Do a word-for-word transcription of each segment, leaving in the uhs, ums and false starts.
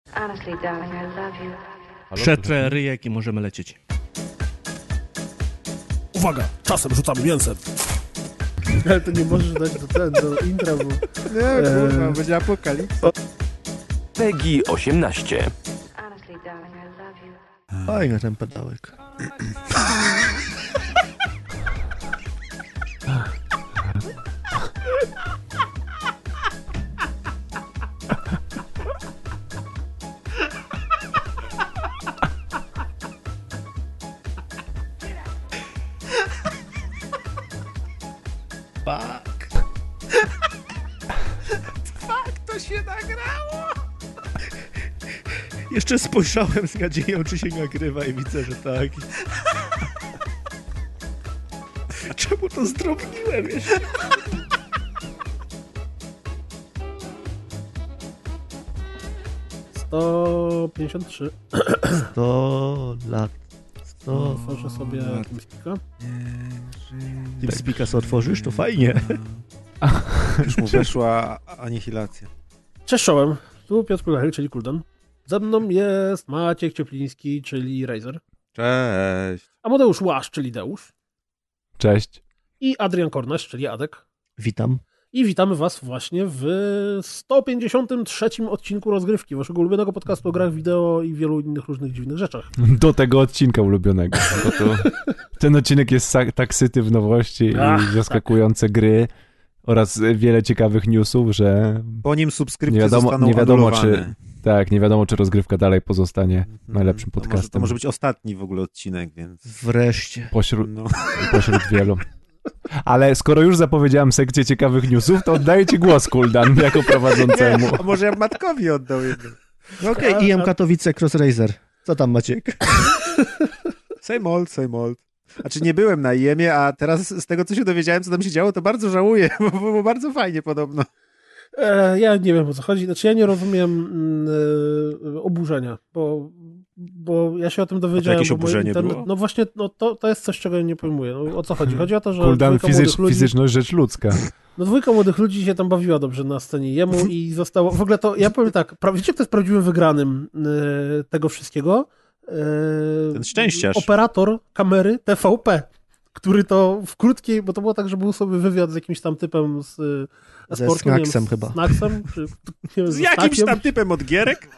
Przetrę ryjek i możemy lecieć. Uwaga, czasem rzucamy mięsem. Ale to nie możesz dać do, ten, do intra, bo... Nie, kurwa, będzie apokalipsa. Peggy osiemnaście. Fajny ten pedałek. Fuck. Fuck, to się nagrało! Jeszcze spojrzałem z nadzieją, czy się nagrywa i widzę, że tak. Czemu to zdrobniłem jeszcze? sto pięćdziesiąt trzy. sto lat. sto Otworzę sobie TeamSpeaka. TeamSpeaka co otworzysz? To fajnie. Już mu weszła anihilacja. Cześć czołem, tu Piotr Kulachek, czyli Kuldan. Ze mną jest Maciek Ciepliński, czyli Razer. Cześć. Amadeusz Łasz, czyli Deusz. Cześć. I Adrian Kornasz, czyli Adek. Witam. I witamy was właśnie w sto pięćdziesiątym trzecim odcinku Rozgrywki, waszego ulubionego podcastu o grach wideo i wielu innych różnych dziwnych rzeczach. Do tego odcinka ulubionego. Bo to, ten odcinek jest sa- tak syty w nowości Ach, i zaskakujące tak. gry oraz wiele ciekawych newsów, że Po nim subskrypcje nie wiadomo, zostaną nie wiadomo anulowane. czy tak, nie wiadomo, czy rozgrywka dalej pozostanie najlepszym to może, podcastem. to może być ostatni w ogóle odcinek, więc... Wreszcie. Pośród, No. pośród wielu. Ale skoro już zapowiedziałem sekcję ciekawych newsów, to oddaję ci głos, Kuldan, jako prowadzącemu. Nie, a może ja Matkowi oddał jedno. No okej, okay, I M Katowice Cross Razer. Co tam, Maciek? Same old, same old. Znaczy nie byłem na I M-ie, a teraz z tego, co się dowiedziałem, co tam się działo, to bardzo żałuję, bo było bardzo fajnie podobno. E, ja nie wiem, o co chodzi. Znaczy ja nie rozumiem e, oburzenia, bo, bo ja się o tym dowiedziałem. A to jakieś bo mój oburzenie internet, było? No właśnie, no to, to jest coś, czego ja nie pojmuję. No, o co chodzi? Chodzi o to, że Kuldan, dwójka fizycz, młodych ludzi, fizyczność rzecz ludzka. no dwójka młodych ludzi się tam bawiła dobrze na scenie jemu i zostało... W ogóle to, ja powiem tak, pra, wiecie, kto jest prawdziwym wygranym e, tego wszystkiego? E, Ten szczęściarz. Operator kamery T V P, który to w krótkiej, bo to było tak, że był sobie wywiad z jakimś tam typem z e, Ze sportu, Snacksem nie wiem, chyba. Z Snacksem, czy, nie wiem, Z ze jakimś Snackiem. tam typem od gierek?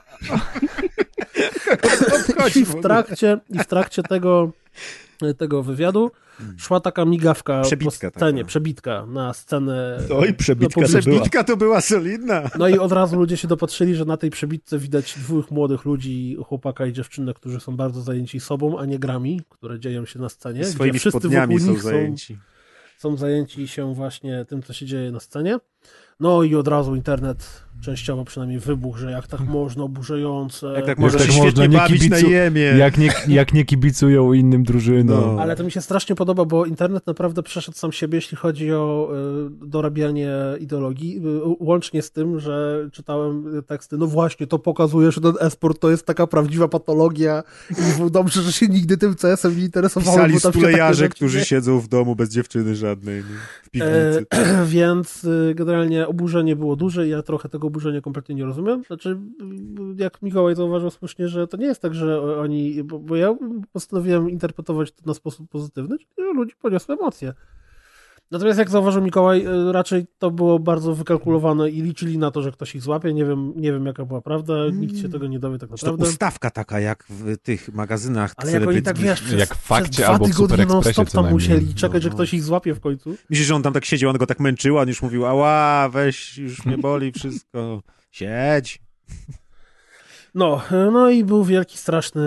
I w trakcie, i w trakcie tego, tego wywiadu szła taka migawka Przebitka po scenie, taka. przebitka na scenę. Oj, przebitka no, to była. Przebitka to była solidna. No i od razu ludzie się dopatrzyli, że na tej przebitce widać dwóch młodych ludzi, chłopaka i dziewczynę, którzy są bardzo zajęci sobą, a nie grami, które dzieją się na scenie. Swoimi gdzie wszyscy spodniami wokół są nich zajęci. Są, są zajęci się właśnie tym, co się dzieje na scenie. No i od razu internet częściowo przynajmniej wybuchł, że jak tak można, oburzające. Jak tak Jak można tak się można, świetnie nie bawić kibicu- na jemie. Jak nie, jak nie kibicują innym drużynom. No. Ale to mi się strasznie podoba, bo internet naprawdę przeszedł sam siebie, jeśli chodzi o y, dorabianie ideologii, y, łącznie z tym, że czytałem teksty, no właśnie, to pokazuje, że ten e-sport to jest taka prawdziwa patologia i dobrze, że się nigdy tym C S-em nie interesowałem. Pisali bo tam się takie stulejarze, rzeczy którzy nie- siedzą w domu bez dziewczyny żadnej, nie? W piwnicy. E, więc y, generalnie oburzenie było duże i ja trochę tego oburzenia kompletnie nie rozumiem. Znaczy, y, jak Mikołaj zauważył słusznie, że to nie jest tak, że oni, bo, bo ja postanowiłem interpretować to na sposób pozytywny, czyli że ludzi poniosły emocje. Natomiast jak zauważył Mikołaj, y, raczej to było bardzo wykalkulowane i liczyli na to, że ktoś ich złapie. Nie wiem, nie wiem jaka była prawda, nikt się tego nie dowie tak To naprawdę. ustawka taka jak w tych magazynach Ale jak oni tak, wiesz, celebryckich. przez, Jak w Fakcie przez dwa albo w tygodnie Super Expressie non-stop co tam najmniej. musieli czekać, że No. ktoś ich złapie w końcu. Myślisz, że on tam tak siedział, on go tak męczył, a on już mówił, ała, weź, już mnie boli wszystko. Siedź. No, no i był wielki, straszny...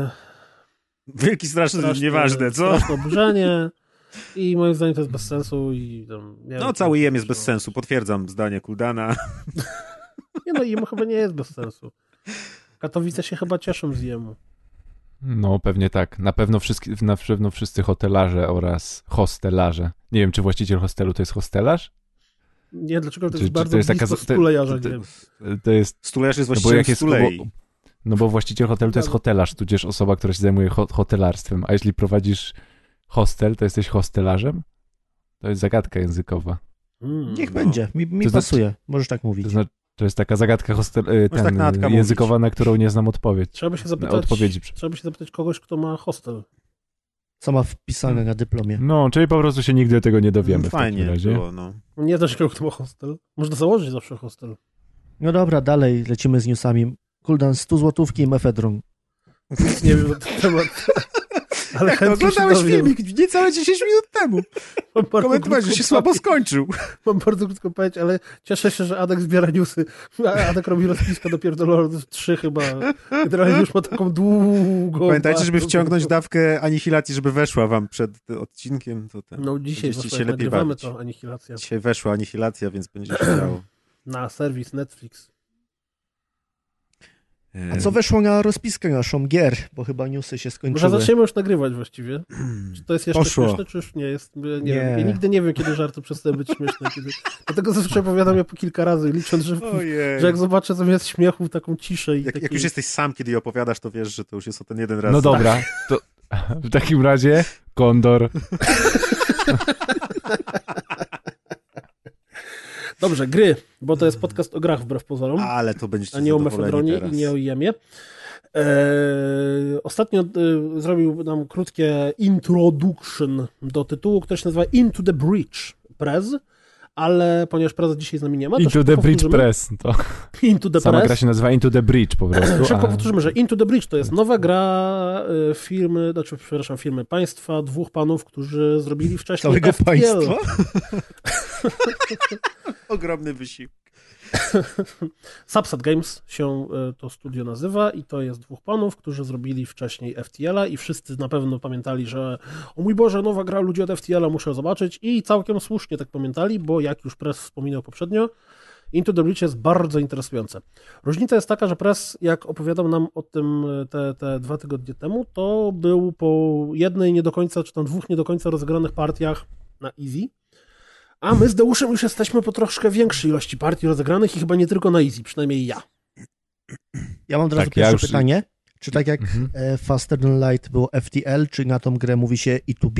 Wielki, straszny, straszne, nieważne, co? Straszne oburzenie i moim zdaniem to jest bez sensu i tam... Nie No, wiem, cały co- jem jest bez sensu, potwierdzam zdanie Kuldana. Nie no, jemu chyba nie jest bez sensu. Katowice się chyba cieszą z jemu. No, pewnie tak. Na pewno, wszystkie, na pewno wszyscy hotelarze oraz hostelarze. Nie wiem, czy właściciel hostelu to jest hostelarz? Nie, dlaczego to Czy- jest czy bardzo to jest blisko taka- to- stulejarza, to- nie wiem. To jest... Stulejarz jest No bo właścicielem jak jest... stulei. Bo, no bo właściciel hotelu to jest hotelarz, tudzież osoba, która się zajmuje ho- hotelarstwem. A jeśli prowadzisz hostel, to jesteś hostelarzem? To jest zagadka językowa. Mm. Niech No. będzie, mi, mi To znaczy- pasuje, możesz tak mówić. To, zna- To jest taka zagadka hostel, y, tak ten, Natka językowa, na którą nie znam odpowiedź. Trzeba by się Na zapytać, odpowiedzi. trzeba by się zapytać kogoś, kto ma hostel. Co ma wpisane na dyplomie. No, czyli po prostu się nigdy tego nie dowiemy w Fajnie takim razie. było, no. Nie da się kogoś, kto ma hostel. Można założyć zawsze hostel. No dobra, dalej lecimy z newsami. Kuldan, sto złotówki i mefedron. Nic nie wiem na ten temat. Ale Jak to chętnie się oglądałeś dowiem. filmik niecałe dziesięć minut temu. Mam bardzo Komentowałeś, że krótką się słabo pamięć. skończył. Mam bardzo krótką pamięć, ale cieszę się, że Adek zbiera newsy. A Adek robi rozpiska dopiero do Lord trzy chyba. Generalnie już ma taką długą... Pamiętajcie, żeby bardzo wciągnąć długą- dawkę anihilacji, żeby weszła wam przed odcinkiem. To ten. No dzisiaj Będziecie właśnie się lepiej nagrywamy bawić. to anihilacja. Dzisiaj weszła anihilacja, więc będzie się dało. Na serwis Netflix. A co weszło na rozpiskę naszą gier? Bo chyba newsy się Może skończyły. zaczniemy już nagrywać właściwie. Czy to jest jeszcze Poszło. śmieszne, czy już nie jest? Ja Nie, Nie. wiem. Ja nigdy nie wiem, kiedy żarty przestają być śmieszne. Kiedy... Dlatego zawsze opowiadam je po kilka razy, licząc, że, Ojej. że jak zobaczę zamiast śmiechu taką ciszę i Jak, taki... jak już jesteś sam, kiedy je opowiadasz, to wiesz, że to już jest o ten jeden raz. No dobra, to w takim razie Kondor. Dobrze, gry, bo to jest podcast o grach wbrew pozorom, Ale to będziecie a nie o zadowoleni mefedronie teraz. i nie o jemie. Eee, ostatnio e, zrobił nam krótkie introduction do tytułu, który się nazywa Into the Breach Press, ale ponieważ Preza dzisiaj z nami nie ma, to Into szybko the Bridge powtórzymy. Press. To Into the sama Press. gra się nazywa Into the Bridge po prostu. Szybko a- powtórzymy, że Into the Breach to jest nowa gra e, firmy, znaczy przepraszam, firmy państwa, dwóch panów, którzy zrobili wcześniej Całego F T L. państwa? Ogromny wysiłek. Subset Games się e, to studio nazywa i to jest dwóch panów, którzy zrobili wcześniej F T L-a i wszyscy na pewno pamiętali, że o mój Boże, nowa gra, ludzie od F T L-a muszę zobaczyć i całkiem słusznie tak pamiętali, bo jak już Press wspominał poprzednio, Into the Breach jest bardzo interesujące. Różnica jest taka, że Press, jak opowiadał nam o tym te, te dwa tygodnie temu, to był po jednej nie do końca, czy tam dwóch nie do końca rozegranych partiach na easy, a my z Deuszem już jesteśmy po troszkę większej ilości partii rozegranych i chyba nie tylko na easy, przynajmniej ja. Ja mam od razu Tak, ja pierwsze już- pytanie. Czy tak jak Mhm. e, Faster Than Light było F T L, czy na tą grę mówi się E to B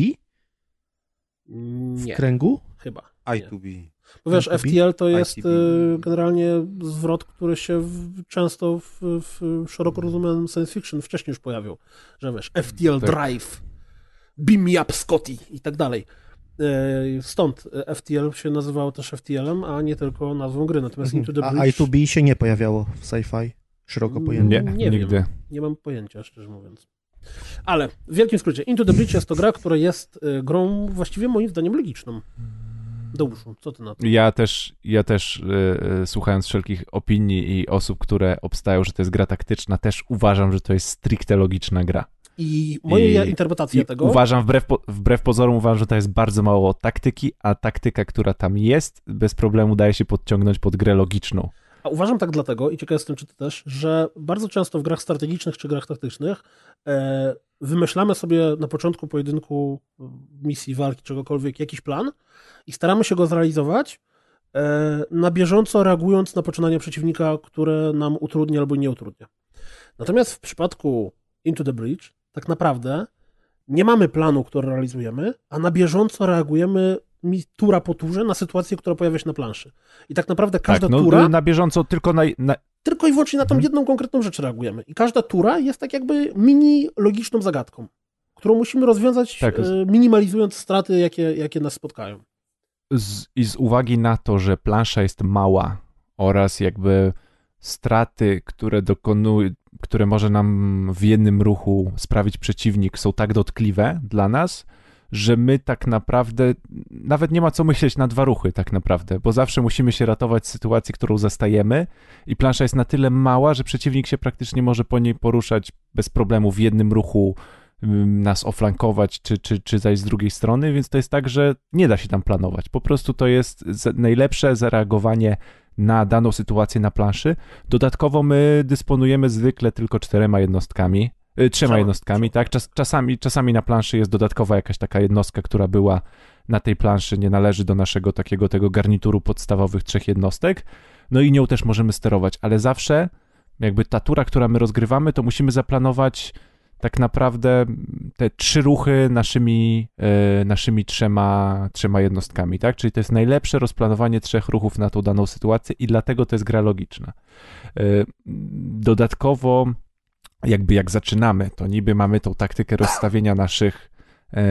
w Nie, kręgu? chyba. I Nie. to be. Bo wiesz, I to be? F T L to jest I T B. y, generalnie zwrot, który się w, często w, w szeroko rozumianym science fiction wcześniej już pojawił. Że wiesz, F T L Tak. Drive, beam me up Scotty i tak dalej. Y, Stąd F T L się nazywało też F T L-em, a nie tylko nazwą gry. Natomiast Into the Mhm. A Breach I to B się nie pojawiało w sci-fi szeroko pojęte. Nie, Nie wiem. nigdy. nie mam pojęcia, szczerze mówiąc. Ale w wielkim skrócie, Into the Breach jest to gra, która jest y, grą właściwie moim zdaniem logiczną. Deuszu, co ty na to? Ja też, ja też y, y, słuchając wszelkich opinii i osób, które obstają, że to jest gra taktyczna, też uważam, że to jest stricte logiczna gra. I moja I- interpretacja I tego... uważam, wbrew, po, wbrew pozorom, uważam, że to jest bardzo mało taktyki, a taktyka, która tam jest, bez problemu daje się podciągnąć pod grę logiczną. A uważam tak dlatego, i ciekaw jestem, czy ty też, że bardzo często w grach strategicznych czy grach taktycznych e, wymyślamy sobie na początku pojedynku, misji, walki, czegokolwiek, jakiś plan i staramy się go zrealizować e, na bieżąco reagując na poczynania przeciwnika, które nam utrudnia albo nie utrudnia. Natomiast w przypadku Into the Breach tak naprawdę nie mamy planu, który realizujemy, a na bieżąco reagujemy mi tura po turze na sytuację, która pojawia się na planszy. I tak naprawdę każda tak, no, tura na bieżąco tylko na, na, tylko i wyłącznie na tą jedną konkretną rzecz reagujemy. I każda tura jest tak jakby mini logiczną zagadką, którą musimy rozwiązać, Tak. e, minimalizując straty, jakie, jakie nas spotkają. z, i z uwagi na to, że plansza jest mała oraz jakby straty, które dokonuje, które może nam w jednym ruchu sprawić przeciwnik, są tak dotkliwe dla nas, że my tak naprawdę nawet nie ma co myśleć na dwa ruchy tak naprawdę, bo zawsze musimy się ratować z sytuacji, którą zastajemy i plansza jest na tyle mała, że przeciwnik się praktycznie może po niej poruszać bez problemu w jednym ruchu, ym, nas oflankować, czy, czy, czy zajść z drugiej strony, więc to jest tak, że nie da się tam planować. Po prostu to jest za- najlepsze zareagowanie na daną sytuację na planszy. Dodatkowo my dysponujemy zwykle tylko czterema jednostkami, y, trzema Trzema. jednostkami, tak? Czas, czasami, czasami na planszy jest dodatkowa jakaś taka jednostka, która była na tej planszy, nie należy do naszego takiego tego garnituru podstawowych trzech jednostek. No i nią też możemy sterować, ale zawsze jakby ta tura, która my rozgrywamy, to musimy zaplanować tak naprawdę te trzy ruchy naszymi, e, naszymi trzema, trzema jednostkami, tak? Czyli to jest najlepsze rozplanowanie trzech ruchów na tą daną sytuację i dlatego to jest gra logiczna. E, dodatkowo, jakby jak zaczynamy, to niby mamy tą taktykę rozstawienia naszych, e,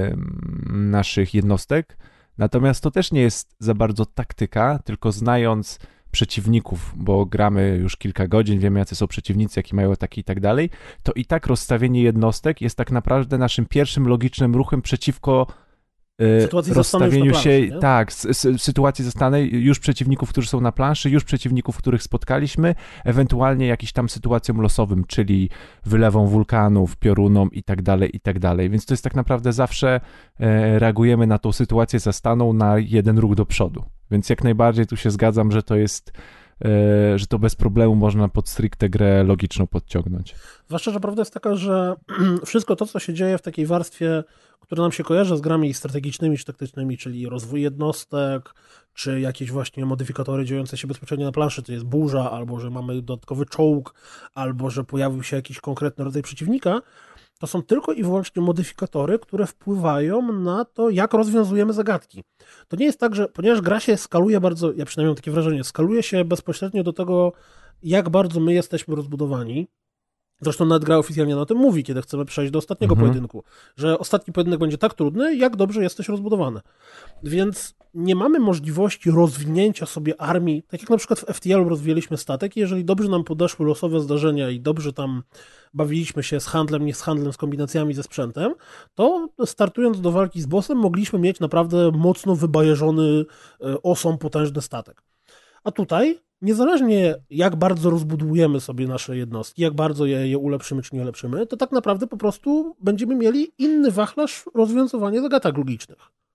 naszych jednostek, natomiast to też nie jest za bardzo taktyka, tylko znając przeciwników, bo gramy już kilka godzin, wiemy jacy są przeciwnicy, jaki mają ataki i tak dalej, to i tak rozstawienie jednostek jest tak naprawdę naszym pierwszym logicznym ruchem przeciwko y, rozstawieniu się, planszy, tak, s, s, sytuacji zastanej już przeciwników, którzy są na planszy, już przeciwników, których spotkaliśmy, ewentualnie jakiś tam sytuacjom losowym, czyli wylewą wulkanów, piorunom i tak dalej, i tak dalej, więc to jest tak naprawdę zawsze e, reagujemy na tą sytuację zastaną na jeden ruch do przodu. Więc jak najbardziej tu się zgadzam, że to jest, e, że to bez problemu można pod stricte grę logiczną podciągnąć. Zwłaszcza, że prawda jest taka, że wszystko to, co się dzieje w takiej warstwie, która nam się kojarzy z grami strategicznymi czy taktycznymi, czyli rozwój jednostek, czy jakieś właśnie modyfikatory dziejące się bezpośrednio na planszy, to jest burza, albo że mamy dodatkowy czołg, albo że pojawił się jakiś konkretny rodzaj przeciwnika, to są tylko i wyłącznie modyfikatory, które wpływają na to, jak rozwiązujemy zagadki. To nie jest tak, że ponieważ gra się skaluje bardzo, ja przynajmniej mam takie wrażenie, skaluje się bezpośrednio do tego, jak bardzo my jesteśmy rozbudowani. Zresztą nawet gra oficjalnie na tym mówi, kiedy chcemy przejść do ostatniego mhm. pojedynku, że ostatni pojedynek będzie tak trudny, jak dobrze jesteś rozbudowany. Więc nie mamy możliwości rozwinięcia sobie armii, tak jak na przykład w F T L rozwijaliśmy statek, jeżeli dobrze nam podeszły losowe zdarzenia i dobrze tam bawiliśmy się z handlem, nie z handlem, z kombinacjami, ze sprzętem, to startując do walki z bossem mogliśmy mieć naprawdę mocno wybajeżony osą potężny statek. A tutaj, niezależnie jak bardzo rozbudujemy sobie nasze jednostki, jak bardzo je, je ulepszymy czy nie ulepszymy, to tak naprawdę po prostu będziemy mieli inny wachlarz rozwiązywania zagadek logicznych.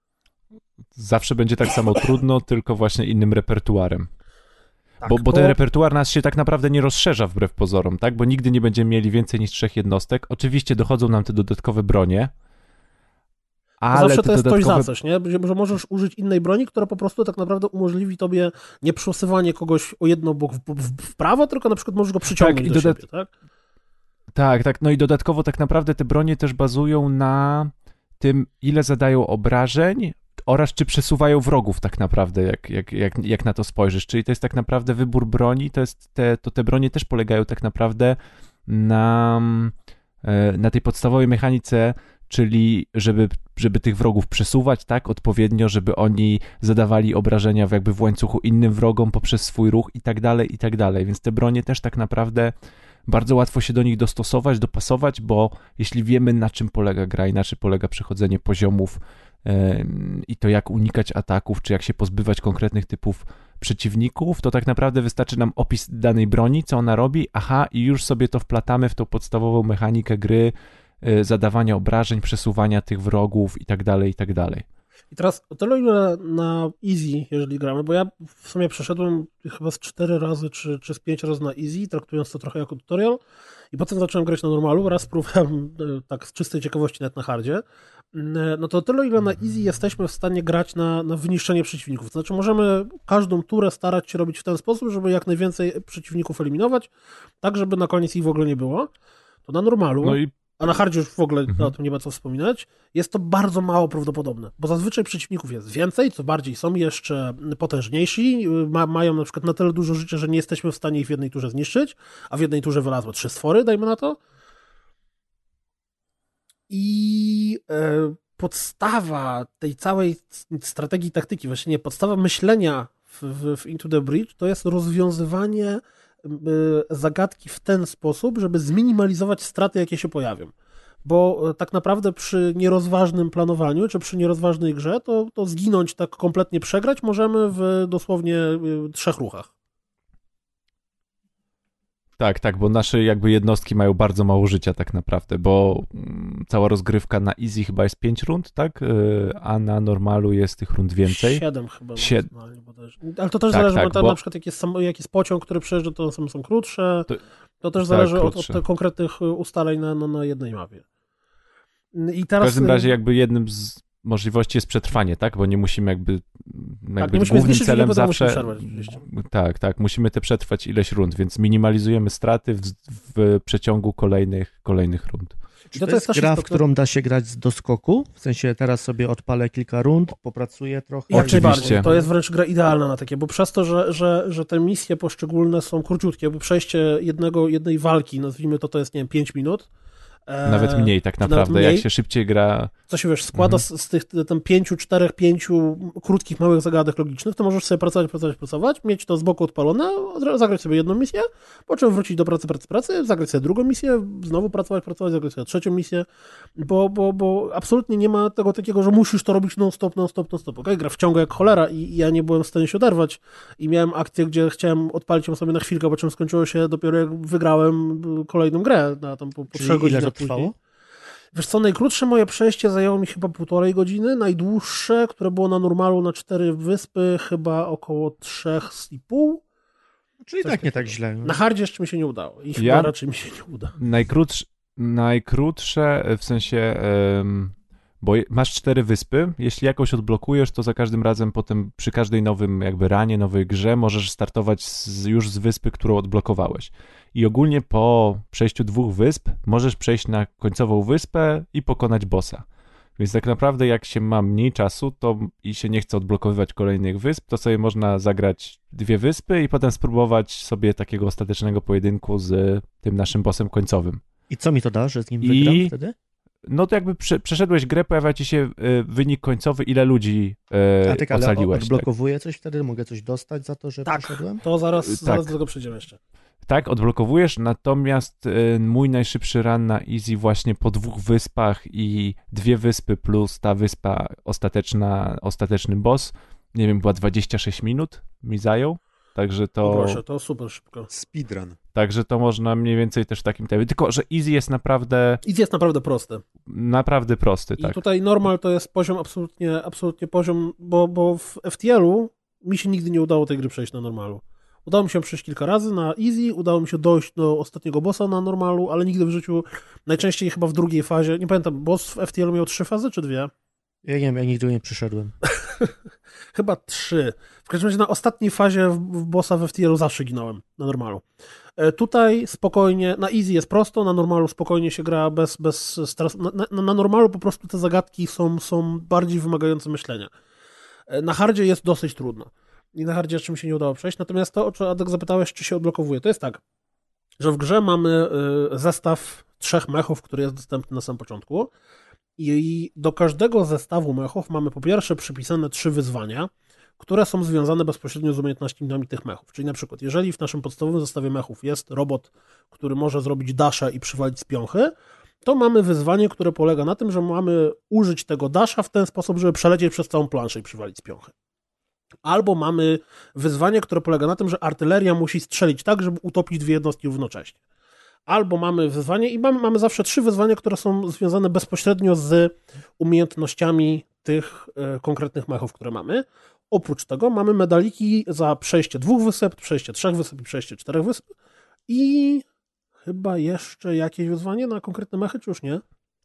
Zawsze będzie tak samo trudno, tylko właśnie innym repertuarem. Tak, bo, bo ten repertuar nas się tak naprawdę nie rozszerza wbrew pozorom, tak? Bo nigdy nie będziemy mieli więcej niż trzech jednostek. Oczywiście dochodzą nam te dodatkowe bronie, ale zawsze to jest dodatkowe... coś za coś, nie? Że możesz użyć innej broni, która po prostu tak naprawdę umożliwi tobie nie przesuwanie kogoś o jedno bok w, w, w prawo, tylko na przykład możesz go przyciągnąć tak, do dodat... siebie, tak? Tak, tak. No i dodatkowo tak naprawdę te bronie też bazują na tym, ile zadają obrażeń oraz czy przesuwają wrogów tak naprawdę, jak, jak, jak, jak na to spojrzysz. Czyli to jest tak naprawdę wybór broni, to, jest te, to te bronie też polegają tak naprawdę na, na tej podstawowej mechanice, czyli żeby, żeby tych wrogów przesuwać, tak, odpowiednio, żeby oni zadawali obrażenia w jakby w łańcuchu innym wrogom poprzez swój ruch i tak dalej, i tak dalej. Więc te bronie też tak naprawdę bardzo łatwo się do nich dostosować, dopasować, bo jeśli wiemy, na czym polega gra i na czym polega przechodzenie poziomów yy, i to jak unikać ataków, czy jak się pozbywać konkretnych typów przeciwników, to tak naprawdę wystarczy nam opis danej broni, co ona robi, aha, i już sobie to wplatamy w tą podstawową mechanikę gry, zadawania obrażeń, przesuwania tych wrogów i tak dalej, i tak dalej. I teraz o tyle, ile na easy, jeżeli gramy, bo ja w sumie przeszedłem chyba z cztery razy, czy, czy z pięć razy na easy, traktując to trochę jako tutorial i potem zacząłem grać na normalu, raz spróbowałem tak z czystej ciekawości nawet na hardzie, no to o tyle, ile na easy jesteśmy w stanie grać na, na wyniszczenie przeciwników. To znaczy możemy każdą turę starać się robić w ten sposób, żeby jak najwięcej przeciwników eliminować, tak żeby na koniec ich w ogóle nie było. To na normalu no i a na hardzie już w ogóle mhm. o tym nie ma co wspominać, jest to bardzo mało prawdopodobne, bo zazwyczaj przeciwników jest więcej, co bardziej są jeszcze potężniejsi, ma, mają na przykład na tyle dużo życia, że nie jesteśmy w stanie ich w jednej turze zniszczyć, a w jednej turze wylazły trzy stwory, dajmy na to. I e, podstawa tej całej strategii taktyki, właśnie nie, podstawa myślenia w, w, w Into the Breach to jest rozwiązywanie zagadki w ten sposób, żeby zminimalizować straty, jakie się pojawią. Bo tak naprawdę przy nierozważnym planowaniu, czy przy nierozważnej grze, to, to zginąć, tak kompletnie przegrać możemy w dosłownie trzech ruchach. Tak, tak, bo nasze jakby jednostki mają bardzo mało życia tak naprawdę, bo cała rozgrywka na easy chyba jest pięć rund, tak? A na normalu jest tych rund więcej. Siedem chyba. Sied... Ale to też tak, zależy, tak, bo, bo na przykład jak jest, jak jest pociąg, który przejeżdża, to są, są krótsze. To, to też tak, zależy od, od konkretnych ustaleń na, na, na jednej mapie. I teraz... W każdym razie jakby jednym z możliwości jest przetrwanie, tak? Bo nie musimy jakby, jakby tak, nie musimy głównym zniszczyć celem gry, zawsze... musimy przerwać, oczywiście. tak, tak, musimy te przetrwać ileś rund, więc minimalizujemy straty w, w przeciągu kolejnych, kolejnych rund. Czy to, to jest, jest gra, w którą da się grać z doskoku? W sensie teraz sobie odpalę kilka rund, popracuję trochę. Jak najbardziej. To jest wręcz gra idealna na takie, bo przez to, że, że, że te misje poszczególne są króciutkie, bo przejście jednego, jednej walki, nazwijmy to, to jest, nie wiem, pięć minut. Nawet mniej tak naprawdę, mniej. Jak się szybciej gra... Co się, wiesz, składa mhm. z, z tych tam pięciu, czterech, pięciu krótkich, małych zagadek logicznych, to możesz sobie pracować, pracować, pracować, mieć to z boku odpalone, zagrać sobie jedną misję, po czym wrócić do pracy, pracy, pracy, zagrać sobie drugą misję, znowu pracować, pracować, zagrać sobie trzecią misję, bo, bo, bo absolutnie nie ma tego takiego, że musisz to robić non-stop, non-stop, non-stop. Okay? Gra wciąga jak cholera i, i ja nie byłem w stanie się oderwać i miałem akcję, gdzie chciałem odpalić ją sobie na chwilkę, po czym skończyło się dopiero jak wygrałem kolejną grę na tam po, po trzech godzinach trwało? Wiesz co, najkrótsze moje przejście zajęło mi chyba półtorej godziny, najdłuższe, które było na normalu na cztery wyspy, chyba około trzech i pół. Czyli Coś tak nie tak źle. Na hardzie jeszcze mi się nie udało i chyba ja raczej mi się nie uda. Najkrótsze, najkrótsze w sensie, um, bo masz cztery wyspy, jeśli jakoś odblokujesz, to za każdym razem potem przy każdej nowym jakby ranie, nowej grze możesz startować z, już z wyspy, którą odblokowałeś. I ogólnie po przejściu dwóch wysp możesz przejść na końcową wyspę i pokonać bossa. Więc tak naprawdę jak się ma mniej czasu to i się nie chce odblokowywać kolejnych wysp, to sobie można zagrać dwie wyspy i potem spróbować sobie takiego ostatecznego pojedynku z tym naszym bossem końcowym. I co mi to da, że z nim wygram I... wtedy? No to jakby prze, przeszedłeś grę, pojawia ci się y, wynik końcowy, ile ludzi y, A tak, ocaliłeś. Ale odblokowuję tak. coś wtedy? Mogę coś dostać za to, że tak, przeszedłem? to zaraz, tak. zaraz do tego przejdziemy jeszcze. Tak, odblokowujesz, natomiast y, mój najszybszy run na easy właśnie po dwóch wyspach i dwie wyspy plus ta wyspa ostateczna, ostateczny boss, nie wiem, była dwadzieścia sześć minut mi zajął, także to... O proszę, to super szybko. Speedrun. Także to można mniej więcej też w takim tempie, tylko że easy jest naprawdę... Easy jest naprawdę prosty. Naprawdę prosty, I tak. I tutaj normal to jest poziom absolutnie, absolutnie poziom, bo, bo w F T L-u mi się nigdy nie udało tej gry przejść na normalu. Udało mi się przejść kilka razy na easy, udało mi się dojść do ostatniego bossa na normalu, ale nigdy w życiu, najczęściej chyba w drugiej fazie, nie pamiętam, boss w F T L miał trzy fazy, czy dwie? Ja nie wiem, ja nigdy nie przyszedłem. Chyba trzy. W każdym razie na ostatniej fazie w, w bossa w F T L zawsze ginąłem na normalu. E, tutaj spokojnie, na easy jest prosto, na normalu spokojnie się gra bez, bez stresu. Na, na, na normalu po prostu te zagadki są, są bardziej wymagające myślenia. E, na hardzie jest dosyć trudno. I na hardzie jeszcze mi się nie udało przejść. Natomiast to, o co Adek zapytałeś, czy się odblokowuje, to jest tak, że w grze mamy y, zestaw trzech mechów, który jest dostępny na samym początku i do każdego zestawu mechów mamy po pierwsze przypisane trzy wyzwania, które są związane bezpośrednio z umiejętnościami tych mechów. Czyli na przykład, jeżeli w naszym podstawowym zestawie mechów jest robot, który może zrobić dasha i przywalić z piąchy, to mamy wyzwanie, które polega na tym, że mamy użyć tego dasha w ten sposób, żeby przelecieć przez całą planszę i przywalić z piąchy. Albo mamy wyzwanie, które polega na tym, że artyleria musi strzelić tak, żeby utopić dwie jednostki równocześnie. Albo mamy wyzwanie i mamy, mamy zawsze trzy wyzwania, które są związane bezpośrednio z umiejętnościami tych y, konkretnych mechów, które mamy. Oprócz tego mamy medaliki za przejście dwóch wysep, przejście trzech wysep i przejście czterech wysep i chyba jeszcze jakieś wyzwanie na konkretne mechy, czy już nie?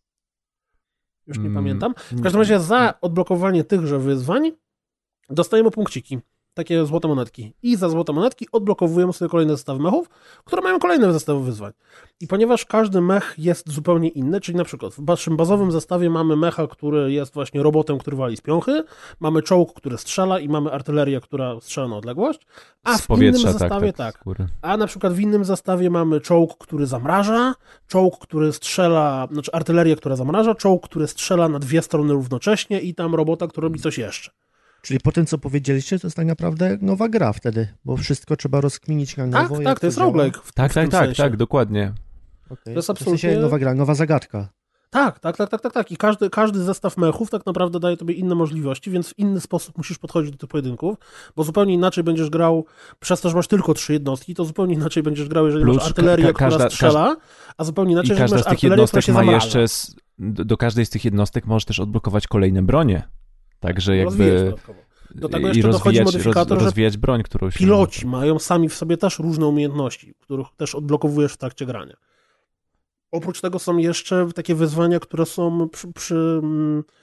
Już nie mm, pamiętam. W każdym razie za odblokowanie tychże wyzwań dostajemy punkciki, takie złote monetki. I za złote monetki odblokowujemy sobie kolejne zestawy mechów, które mają kolejne zestawy wyzwań. I ponieważ każdy mech jest zupełnie inny, czyli na przykład w naszym bazowym zestawie mamy mecha, który jest właśnie robotem, który wali z piąchy, mamy czołg, który strzela i mamy artylerię, która strzela na odległość, a w innym zestawie tak, tak, tak a na przykład w innym zestawie mamy czołg, który zamraża, czołg, który strzela, znaczy artylerię, która zamraża, czołg, który strzela na dwie strony równocześnie i tam robota, który robi coś jeszcze. Czyli po tym, co powiedzieliście, to jest tak naprawdę nowa gra wtedy, bo wszystko trzeba rozkminić na nowo. Tak, tak, to jest roguelike. W, tak, w tak, tak, tak, dokładnie. Okay. To jest absolutnie... W sensie nowa gra, nowa zagadka. Tak, tak, tak, tak, tak, tak. I każdy, każdy zestaw mechów tak naprawdę daje tobie inne możliwości, więc w inny sposób musisz podchodzić do tych pojedynków, bo zupełnie inaczej będziesz grał, przez to, że masz tylko trzy jednostki, to zupełnie inaczej będziesz grał, jeżeli Plus masz artylerię, ka- każda, która strzela, a zupełnie inaczej, jeżeli masz artylerię, która się zamraża. Jeszcze z, do, do każdej z tych jednostek możesz też odblokować kolejne bronie. Także jakby... Do tego jeszcze dochodzi modyfikator, roz, rozwijać broń, którą się... Piloci mają sami w sobie też różne umiejętności, których też odblokowujesz w trakcie grania. Oprócz tego są jeszcze takie wyzwania, które są przy, przy,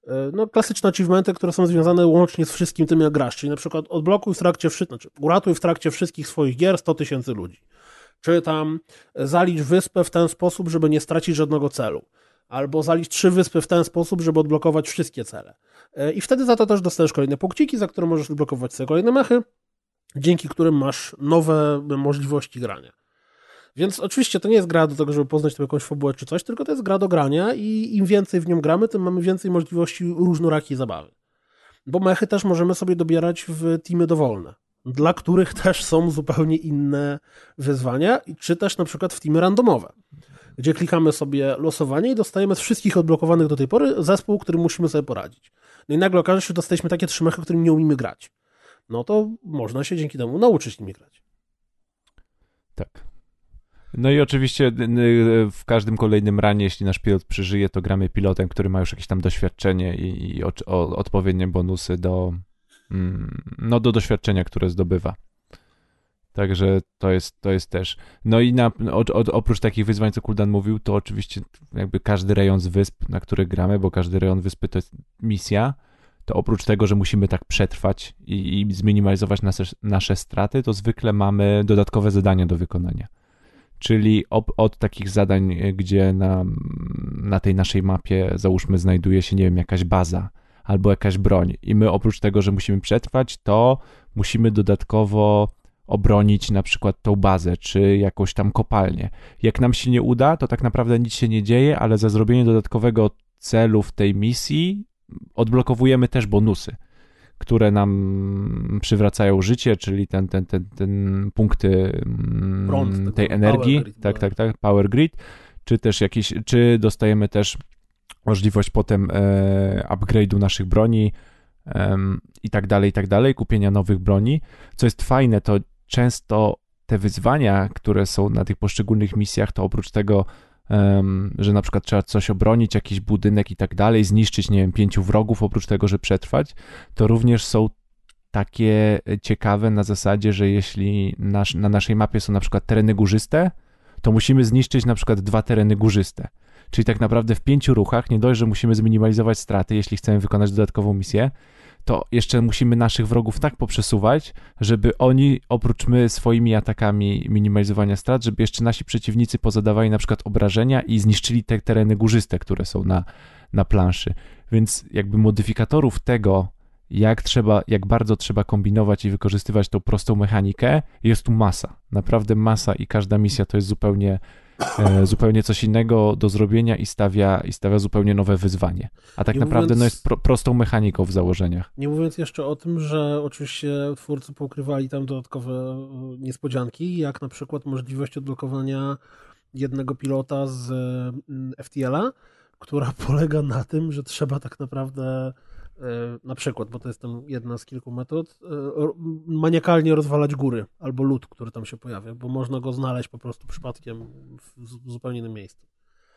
no, klasyczne achievementy, które są związane łącznie z wszystkim tym, jak grasz, czyli na przykład odblokuj w trakcie, znaczy uratuj w trakcie wszystkich swoich gier sto tysięcy ludzi. Czy tam zalicz wyspę w ten sposób, żeby nie stracić żadnego celu. Albo zalicz trzy wyspy w ten sposób, żeby odblokować wszystkie cele. I wtedy za to też dostajesz kolejne punkciki, za które możesz odblokować sobie kolejne mechy, dzięki którym masz nowe możliwości grania. Więc oczywiście to nie jest gra do tego, żeby poznać tam jakąś fabułę czy coś, tylko to jest gra do grania i im więcej w nią gramy, tym mamy więcej możliwości różnorakiej zabawy. Bo mechy też możemy sobie dobierać w teamy dowolne, dla których też są zupełnie inne wyzwania, czy też na przykład w teamy randomowe, gdzie klikamy sobie losowanie i dostajemy z wszystkich odblokowanych do tej pory zespół, który musimy sobie poradzić. No i nagle okaże się, że dostaliśmy takie trzy mechy, którymi nie umiemy grać. No to można się dzięki temu nauczyć nimi grać. Tak. No i oczywiście w każdym kolejnym ranie, jeśli nasz pilot przeżyje, to gramy pilotem, który ma już jakieś tam doświadczenie i, i o, o, odpowiednie bonusy do, no, do doświadczenia, które zdobywa. Także to jest, to jest też. No i na, o, o, oprócz takich wyzwań, co Kuldan mówił, to oczywiście jakby każdy rejon z wysp, na których gramy, bo każdy rejon wyspy to jest misja, to oprócz tego, że musimy tak przetrwać i, i zminimalizować nasze, nasze straty, to zwykle mamy dodatkowe zadania do wykonania. Czyli od, od takich zadań, gdzie na, na tej naszej mapie, załóżmy, znajduje się, nie wiem, jakaś baza albo jakaś broń i my oprócz tego, że musimy przetrwać, to musimy dodatkowo obronić na przykład tą bazę, czy jakąś tam kopalnię. Jak nam się nie uda, to tak naprawdę nic się nie dzieje, ale za zrobienie dodatkowego celu w tej misji odblokowujemy też bonusy, które nam przywracają życie, czyli ten, ten, ten, ten punkty Prąd, tej energii, grid, tak, tak, tak, power grid, czy też jakieś, czy dostajemy też możliwość potem e, upgrade'u naszych broni e, i tak dalej, i tak dalej, kupienia nowych broni. Co jest fajne, to często te wyzwania, które są na tych poszczególnych misjach, to oprócz tego, um, że na przykład trzeba coś obronić, jakiś budynek i tak dalej, zniszczyć, nie wiem, pięciu wrogów, oprócz tego, że przetrwać, to również są takie ciekawe na zasadzie, że jeśli nasz, na naszej mapie są na przykład tereny górzyste, to musimy zniszczyć na przykład dwa tereny górzyste. Czyli tak naprawdę w pięciu ruchach nie dość, że musimy zminimalizować straty, jeśli chcemy wykonać dodatkową misję, to jeszcze musimy naszych wrogów tak poprzesuwać, żeby oni, oprócz my swoimi atakami minimalizowania strat, żeby jeszcze nasi przeciwnicy pozadawali na przykład obrażenia i zniszczyli te tereny górzyste, które są na, na planszy. Więc jakby modyfikatorów tego, jak trzeba, jak bardzo trzeba kombinować i wykorzystywać tą prostą mechanikę, jest tu masa. Naprawdę masa i każda misja to jest zupełnie E, zupełnie coś innego do zrobienia i stawia, i stawia zupełnie nowe wyzwanie. A tak nie naprawdę mówiąc, no jest pro, prostą mechaniką w założeniach. Nie mówiąc jeszcze o tym, że oczywiście twórcy poukrywali tam dodatkowe niespodzianki, jak na przykład możliwość odblokowania jednego pilota z F T L-a, która polega na tym, że trzeba tak naprawdę na przykład, bo to jest tam jedna z kilku metod, maniakalnie rozwalać góry albo lód, który tam się pojawia, bo można go znaleźć po prostu przypadkiem w zupełnie innym miejscu.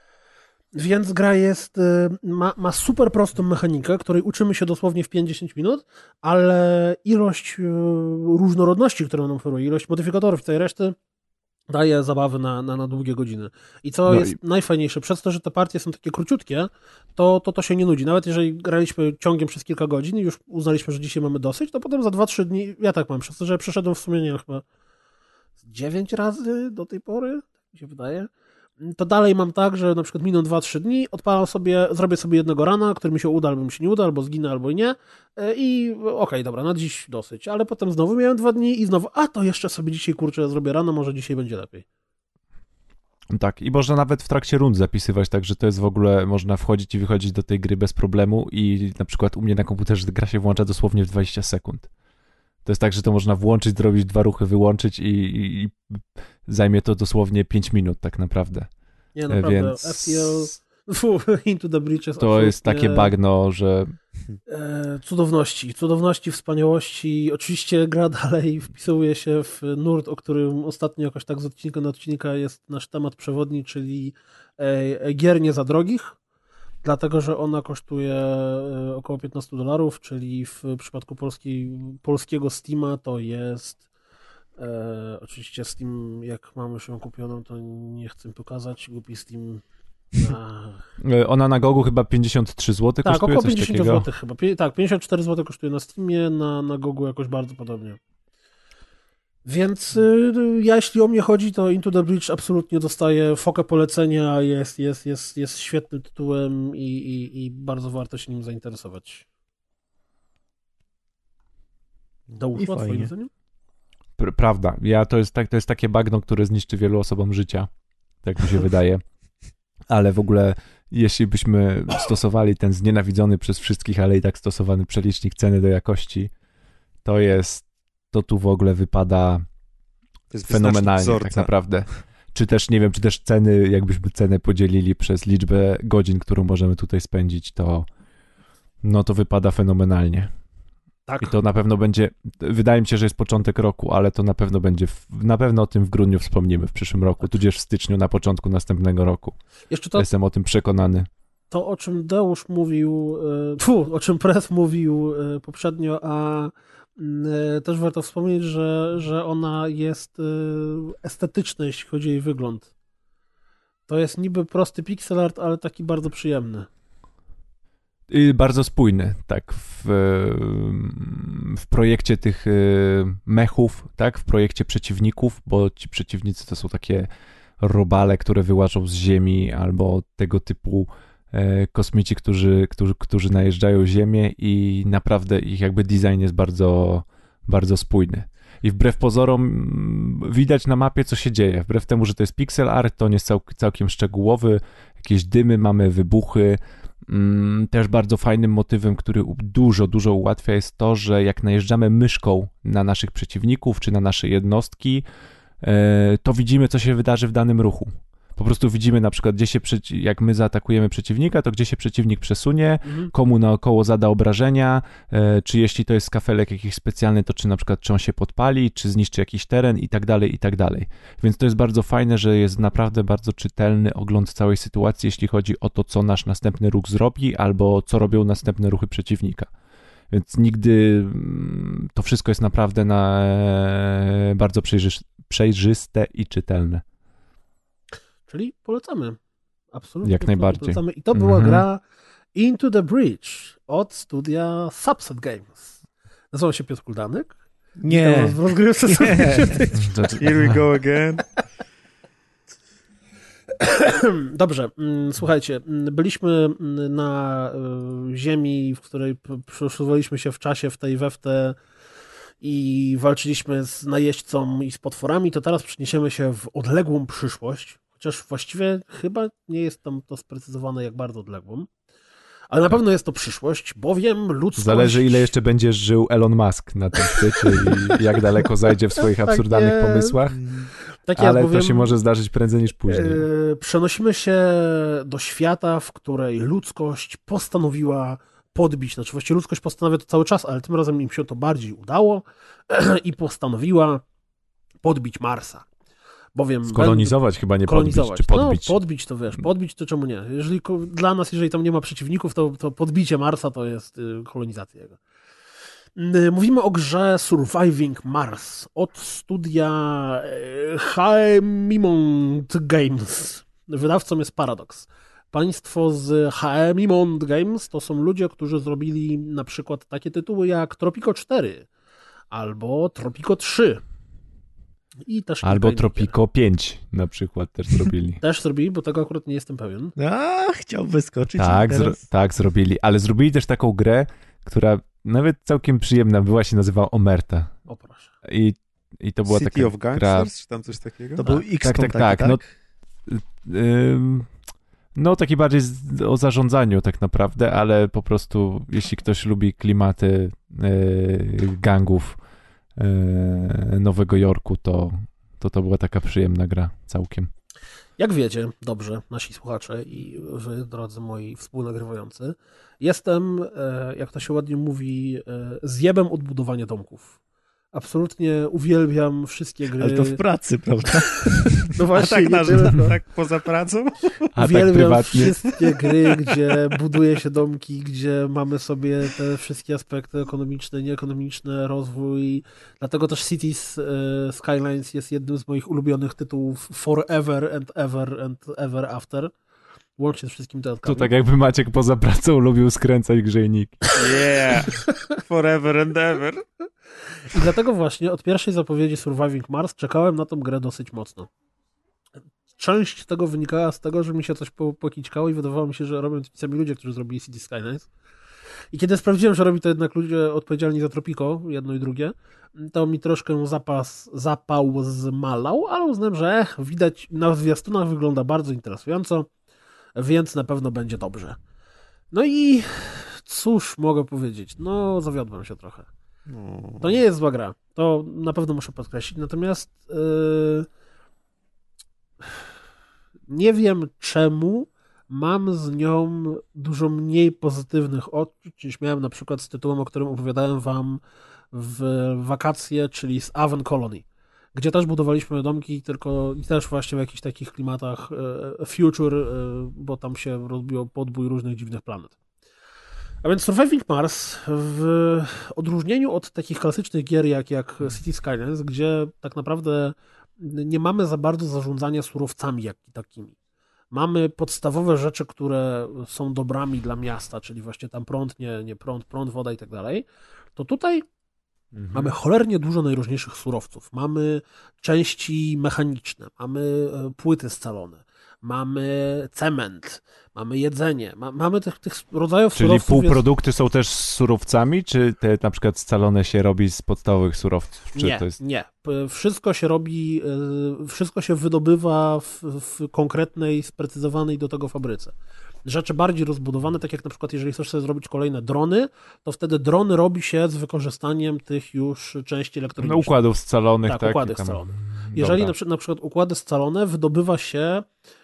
Więc gra jest, ma, ma super prostą mechanikę, której uczymy się dosłownie w pięć do dziesięciu minut, ale ilość różnorodności, którą nam oferuje, ilość modyfikatorów i całej reszty daje zabawy na, na, na długie godziny. I co no jest i... najfajniejsze, przez to, że te partie są takie króciutkie, to, to to się nie nudzi. Nawet jeżeli graliśmy ciągiem przez kilka godzin i już uznaliśmy, że dzisiaj mamy dosyć, to potem za dwa trzy dni, ja tak mam, przez to, że przeszedłem w sumie, nie wiem, chyba dziewięć razy do tej pory, tak mi się wydaje, to dalej mam tak, że na przykład miną dwa trzy dni, odpalam sobie, zrobię sobie jednego rana, który mi się uda, albo mi się nie uda, albo zginę, albo i nie i okej, okay, dobra, na dziś dosyć, ale potem znowu miałem dwa dni i znowu, a to jeszcze sobie dzisiaj, kurczę, zrobię rano, może dzisiaj będzie lepiej. Tak, i można nawet w trakcie rund zapisywać, tak, że to jest w ogóle, można wchodzić i wychodzić do tej gry bez problemu i na przykład u mnie na komputerze gra się włącza dosłownie w dwadzieścia sekund. To jest tak, że to można włączyć, zrobić dwa ruchy, wyłączyć i, i, i zajmie to dosłownie pięć minut tak naprawdę. Nie, naprawdę, Więc... F T L Into the Breach jest to jest takie bagno, że... Cudowności, cudowności, wspaniałości. Oczywiście gra dalej wpisuje się w nurt, o którym ostatnio jakoś tak z odcinka na odcinka jest nasz temat przewodni, czyli gier nie za drogich, dlatego, że ona kosztuje około piętnaście dolarów, czyli w przypadku polskiej, polskiego Steama to jest e, oczywiście Steam, jak mamy już ją kupioną, to nie chcę pokazać, głupi Steam Ach. Ona na Gogu chyba pięćdziesiąt trzy złote Tak, kosztuje, około coś pięćdziesiąt takiego. złotych chyba. Pie- tak, pięćdziesiąt cztery złote kosztuje na Steamie, na, na Gogu jakoś bardzo podobnie. Więc y, ja, jeśli o mnie chodzi, to Into the Breach absolutnie dostaje fokę polecenia, jest, jest, jest, jest świetnym tytułem i, i, i bardzo warto się nim zainteresować. Dołóżła I fajnie. twoim zdaniem? Pr- Prawda. Ja, to, jest tak, to jest takie bagno, które zniszczy wielu osobom życia. Tak mi się wydaje. Ale w ogóle, jeśli byśmy stosowali ten znienawidzony przez wszystkich, ale i tak stosowany przelicznik ceny do jakości, to jest, to tu w ogóle wypada To jest fenomenalnie wzorca. tak naprawdę. Czy też, nie wiem, czy też ceny, jakbyśmy cenę podzielili przez liczbę godzin, którą możemy tutaj spędzić, to no to wypada fenomenalnie. Tak. I to na pewno będzie, wydaje mi się, że jest początek roku, ale to na pewno będzie, w, na pewno o tym w grudniu wspomnimy w przyszłym roku, tudzież w styczniu na początku następnego roku. Jeszcze to, Jestem o tym przekonany. to, o czym Deusz mówił, e, tfu, o czym Press mówił e, poprzednio, a e, też warto wspomnieć, że, że ona jest e, estetyczna, jeśli chodzi o jej wygląd. To jest niby prosty pixel art, ale taki bardzo przyjemny. I bardzo spójny, tak, w, w projekcie tych mechów, tak, w projekcie przeciwników, bo ci przeciwnicy to są takie robale, które wyłażą z ziemi, albo tego typu kosmici, którzy, którzy, którzy najeżdżają ziemię i naprawdę ich jakby design jest bardzo, bardzo spójny. I wbrew pozorom widać na mapie, co się dzieje. Wbrew temu, że to jest pixel art, to on jest cał, całkiem szczegółowy, jakieś dymy, mamy wybuchy. Też bardzo fajnym motywem, który dużo, dużo ułatwia, jest to, że jak najeżdżamy myszką na naszych przeciwników czy na nasze jednostki, to widzimy, co się wydarzy w danym ruchu. Po prostu widzimy na przykład, gdzie się, przeci- jak my zaatakujemy przeciwnika, to gdzie się przeciwnik przesunie, Mhm. komu naokoło zada obrażenia, e, czy jeśli to jest kafelek jakiś specjalny, to czy na przykład czy on się podpali, czy zniszczy jakiś teren i tak dalej, i tak dalej. Więc to jest bardzo fajne, że jest naprawdę bardzo czytelny ogląd całej sytuacji, jeśli chodzi o to, co nasz następny ruch zrobi, albo co robią następne ruchy przeciwnika. Więc nigdy mm, to wszystko jest naprawdę na, e, bardzo przejrzysz- przejrzyste i czytelne. Czyli polecamy. Absolutnie. Jak najbardziej. Polecamy. I to była Mhm. gra Into the Breach od studia Subset Games. Nazywam się Piotr Kuldanek. Witam Nie, was w rozgrywce Nie. sobie. Here we go again. Dobrze, mm, słuchajcie, mm, byliśmy mm, na y, ziemi, w której p- przesuwaliśmy się w czasie w tej we w te i walczyliśmy z najeźdźcą i z potworami, to teraz przeniesiemy się w odległą przyszłość, chociaż właściwie chyba nie jest tam to sprecyzowane, jak bardzo odległą, ale na pewno jest to przyszłość, bowiem ludzkość... Zależy, ile jeszcze będziesz żył Elon Musk na tym świecie i jak daleko zajdzie w swoich Tak absurdalnych jest. pomysłach, Tak jest, ale bowiem... to się może zdarzyć prędzej niż później. Yy, Przenosimy się do świata, w której ludzkość postanowiła podbić, znaczy właściwie ludzkość postanawia to cały czas, ale tym razem im się to bardziej udało i postanowiła podbić Marsa. Bowiem Skolonizować chyba, nie podbić, kolonizować. czy podbić. No, podbić to wiesz, podbić to czemu nie? Jeżeli ko- dla nas, jeżeli tam nie ma przeciwników, to, to podbicie Marsa to jest y, kolonizacja jego. Y, Mówimy o grze Surviving Mars od studia y, Haemimont Games. Wydawcą jest Paradox. Państwo z Haemimont Games to są ludzie, którzy zrobili na przykład takie tytuły jak Tropico cztery albo Tropico trzy. I też Albo kilka innych gier. Tropico pięć na przykład też zrobili. Też zrobili, bo tego akurat nie jestem pewien. A, chciał wyskoczyć. tak, i zro- teraz... tak, zrobili. Ale zrobili też taką grę, która nawet całkiem przyjemna była, się nazywała Omerta. O proszę. I, i to była City taka of gra... Gangsters, czy tam coś takiego? To był X tak, tak, tak. No, ym, no taki bardziej z, o zarządzaniu tak naprawdę, ale po prostu jeśli ktoś lubi klimaty yy, gangów yy, Nowego Jorku, to, to to była taka przyjemna gra całkiem. Jak wiecie, dobrze, nasi słuchacze i wy, drodzy moi współnagrywający, jestem, e, jak to się ładnie mówi, e, zjebem od budowania domków. Absolutnie uwielbiam wszystkie gry. Ale to w pracy, prawda? No A właśnie, tak, nie na, tylko. tak poza pracą? A tak Uwielbiam prywatnie. wszystkie gry, gdzie buduje się domki, gdzie mamy sobie te wszystkie aspekty ekonomiczne, nieekonomiczne, rozwój. Dlatego też Cities e, Skylines jest jednym z moich ulubionych tytułów forever and ever and ever after. łącznie z wszystkimi dodatkami. To tak jakby Maciek poza pracą lubił skręcać grzejniki. Yeah! Forever and ever. I dlatego właśnie od pierwszej zapowiedzi Surviving Mars czekałem na tą grę dosyć mocno. Część tego wynikała z tego, że mi się coś po, pokićkało i wydawało mi się, że robią to ci sami ludzie, którzy zrobili City Skylines. I kiedy sprawdziłem, że robi to jednak ludzie odpowiedzialni za Tropico, jedno i drugie, to mi troszkę zapas, zapał zmalał, ale uznałem, że ech, widać, na zwiastunach wygląda bardzo interesująco, więc na pewno będzie dobrze. No i cóż mogę powiedzieć? No, zawiodłem się trochę. To nie jest zła gra. To na pewno muszę podkreślić. Natomiast yy, nie wiem czemu mam z nią dużo mniej pozytywnych odczuć niż miałem na przykład z tytułem, o którym opowiadałem wam w wakacje, czyli z Aven Colony, gdzie też budowaliśmy domki, tylko i też właśnie w jakichś takich klimatach e, future, e, bo tam się rozbiło podbój różnych dziwnych planet. A więc Surviving Mars w odróżnieniu od takich klasycznych gier jak, jak City Skylines, gdzie tak naprawdę nie mamy za bardzo zarządzania surowcami jak takimi. Mamy podstawowe rzeczy, które są dobrami dla miasta, czyli właśnie tam prąd, nie, nie prąd, prąd, woda i tak dalej, to tutaj mhm. mamy cholernie dużo najróżniejszych surowców. Mamy części mechaniczne, mamy płyty scalone, mamy cement, mamy jedzenie, ma, mamy tych, tych rodzajów Czyli surowców. Czyli półprodukty jest... są też z surowcami, czy te na przykład scalone się robi z podstawowych surowców? Czy nie, to jest... nie. Wszystko się robi, wszystko się wydobywa w, w konkretnej, sprecyzowanej do tego fabryce. Rzeczy bardziej rozbudowane, tak jak na przykład jeżeli chcesz sobie zrobić kolejne drony, to wtedy drony robi się z wykorzystaniem tych już części elektronicznych. No układów scalonych. Tak, tak układy tam... scalone. Jeżeli na, na przykład układy scalone wydobywa się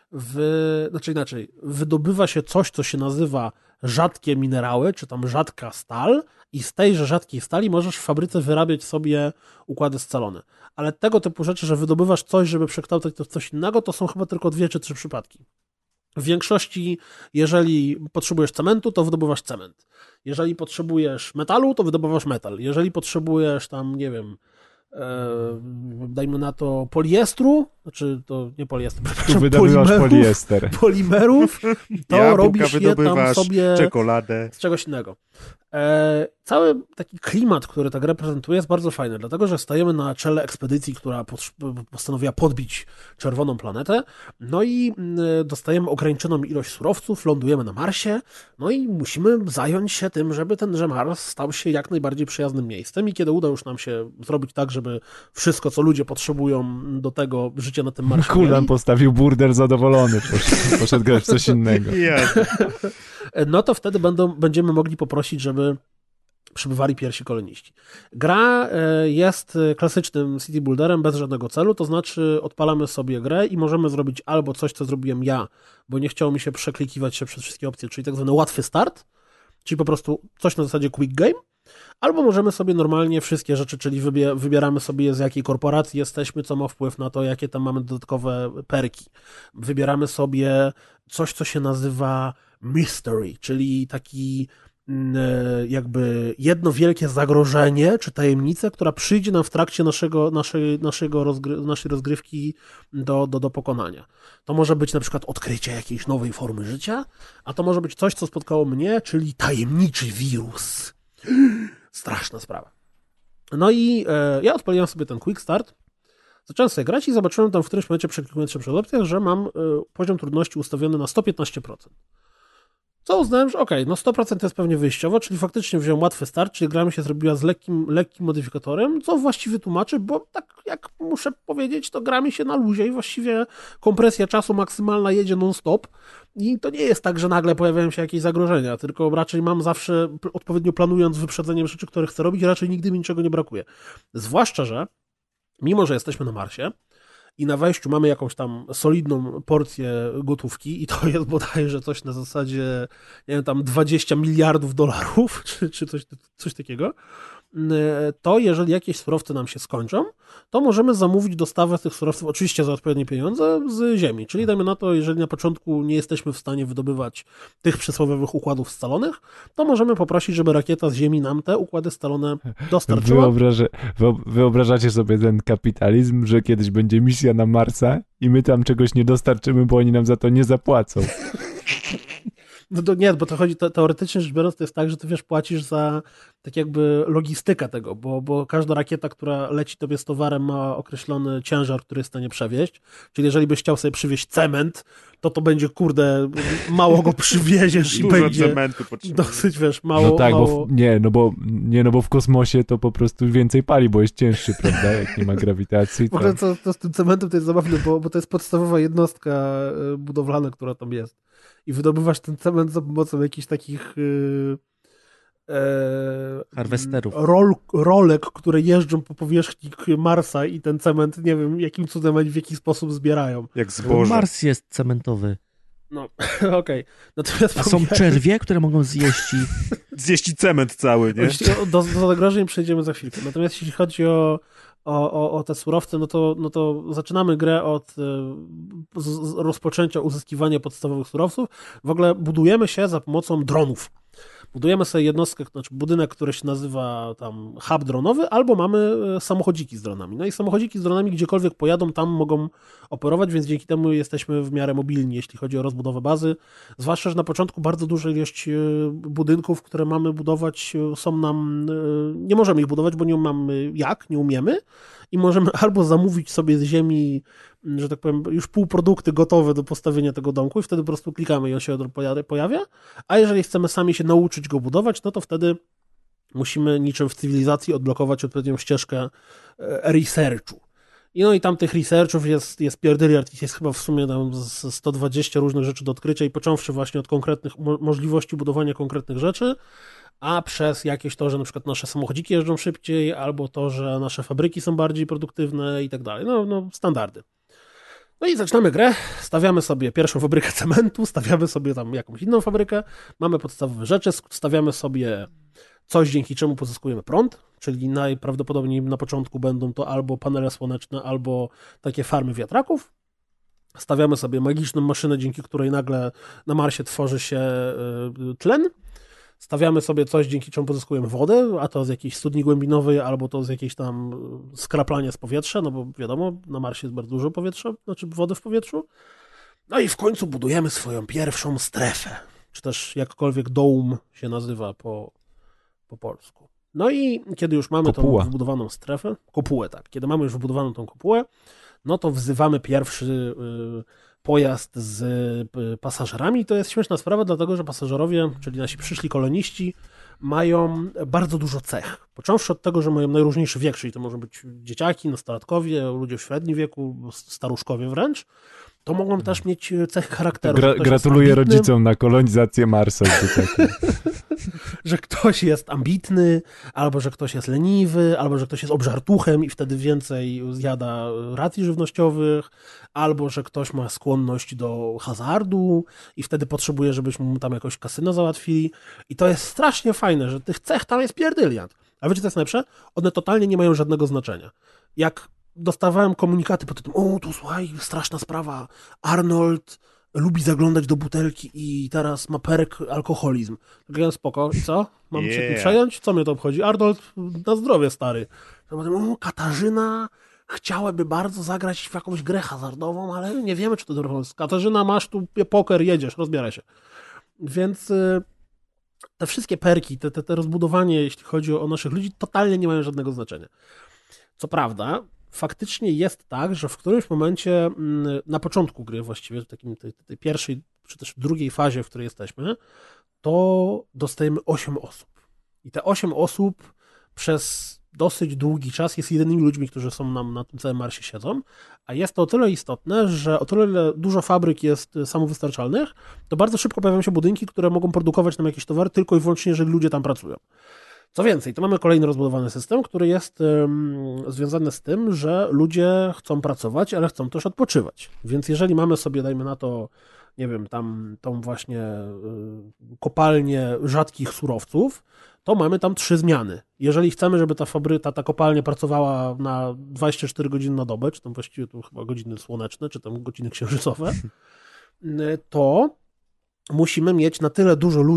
w, znaczy inaczej, wydobywa się coś, co się nazywa rzadkie minerały, czy tam rzadka stal i z tejże rzadkiej stali możesz w fabryce wyrabiać sobie układy scalone. Ale tego typu rzeczy, że wydobywasz coś, żeby przekształcać to w coś innego, to są chyba tylko dwie czy trzy przypadki. W większości, jeżeli potrzebujesz cementu, to wydobywasz cement. Jeżeli potrzebujesz metalu, to wydobywasz metal. Jeżeli potrzebujesz tam, nie wiem, e, dajmy na to poliestru, znaczy to nie poliestru, tu wydobywasz poliester. Polimerów, to Jabłka robisz je tam sobie czekoladę. Z czegoś innego. E, cały taki klimat, który ta gra prezentuje, jest bardzo fajny, dlatego że stajemy na czele ekspedycji, która postanowiła podbić czerwoną planetę, no i dostajemy ograniczoną ilość surowców, lądujemy na Marsie, no i musimy zająć się tym, żeby tenże Mars stał się jak najbardziej przyjaznym miejscem i kiedy uda już nam się zrobić tak, żeby wszystko, co ludzie potrzebują do tego życia na tym Marsie... Kulan postawił burder zadowolony, poszedł, poszedł grać w coś innego. No to wtedy będą, będziemy mogli poprosić, żeby przybywali pierwsi koloniści. Gra jest klasycznym city builderem bez żadnego celu, to znaczy odpalamy sobie grę i możemy zrobić albo coś, co zrobiłem ja, bo nie chciało mi się przeklikiwać się przez wszystkie opcje, czyli tak zwany łatwy start, czyli po prostu coś na zasadzie quick game, albo możemy sobie normalnie wszystkie rzeczy, czyli wybieramy sobie z jakiej korporacji jesteśmy, co ma wpływ na to, jakie tam mamy dodatkowe perki. Wybieramy sobie coś, co się nazywa mystery, czyli taki jakby jedno wielkie zagrożenie czy tajemnicę, która przyjdzie nam w trakcie naszego, naszej, naszego rozgry, naszej rozgrywki do, do, do pokonania. To może być na przykład odkrycie jakiejś nowej formy życia, a to może być coś, co spotkało mnie, czyli tajemniczy wirus. Straszna sprawa. No i e, ja odpaliłem sobie ten quick start, zacząłem sobie grać i zobaczyłem tam w którymś momencie, przeklikując się przez opcjach, że mam e, poziom trudności ustawiony na sto piętnaście procent. Co uznałem, że okej, okay, no sto procent to jest pewnie wyjściowo, czyli faktycznie wziąłem łatwy start, czyli gra mi się zrobiła z lekkim, lekkim modyfikatorem, co właściwie tłumaczy, bo tak jak muszę powiedzieć, to gra mi się na luzie i właściwie kompresja czasu maksymalna jedzie non-stop i to nie jest tak, że nagle pojawiają się jakieś zagrożenia, tylko raczej mam zawsze, odpowiednio planując wyprzedzeniem rzeczy, które chcę robić, raczej nigdy mi niczego nie brakuje. Zwłaszcza, że mimo, że jesteśmy na Marsie, i na wejściu mamy jakąś tam solidną porcję gotówki i to jest bodajże coś na zasadzie, nie wiem, tam dwadzieścia miliardów dolarów, czy, czy coś, coś takiego, to jeżeli jakieś surowce nam się skończą, to możemy zamówić dostawę tych surowców, oczywiście za odpowiednie pieniądze, z ziemi. Czyli dajmy na to, jeżeli na początku nie jesteśmy w stanie wydobywać tych przysłowiowych układów scalonych, to możemy poprosić, żeby rakieta z ziemi nam te układy scalone dostarczyła. Wyobrażę, wyobrażacie sobie ten kapitalizm, że kiedyś będzie misja na Marsa i my tam czegoś nie dostarczymy, bo oni nam za to nie zapłacą. No to nie, bo to chodzi, te, teoretycznie rzecz biorąc, to jest tak, że ty wiesz, płacisz za tak jakby logistykę tego, bo, bo każda rakieta, która leci tobie z towarem, ma określony ciężar, który jest w stanie przewieźć. Czyli jeżeli byś chciał sobie przywieźć cement, to to będzie, kurde, mało go przywieziesz i Dużo będzie cementu potrzebuje. dosyć, wiesz, mało... No tak, mało... bo w, nie, no bo, nie, no bo w kosmosie to po prostu więcej pali, bo jest cięższy, prawda, jak nie ma grawitacji. W ogóle To... to, to z tym cementem to jest zabawne, bo, bo to jest podstawowa jednostka budowlana, która tam jest. I wydobywasz ten cement za pomocą jakichś takich yy, e, Harwesterów. Rol, rolek, które jeżdżą po powierzchni Marsa i ten cement, nie wiem, jakim cudem ani w jaki sposób zbierają. Jak zboże. Mars jest cementowy. No, okej. Okay. Natomiast A są czerwie, które mogą zjeść i... Zjeść i cement cały, nie? Do, do zagrożeń przejdziemy za chwilkę. Natomiast jeśli chodzi o O, o, o te surowce, no to, no to zaczynamy grę od y, z, z rozpoczęcia uzyskiwania podstawowych surowców. W ogóle budujemy się za pomocą dronów. Budujemy sobie jednostkę, znaczy budynek, który się nazywa tam hub dronowy, albo mamy samochodziki z dronami. No i samochodziki z dronami gdziekolwiek pojadą, tam mogą operować, więc dzięki temu jesteśmy w miarę mobilni, jeśli chodzi o rozbudowę bazy. Zwłaszcza, że na początku bardzo duża ilość budynków, które mamy budować, są nam... Nie możemy ich budować, bo nie mamy jak, nie umiemy i możemy albo zamówić sobie z ziemi, że tak powiem, już półprodukty gotowe do postawienia tego domku i wtedy po prostu klikamy i on się pojawia, a jeżeli chcemy sami się nauczyć go budować, no to wtedy musimy niczym w cywilizacji odblokować odpowiednią ścieżkę researchu. I no i tam tych researchów jest, jest pierdyliard, jest chyba w sumie tam sto dwadzieścia różnych rzeczy do odkrycia i począwszy właśnie od konkretnych mo- możliwości budowania konkretnych rzeczy, a przez jakieś to, że na przykład nasze samochodziki jeżdżą szybciej, albo to, że nasze fabryki są bardziej produktywne i tak dalej. No, no standardy. No i zaczynamy grę, stawiamy sobie pierwszą fabrykę cementu, stawiamy sobie tam jakąś inną fabrykę, mamy podstawowe rzeczy, stawiamy sobie coś, dzięki czemu pozyskujemy prąd, czyli najprawdopodobniej na początku będą to albo panele słoneczne, albo takie farmy wiatraków. Stawiamy sobie magiczną maszynę, dzięki której nagle na Marsie tworzy się tlen. Stawiamy sobie coś, dzięki czemu pozyskujemy wodę, a to z jakiejś studni głębinowej, albo to z jakiejś tam skraplania z powietrza, no bo wiadomo, na Marsie jest bardzo dużo powietrza, znaczy wody w powietrzu. No i w końcu budujemy swoją pierwszą strefę, czy też jakkolwiek dome się nazywa po, po polsku. No i kiedy już mamy Kopuła. tą wybudowaną strefę, kopułę, tak, kiedy mamy już wybudowaną tą kopułę, no to wzywamy pierwszy yy, pojazd z y, pasażerami. To jest śmieszna sprawa, dlatego że pasażerowie, czyli nasi przyszli koloniści, mają bardzo dużo cech. Począwszy od tego, że mają najróżniejszy wiek, czyli to mogą być dzieciaki, nastolatkowie, ludzie w średnim wieku, staruszkowie wręcz, to mogą też mieć cechy charakteru. Gra- gratuluję rodzicom na kolonizację Marsa. Że ktoś jest ambitny, albo że ktoś jest leniwy, albo że ktoś jest obżartuchem i wtedy więcej zjada racji żywnościowych, albo że ktoś ma skłonność do hazardu i wtedy potrzebuje, żebyśmy mu tam jakoś kasyno załatwili. I to jest strasznie fajne, że tych cech tam jest pierdyliard. A wiecie, co jest najlepsze? One totalnie nie mają żadnego znaczenia. Jak dostawałem komunikaty pod tym, o, tu słuchaj, straszna sprawa, Arnold lubi zaglądać do butelki i teraz ma perek alkoholizm. Tak ja spoko, i co? Mam yeah. się tym przejąć? Co mnie to obchodzi? Arnold, na zdrowie, stary. O, Katarzyna chciałaby bardzo zagrać w jakąś grę hazardową, ale nie wiemy, czy to dobrze. Katarzyna, masz tu poker, jedziesz, rozbieraj się. Więc y, te wszystkie perki, te, te, te rozbudowanie, jeśli chodzi o, o naszych ludzi, totalnie nie mają żadnego znaczenia. Co prawda, faktycznie jest tak, że w którymś momencie na początku gry właściwie, w takim tej, tej pierwszej, czy też drugiej fazie, w której jesteśmy, to dostajemy osiem osób. I te osiem osób przez dosyć długi czas jest jedynymi ludźmi, którzy są nam na tym całym Marsie siedzą, a jest to o tyle istotne, że o tyle dużo fabryk jest samowystarczalnych, to bardzo szybko pojawiają się budynki, które mogą produkować nam jakieś towary tylko i wyłącznie, jeżeli ludzie tam pracują. Co więcej, to mamy kolejny rozbudowany system, który jest um, związany z tym, że ludzie chcą pracować, ale chcą też odpoczywać. Więc jeżeli mamy sobie, dajmy na to, nie wiem, tam tą właśnie y, kopalnię rzadkich surowców, to mamy tam trzy zmiany. Jeżeli chcemy, żeby ta fabryka, ta kopalnia pracowała na dwadzieścia cztery godziny na dobę, czy tam właściwie to chyba godziny słoneczne, czy tam godziny księżycowe, to musimy mieć na tyle dużo ludzi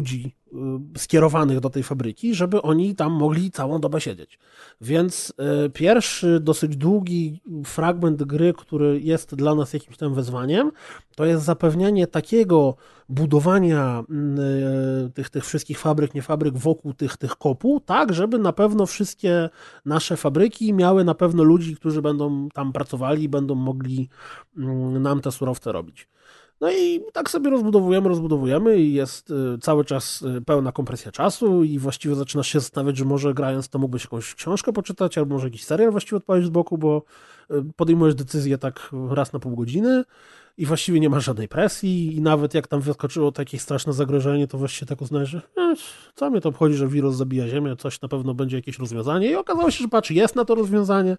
skierowanych do tej fabryki, żeby oni tam mogli całą dobę siedzieć. Więc pierwszy dosyć długi fragment gry, który jest dla nas jakimś tam wyzwaniem, to jest zapewnianie takiego budowania tych, tych wszystkich fabryk, nie fabryk wokół tych, tych kopuł, tak, żeby na pewno wszystkie nasze fabryki miały na pewno ludzi, którzy będą tam pracowali i będą mogli nam te surowce robić. No i tak sobie rozbudowujemy, rozbudowujemy i jest cały czas pełna kompresja czasu i właściwie zaczynasz się zastanawiać, że może grając to mógłbyś jakąś książkę poczytać albo może jakiś serial właściwie odpalić z boku, bo podejmujesz decyzję tak raz na pół godziny i właściwie nie masz żadnej presji i nawet jak tam wyskoczyło to jakieś straszne zagrożenie, to właściwie tak uznajesz, że eh, co mnie to obchodzi, że wirus zabija Ziemię, coś na pewno będzie jakieś rozwiązanie i okazało się, że patrz, jest na to rozwiązanie.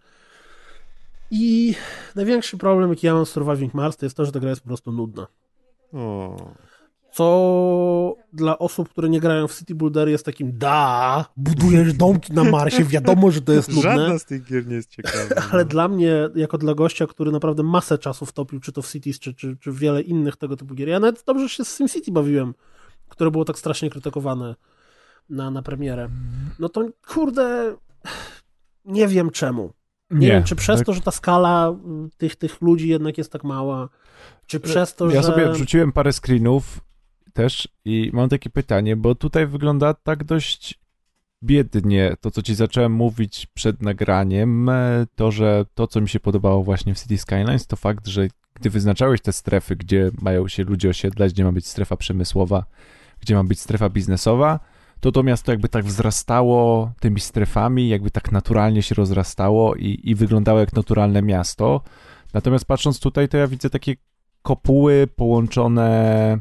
I największy problem, jaki ja mam z Surviving Mars, to jest to, że ta gra jest po prostu nudna. O. Co dla osób, które nie grają w City Builder jest takim da, budujesz domki na Marsie, wiadomo, że to jest nudne. Żadna z tych gier nie jest ciekawa. Ale no. dla mnie, jako dla gościa, który naprawdę masę czasu wtopił, czy to w Cities, czy, czy, czy wiele innych tego typu gier, ja nawet dobrze się z SimCity bawiłem, które było tak strasznie krytykowane na, na premierę. No to kurde, nie wiem czemu. Nie, nie wiem, czy przez tak... to, że ta skala tych, tych ludzi jednak jest tak mała, czy przez to, ja że... Ja sobie wrzuciłem parę screenów też i mam takie pytanie, bo tutaj wygląda tak dość biednie to, co ci zacząłem mówić przed nagraniem, to, że to, co mi się podobało właśnie w City Skylines, to fakt, że gdy wyznaczałeś te strefy, gdzie mają się ludzie osiedlać, gdzie ma być strefa przemysłowa, gdzie ma być strefa biznesowa, to to miasto jakby tak wzrastało tymi strefami, jakby tak naturalnie się rozrastało i, i wyglądało jak naturalne miasto. Natomiast patrząc tutaj, to ja widzę takie kopuły połączone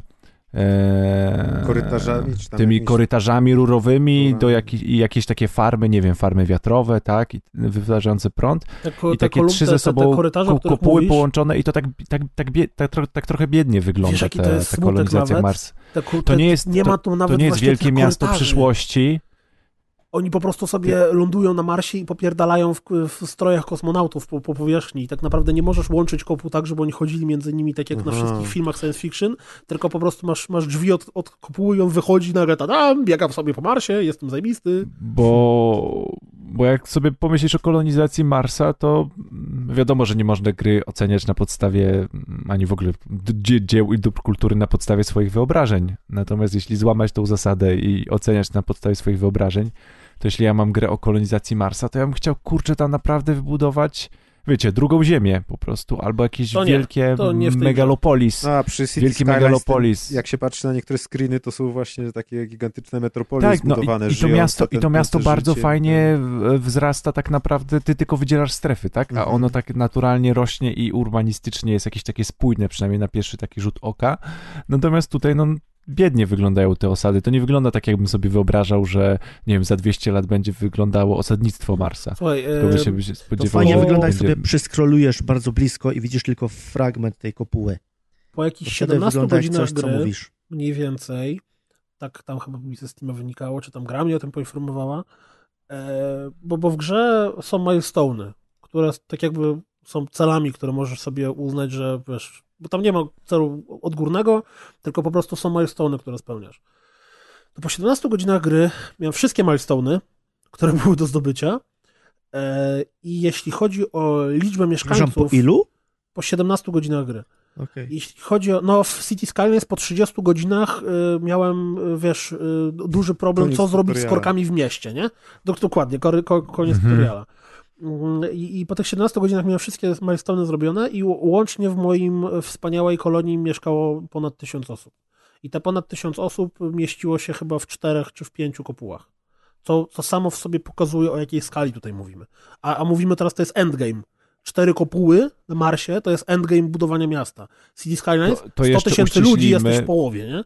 e, korytarzami, czy tam tymi jakimiś... korytarzami rurowymi Rurami. do jak, i jakieś takie farmy, nie wiem, farmy wiatrowe, tak, i wytwarzające prąd. Te, I te takie kolum- trzy te, ze sobą te korytarze, ko- o których kopuły mówisz, połączone i to tak, tak, tak, bie, tak, tro, tak trochę biednie wygląda, Wiesz, jaki te, to jest ta smutek kolonizacja nawet? Mars. te, te, To nie jest, nie ma tu to, nawet to nie jest właśnie wielkie tych miasto korytarzy. przyszłości. Oni po prostu sobie lądują na Marsie i popierdalają w, w strojach kosmonautów po, po powierzchni. I tak naprawdę nie możesz łączyć kopuł tak, żeby oni chodzili między nimi tak jak Aha. na wszystkich filmach science fiction, tylko po prostu masz, masz drzwi od, od kopuły i on wychodzi nagle, tam biegam sobie po Marsie, jestem zajebisty. Bo, bo jak sobie pomyślisz o kolonizacji Marsa, to wiadomo, że nie można gry oceniać na podstawie ani w ogóle dzie- dzieł i dóbr kultury na podstawie swoich wyobrażeń. Natomiast jeśli złamać tą zasadę i oceniać na podstawie swoich wyobrażeń, to jeśli ja mam grę o kolonizacji Marsa, to ja bym chciał, kurczę, tam naprawdę wybudować, wiecie, drugą ziemię po prostu, albo jakieś To nie, wielkie to nie w tej megalopolis. A przy City Wielki Skylines, megalopolis. ten, jak się patrzy na niektóre screeny, to są właśnie takie gigantyczne metropolie Tak, no zbudowane, i, i to żyjące miasto, i to ten- miasto te bardzo życie. fajnie w- wzrasta tak naprawdę, ty tylko wydzielasz strefy, tak? A Mhm. ono tak naturalnie rośnie i urbanistycznie jest jakieś takie spójne, przynajmniej na pierwszy taki rzut oka. Natomiast tutaj, no, biednie wyglądają te osady. To nie wygląda tak, jakbym sobie wyobrażał, że, nie wiem, za dwieście lat będzie wyglądało osadnictwo Marsa. Słuchaj, Tylko by się, e, by się To spodziewał, fajnie że wygląda, jak będzie... sobie przyskrolujesz bardzo blisko i widzisz tylko fragment tej kopuły. po jakichś To wtedy siedemnastu wygląda jak godzinach coś, co gry, mówisz. mniej więcej, tak tam chyba mi ze Steama wynikało, czy tam gra mnie o tym poinformowała, e, bo, bo w grze są milestone'y, które tak jakby są celami, które możesz sobie uznać, że wiesz, bo tam nie ma celu odgórnego, tylko po prostu są milestone'y, które spełniasz. To po siedemnastu godzinach gry miałem wszystkie milestone'y, które były do zdobycia e, i jeśli chodzi o liczbę Przepraszam, mieszkańców... po ilu? Po siedemnastu godzinach gry. Okej. Jeśli chodzi o, no w City Skylines po trzydziestu godzinach y, miałem, y, wiesz, y, duży problem, Koniec co zrobić z tutoriala. korkami w mieście, nie? Dok- dokładnie, kory, ko, koniec Mhm. tutoriala. Mm, I, I po tych siedemnastu godzinach miałem wszystkie milestone'y zrobione i ł- łącznie w moim wspaniałej kolonii mieszkało ponad tysiąc osób. I te ponad tysiąc osób mieściło się chyba w czterech czy w pięciu kopułach. Co, co samo w sobie pokazuje, o jakiej skali tutaj mówimy. A, a mówimy teraz, to jest endgame. Cztery kopuły na Marsie to jest endgame budowania miasta. City Skylines, To- to sto jeszcze tysięcy ludzi, uściślimy- jesteś w połowie, nie?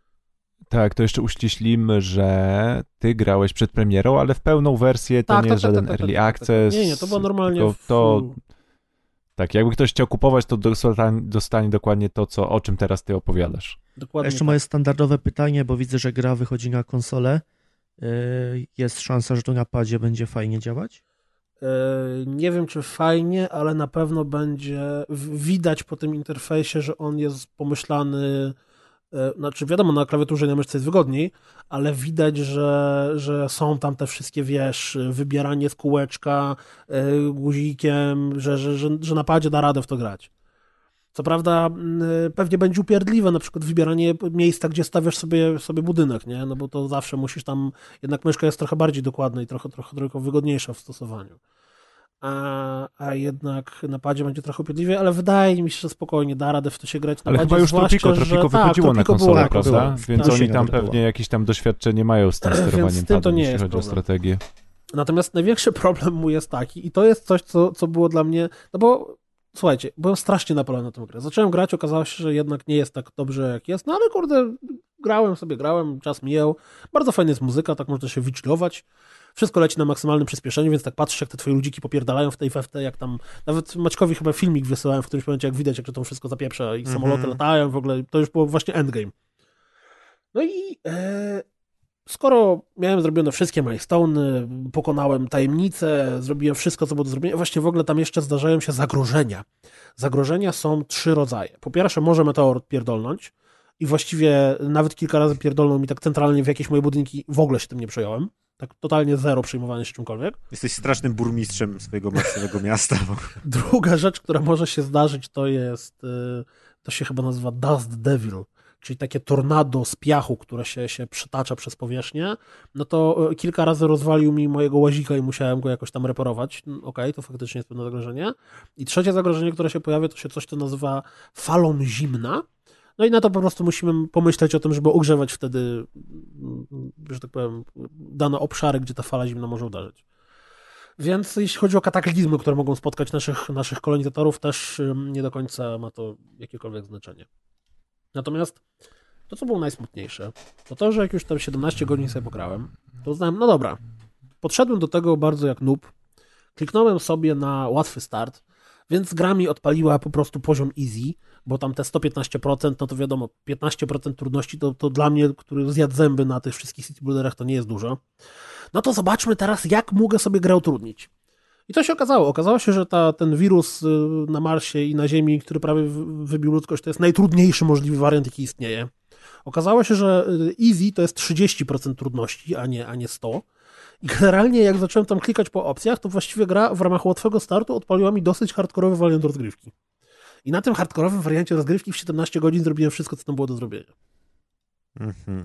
Tak, to jeszcze uściślimy, że ty grałeś przed premierą, ale w pełną wersję to Tak, nie tak, jest tak, żaden tak, tak, early tak, tak, tak. access. Nie, nie, to było normalnie tylko w- to, tak, jakby ktoś chciał kupować, to dostanie, dostanie dokładnie to, co, o czym teraz ty opowiadasz. Dokładnie. Jeszcze tak. moje standardowe pytanie, bo widzę, że gra wychodzi na konsolę. Yy, Jest szansa, że to na padzie będzie fajnie działać? E, Nie wiem, czy fajnie, ale na pewno będzie w- widać po tym interfejsie, że on jest pomyślany Znaczy wiadomo, na klawiaturze na myszce jest wygodniej, ale widać, że, że są tam te wszystkie, wiesz, wybieranie z kółeczka, guzikiem, że, że, że, że na padzie da radę w to grać. Co prawda pewnie będzie upierdliwe na przykład wybieranie miejsca, gdzie stawiasz sobie, sobie budynek, nie? No bo to zawsze musisz tam, jednak myszka jest trochę bardziej dokładna i trochę, trochę, trochę wygodniejsza w stosowaniu. A, a jednak na padzie będzie trochę upierdliwie, ale wydaje mi się, że spokojnie da radę w to się grać na ale padzie. chyba już Tropico, Tropico wychodziło tak, na konsolę, prawda? Było. Więc tak, oni tam pewnie było. jakieś tam doświadczenie mają z tym sterowaniem padem, to nie jeśli jest chodzi problem. o strategię. Natomiast największy problem mu jest taki, i to jest coś, co, co było dla mnie, no bo słuchajcie, byłem strasznie napalony na tę grę. Zacząłem grać, okazało się, że jednak nie jest tak dobrze, jak jest, no ale kurde, grałem sobie, grałem, czas mijał. Bardzo fajna jest muzyka, tak można się wychillować. Wszystko leci na maksymalnym przyspieszeniu, więc tak patrzysz, jak te twoje ludziki popierdalają w tej F F T, jak tam, nawet Maćkowi chyba filmik wysyłałem, w którymś momencie, jak widać, jak to wszystko zapieprza i mm-hmm. samoloty latają, w ogóle, to już było właśnie endgame. No i e, skoro miałem zrobione wszystkie milestone'y, pokonałem tajemnicę, zrobiłem wszystko, co było do zrobienia, właśnie w ogóle tam jeszcze zdarzają się zagrożenia. Zagrożenia są trzy rodzaje. Po pierwsze, może meteor pierdolnąć i właściwie nawet kilka razy pierdolnął mi tak centralnie w jakieś moje budynki, w ogóle się tym nie przejąłem. Tak totalnie zero przejmowania się czymkolwiek. Jesteś strasznym burmistrzem swojego martwego miasta. Druga rzecz, która może się zdarzyć, to jest, to się chyba nazywa Dust Devil, czyli takie tornado z piachu, które się, się przytacza przez powierzchnię. No to kilka razy rozwalił mi mojego łazika i musiałem go jakoś tam reparować. Okej, okay, to faktycznie jest pewne zagrożenie. I trzecie zagrożenie, które się pojawia, to się coś, co nazywa falą zimna. No i na to po prostu musimy pomyśleć o tym, żeby ogrzewać wtedy, że tak powiem, dane obszary, gdzie ta fala zimna może uderzyć. Więc jeśli chodzi o kataklizmy, które mogą spotkać naszych, naszych kolonizatorów, też nie do końca ma to jakiekolwiek znaczenie. Natomiast to, co było najsmutniejsze, to to, że jak już tam siedemnaście godzin sobie pograłem, to uznałem, no dobra, podszedłem do tego bardzo jak noob, kliknąłem sobie na łatwy start, więc gra mi odpaliła po prostu poziom easy, bo tam te sto piętnaście procent, no to wiadomo, piętnaście procent trudności to, to dla mnie, który zjadł zęby na tych wszystkich city builderach, to nie jest dużo. No to zobaczmy teraz, jak mogę sobie grę utrudnić. I to się okazało. Okazało się, że ta, ten wirus na Marsie i na Ziemi, który prawie wybił ludzkość, to jest najtrudniejszy możliwy wariant, jaki istnieje. Okazało się, że easy to jest trzydzieści procent trudności, a nie, a nie sto procent. I generalnie jak zacząłem tam klikać po opcjach, to właściwie gra w ramach łatwego startu odpaliła mi dosyć hardkorowy wariant rozgrywki. I na tym hardkorowym wariancie rozgrywki w siedemnaście godzin zrobiłem wszystko, co tam było do zrobienia. Mhm.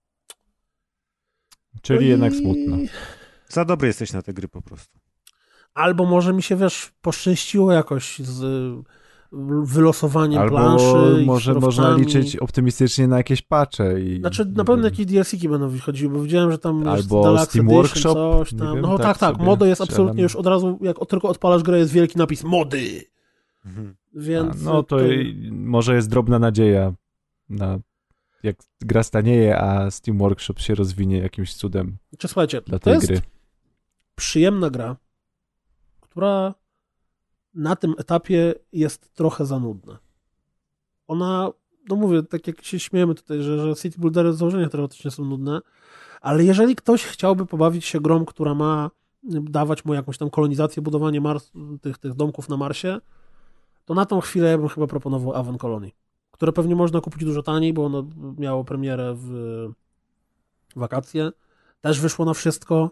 Czyli no jednak i... smutno. Za dobry jesteś na te gry po prostu. Albo może mi się, wiesz, poszczęściło jakoś z wylosowaniem Albo planszy. może można liczyć optymistycznie na jakieś patche. I... Znaczy na pewno jakieś D L C ki będą wychodziły, bo widziałem, że tam albo jest Steam Workshop, coś tam. No tak, tak, tak. Mody jest absolutnie strzelam. Już od razu, jak tylko odpalasz grę, jest wielki napis mody. Mhm. Więc a, no to, to może jest drobna nadzieja na jak gra stanieje, a Steam Workshop się rozwinie jakimś cudem. Czy słuchajcie, dla tej to jest gry. Przyjemna gra, która na tym etapie jest trochę za nudna. Ona, no mówię, tak jak się śmiejemy tutaj, że, że City Buildery z założenia teoretycznie są nudne, ale jeżeli ktoś chciałby pobawić się grą, która ma dawać mu jakąś tam kolonizację, budowanie Mars, tych, tych domków na Marsie, to na tą chwilę ja bym chyba proponował Aven Colony, które pewnie można kupić dużo taniej, bo ono miało premierę w wakacje. Też wyszło na wszystko.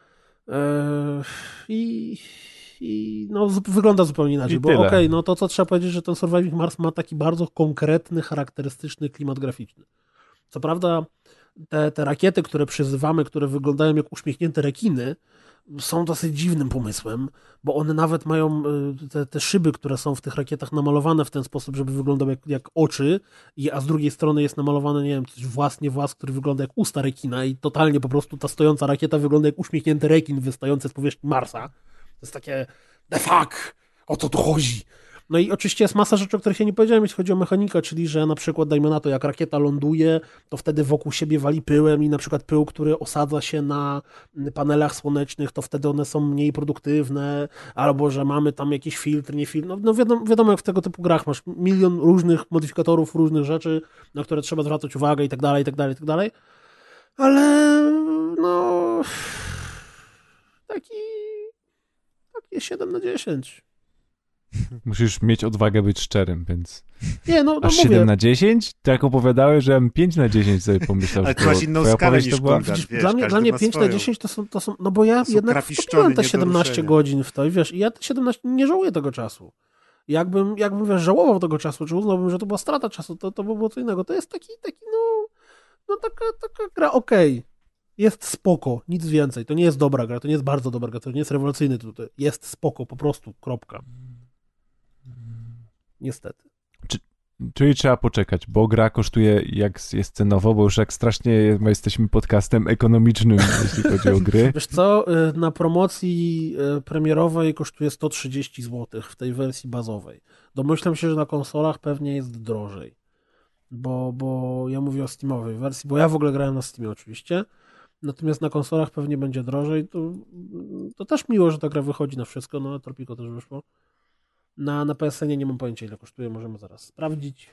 I, i no, wygląda zupełnie inaczej, I bo okej, okay, no to co trzeba powiedzieć, że ten Surviving Mars ma taki bardzo konkretny, charakterystyczny klimat graficzny. Co prawda te, te rakiety, które przyzywamy, które wyglądają jak uśmiechnięte rekiny, są dosyć dziwnym pomysłem, bo one nawet mają te, te szyby, które są w tych rakietach namalowane w ten sposób, żeby wyglądał jak, jak oczy, i, a z drugiej strony jest namalowane, nie wiem, coś włas, nie włas, który wygląda jak usta rekina i totalnie po prostu ta stojąca rakieta wygląda jak uśmiechnięty rekin wystający z powierzchni Marsa. To jest takie the fuck, o co tu chodzi? No i oczywiście jest masa rzeczy, o których ja nie powiedziałem, jeśli chodzi o mechanikę, czyli że na przykład, dajmy na to, jak rakieta ląduje, to wtedy wokół siebie wali pyłem i na przykład pył, który osadza się na panelach słonecznych, to wtedy one są mniej produktywne, albo że mamy tam jakiś filtr, nie filtr. No, no wiadomo, wiadomo, jak w tego typu grach masz milion różnych modyfikatorów, różnych rzeczy, na które trzeba zwracać uwagę i tak dalej, i tak dalej, i tak dalej. Ale no taki takie siedem na dziesięć. Musisz mieć odwagę być szczerym, więc... Nie, no, no Aż mówię. siedem na dziesięć? Tak opowiadałeś, że ja bym pięć na dziesięć sobie pomyślał, Ale że ty masz to inną twoja skalę opowieść niż to była... Konrad. Widzisz, Wiesz, dla mnie, każdy dla mnie ma pięć na swoją. dziesięć to są, to są, no bo ja To są jednak trafiszczony, wtopiłem te nie do siedemnaście ruszenia. godzin w to i wiesz, i ja te siedemnaście, nie żałuję tego czasu. Jakbym, jakbym wiesz, żałował tego czasu, czy uznałbym, że to była strata czasu, to, to by było co innego. To jest taki, taki no, no taka, taka gra okej. Jest spoko, nic więcej. To nie jest dobra gra, to nie jest bardzo dobra gra, to nie jest rewolucyjny tytuł. Jest spoko, po prostu, kropka. Niestety. Czyli trzeba poczekać, bo gra kosztuje jak jest cenowo, bo już jak strasznie my jesteśmy podcastem ekonomicznym, jeśli chodzi o gry. Wiesz co, y, na promocji y, premierowej kosztuje sto trzydzieści złotych w tej wersji bazowej. Domyślam się, że na konsolach pewnie jest drożej. Bo, bo ja mówię o Steamowej wersji, bo ja w ogóle grałem na Steamie oczywiście. Natomiast na konsolach pewnie będzie drożej. To, to też miło, że ta gra wychodzi na wszystko. No, Tropico też wyszło. Na, na P S N nie mam pojęcia, ile kosztuje. Możemy zaraz sprawdzić.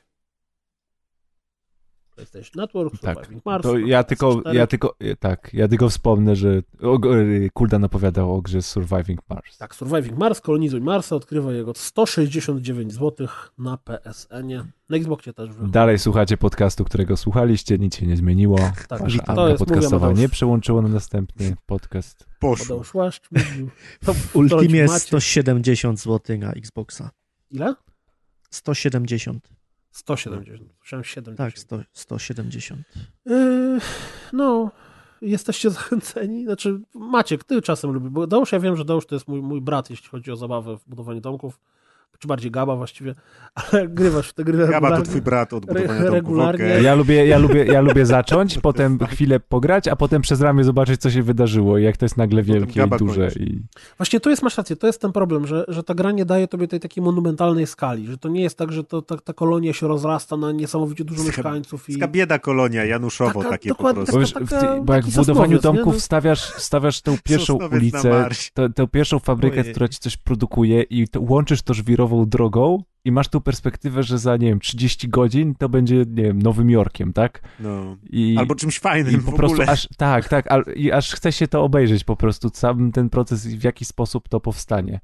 PlayStation Network, Tak, Surviving Mars. to ja tylko, ja tylko, tak, ja tylko wspomnę, że o, Kuldan opowiadał o grze Surviving Mars. Tak, Surviving Mars, kolonizuj Marsa, odkrywa jego sto sześćdziesiąt dziewięć złotych na P S N-ie. Na Xboxie też wychodzi. Dalej słuchacie podcastu, którego słuchaliście, nic się nie zmieniło. Tak, Wasza to Anka jest, podcastowa mówię, nie przełączyło na następny podcast. Poszło. Tadeusz Łaszcz mówił. To W Ultimie jest macie. sto siedemdziesiąt złotych na Xboxa. Ile? sto siedemdziesiąt. sto siedemdziesiąt. Słyszałem siedemdziesiąt. Tak, sto, sto siedemdziesiąt. Yy, no, jesteście zachęceni. Znaczy, Maciek, ty czasem lubisz, bo Deusz, ja wiem, że Deusz to jest mój, mój brat, jeśli chodzi o zabawę w budowaniu domków, czy bardziej Gaba właściwie, ale grywasz w te gry Gaba regularnie. to twój brat od budowania Re- domków, regularnie. okej. Ja lubię, ja lubię, ja lubię zacząć, potem chwilę pograć, a potem przez ramię zobaczyć, co się wydarzyło i jak to jest nagle wielkie i Gaba duże. kończy. I... Właśnie to jest, masz rację, to jest ten problem, że, że ta gra nie daje tobie tej takiej monumentalnej skali, że to nie jest tak, że to, ta, ta kolonia się rozrasta na niesamowicie dużo Ska- mieszkańców i... Taka bieda kolonia, Januszowo Taka- takie po dokładnie prostu. Bo, wiesz, taka- w ty, bo jak w taki budowaniu Sosnowiec, nie? domków No. stawiasz, stawiasz tą pierwszą Sosnowiec na ulicę, Marsie. tę- tę pierwszą fabrykę, Ojej. która ci coś produkuje i to łączysz to żwirową drogą i masz tu perspektywę, że za, nie wiem, trzydzieści godzin to będzie, nie wiem, Nowym Jorkiem, tak? No. I, Albo czymś fajnym i w po prostu ogóle. aż, tak, tak, al, i aż chce się to obejrzeć po prostu, sam ten proces i w jaki sposób to powstanie.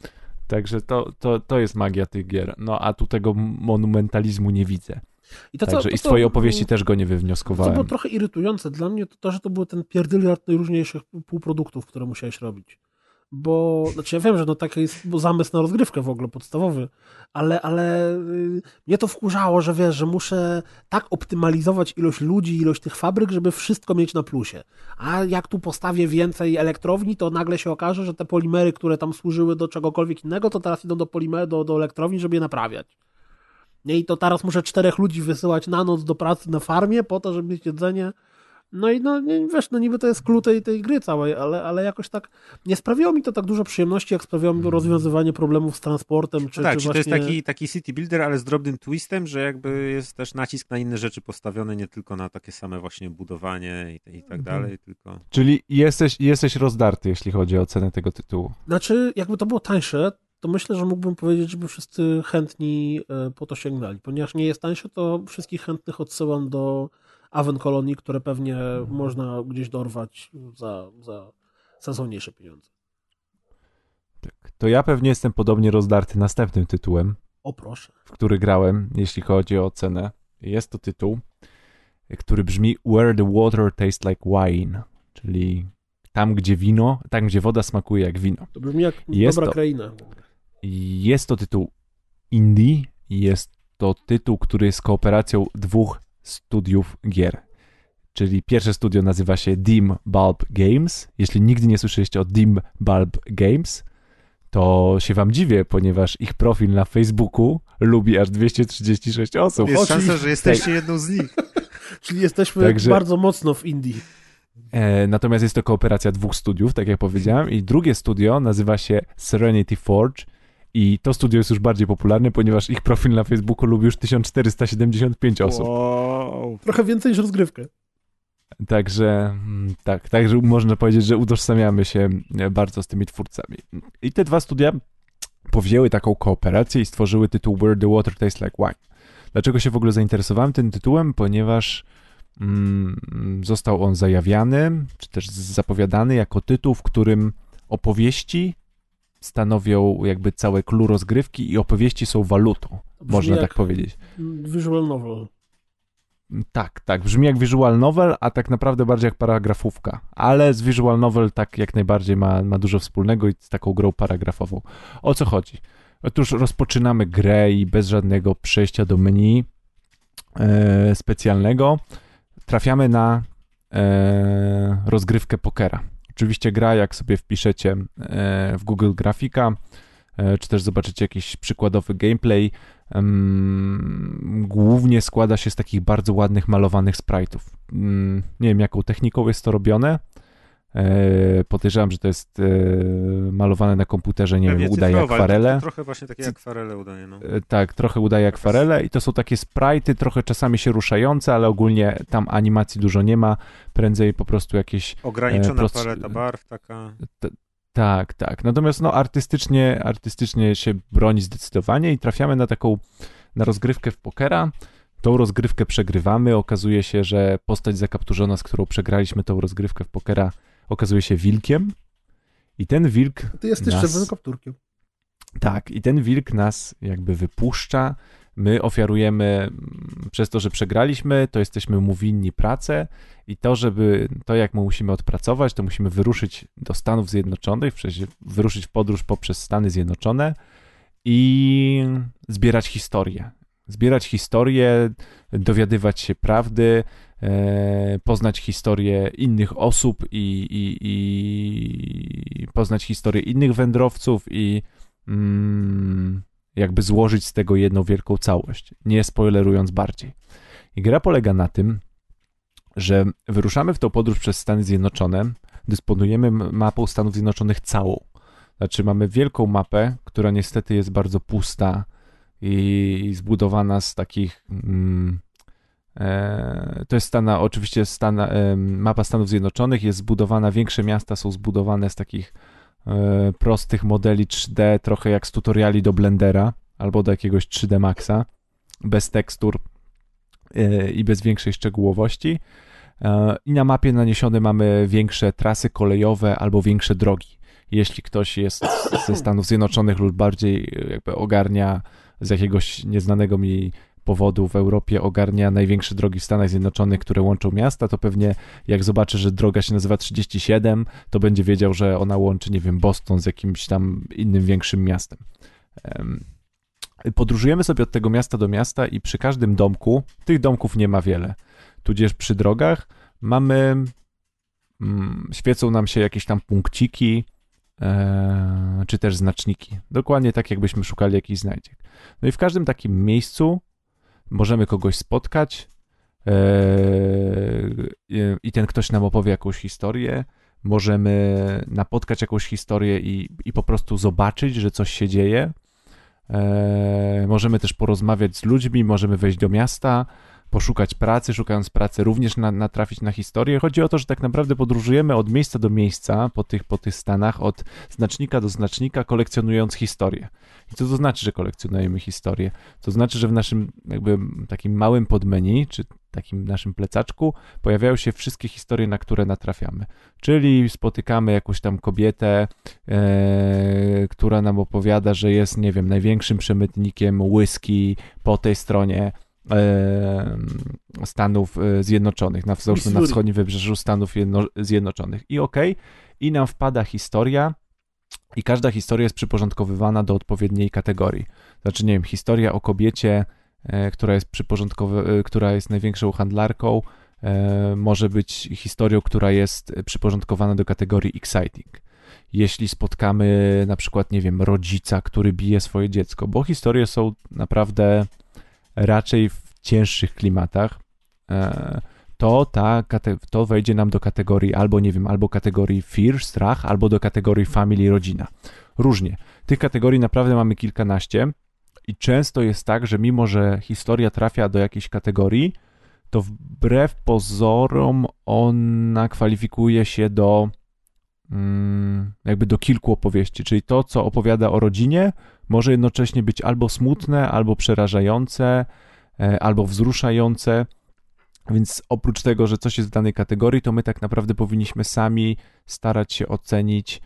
Także to, to, to jest magia tych gier. No a tu tego monumentalizmu nie widzę. I to, co- Także to, i z co- twojej opowieści też go nie To, co wywnioskowałem. było trochę irytujące dla mnie, to to, że to był ten pierdyliard najróżniejszych półproduktów, które musiałeś robić. Bo, znaczy ja wiem, że no taki jest zamysł na rozgrywkę w ogóle podstawowy, ale, ale y, mnie to wkurzało, że wiesz, że muszę tak optymalizować ilość ludzi, ilość tych fabryk, żeby wszystko mieć na plusie. A jak tu postawię więcej elektrowni, to nagle się okaże, że te polimery, które tam służyły do czegokolwiek innego, to teraz idą do polimery, do, do elektrowni, żeby je naprawiać. Nie, i to teraz muszę czterech ludzi wysyłać na noc do pracy na farmie po to, żeby mieć jedzenie. No i no, nie, wiesz, no niby to jest klucz tej, tej gry całej, ale, ale jakoś tak nie sprawiało mi to tak dużo przyjemności, jak sprawiało mi rozwiązywanie problemów z transportem, czy, No tak, czy czyli właśnie... to jest taki, taki city builder, ale z drobnym twistem, że jakby jest też nacisk na inne rzeczy postawione, nie tylko na takie same właśnie budowanie i, i tak Mhm. dalej, tylko... Czyli jesteś, jesteś rozdarty, jeśli chodzi o cenę tego tytułu. Znaczy, jakby to było tańsze, to myślę, że mógłbym powiedzieć, żeby wszyscy chętni e, po to sięgnęli. Ponieważ nie jest tańsze, to wszystkich chętnych odsyłam do Aven Colony, które pewnie można gdzieś dorwać za, za sensowniejsze pieniądze. Tak. To ja pewnie jestem podobnie rozdarty następnym tytułem, O proszę. w który grałem, jeśli chodzi o cenę. Jest to tytuł, który brzmi Where the Water Tastes Like Wine, czyli tam, gdzie wino, tam, gdzie woda smakuje jak wino. To brzmi jak Jest dobra to- kraina. Jest to tytuł indie, jest to tytuł, który jest kooperacją dwóch studiów gier. Czyli pierwsze studio nazywa się Dim Bulb Games. Jeśli nigdy nie słyszeliście o Dim Bulb Games, to się wam dziwię, ponieważ ich profil na Facebooku lubi aż dwieście trzydzieści sześć osób. Jest Oczywiście. szansa, że jesteście jedną z nich. Czyli jesteśmy Także- bardzo mocno w Indii. E, natomiast jest to kooperacja dwóch studiów, tak jak powiedziałem, i drugie studio nazywa się Serenity Forge i to studio jest już bardziej popularne, ponieważ ich profil na Facebooku lubi już tysiąc czterysta siedemdziesiąt pięć osób. Wow. Trochę więcej niż rozgrywkę. Także mm, tak, także można powiedzieć, że utożsamiamy się e, bardzo z tymi twórcami. I te dwa studia powzięły taką kooperację i stworzyły tytuł Where the Water Tastes Like Wine. Dlaczego się w ogóle zainteresowałem tym tytułem? Ponieważ mm, został on zajawiany, czy też zapowiadany jako tytuł, w którym opowieści stanowią jakby całe clue rozgrywki i opowieści są walutą, Brzmi można jak tak powiedzieć. Visual novel. Tak, tak, brzmi jak visual novel, a tak naprawdę bardziej jak paragrafówka, ale z visual novel tak jak najbardziej ma, ma dużo wspólnego i z taką grą paragrafową. O co chodzi? Otóż rozpoczynamy grę i bez żadnego przejścia do menu e, specjalnego trafiamy na e, rozgrywkę pokera. Oczywiście gra, jak sobie wpiszecie e, w Google Grafika, e, czy też zobaczycie jakiś przykładowy gameplay, e, głównie składa się z takich bardzo ładnych, malowanych sprite'ów. E, nie wiem, jaką techniką jest to robione. E, podejrzewam, że to jest e, malowane na komputerze, nie Pewnie wiem, udaje cyfrowe, ale akwarele. to trochę właśnie takie akwarele udaje, no. E, tak, trochę udaje akwarele i to są takie sprite'y, trochę czasami się ruszające, ale ogólnie tam animacji dużo nie ma, prędzej po prostu jakieś... Ograniczona e, prost... paleta barw, taka... T- tak, tak. Natomiast no artystycznie, artystycznie się broni zdecydowanie i trafiamy na taką, na rozgrywkę w pokera. Tą rozgrywkę przegrywamy, okazuje się, że postać zakapturzona, z którą przegraliśmy tą rozgrywkę w pokera, okazuje się wilkiem i ten wilk Ty jesteś nas... czerwonym kapturkiem. Tak, i ten wilk nas jakby wypuszcza, my ofiarujemy, przez to, że przegraliśmy, to jesteśmy mu winni pracę i to, żeby, to jak my musimy odpracować, to musimy wyruszyć do Stanów Zjednoczonych, wyruszyć w podróż poprzez Stany Zjednoczone i zbierać historię. Zbierać historię, dowiadywać się prawdy, e, poznać historię innych osób i, i, i poznać historię innych wędrowców i mm, jakby złożyć z tego jedną wielką całość, nie spoilerując bardziej. I gra polega na tym, że wyruszamy w tą podróż przez Stany Zjednoczone, dysponujemy mapą Stanów Zjednoczonych całą. Znaczy mamy wielką mapę, która niestety jest bardzo pusta i zbudowana z takich... Mm, e, to jest stana, oczywiście stana, e, mapa Stanów Zjednoczonych, jest zbudowana, większe miasta są zbudowane z takich e, prostych modeli trzy D, trochę jak z tutoriali do Blendera albo do jakiegoś trzy D Maxa, bez tekstur e, i bez większej szczegółowości. E, I na mapie naniesione mamy większe trasy kolejowe albo większe drogi. Jeśli ktoś jest ze Stanów Zjednoczonych lub bardziej jakby ogarnia z jakiegoś nieznanego mi powodu w Europie, ogarnia największe drogi w Stanach Zjednoczonych, które łączą miasta, to pewnie jak zobaczy, że droga się nazywa trzydzieści siedem, to będzie wiedział, że ona łączy, nie wiem, Boston z jakimś tam innym większym miastem. Podróżujemy sobie od tego miasta do miasta i przy każdym domku, tych domków nie ma wiele, tudzież przy drogach mamy, mm, świecą nam się jakieś tam punkciki, Eee, czy też znaczniki. Dokładnie tak, jakbyśmy szukali jakichś znajdziek. No i w każdym takim miejscu możemy kogoś spotkać eee, i ten ktoś nam opowie jakąś historię. Możemy napotkać jakąś historię i, i po prostu zobaczyć, że coś się dzieje. Eee, możemy też porozmawiać z ludźmi, możemy wejść do miasta, poszukać pracy, szukając pracy również na, natrafić na historię. Chodzi o to, że tak naprawdę podróżujemy od miejsca do miejsca po tych, po tych stanach, od znacznika do znacznika, kolekcjonując historię. I co to znaczy, że kolekcjonujemy historię? To znaczy, że w naszym jakby takim małym podmenu, czy takim naszym plecaczku pojawiają się wszystkie historie, na które natrafiamy. Czyli spotykamy jakąś tam kobietę, e, która nam opowiada, że jest, nie wiem, największym przemytnikiem whisky po tej stronie Stanów Zjednoczonych, na, na wschodnim wybrzeżu Stanów Zjednoczonych. I okej, okay, i nam wpada historia i każda historia jest przyporządkowywana do odpowiedniej kategorii. Znaczy, nie wiem, historia o kobiecie, e, która jest przyporządkowy, która jest największą handlarką, e, może być historią, która jest przyporządkowana do kategorii exciting. Jeśli spotkamy na przykład, nie wiem, rodzica, który bije swoje dziecko, bo historie są naprawdę raczej w cięższych klimatach, to ta, to wejdzie nam do kategorii albo, nie wiem, albo kategorii fear, strach, albo do kategorii family, rodzina. Różnie. Tych kategorii naprawdę mamy kilkanaście i często jest tak, że mimo, że historia trafia do jakiejś kategorii, to wbrew pozorom ona kwalifikuje się do jakby do kilku opowieści, czyli to, co opowiada o rodzinie, może jednocześnie być albo smutne, albo przerażające, albo wzruszające, więc oprócz tego, że coś jest w danej kategorii, to my tak naprawdę powinniśmy sami starać się ocenić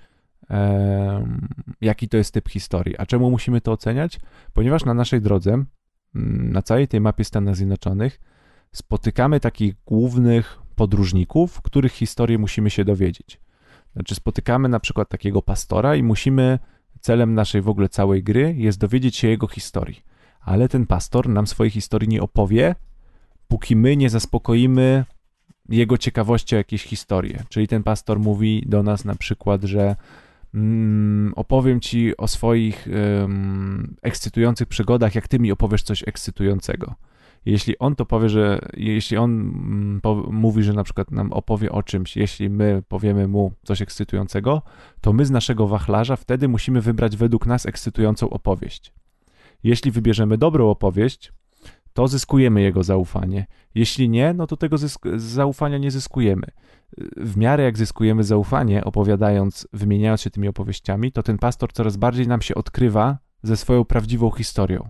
e, jaki to jest typ historii. A czemu musimy to oceniać? Ponieważ na naszej drodze, na całej tej mapie Stanów Zjednoczonych spotykamy takich głównych podróżników, których historię musimy się dowiedzieć. Znaczy spotykamy na przykład takiego pastora i musimy, celem naszej w ogóle całej gry jest dowiedzieć się jego historii. Ale ten pastor nam swojej historii nie opowie, póki my nie zaspokoimy jego ciekawości o jakieś historie. Czyli ten pastor mówi do nas na przykład, że mm, opowiem ci o swoich um, ekscytujących przygodach, jak ty mi opowiesz coś ekscytującego. Jeśli on to powie, że jeśli on mm, po, mówi, że na przykład nam opowie o czymś, jeśli my powiemy mu coś ekscytującego, to my z naszego wachlarza wtedy musimy wybrać według nas ekscytującą opowieść. Jeśli wybierzemy dobrą opowieść, to zyskujemy jego zaufanie. Jeśli nie, no to tego zysk- zaufania nie zyskujemy. W miarę jak zyskujemy zaufanie, opowiadając, wymieniając się tymi opowieściami, to ten pastor coraz bardziej nam się odkrywa ze swoją prawdziwą historią.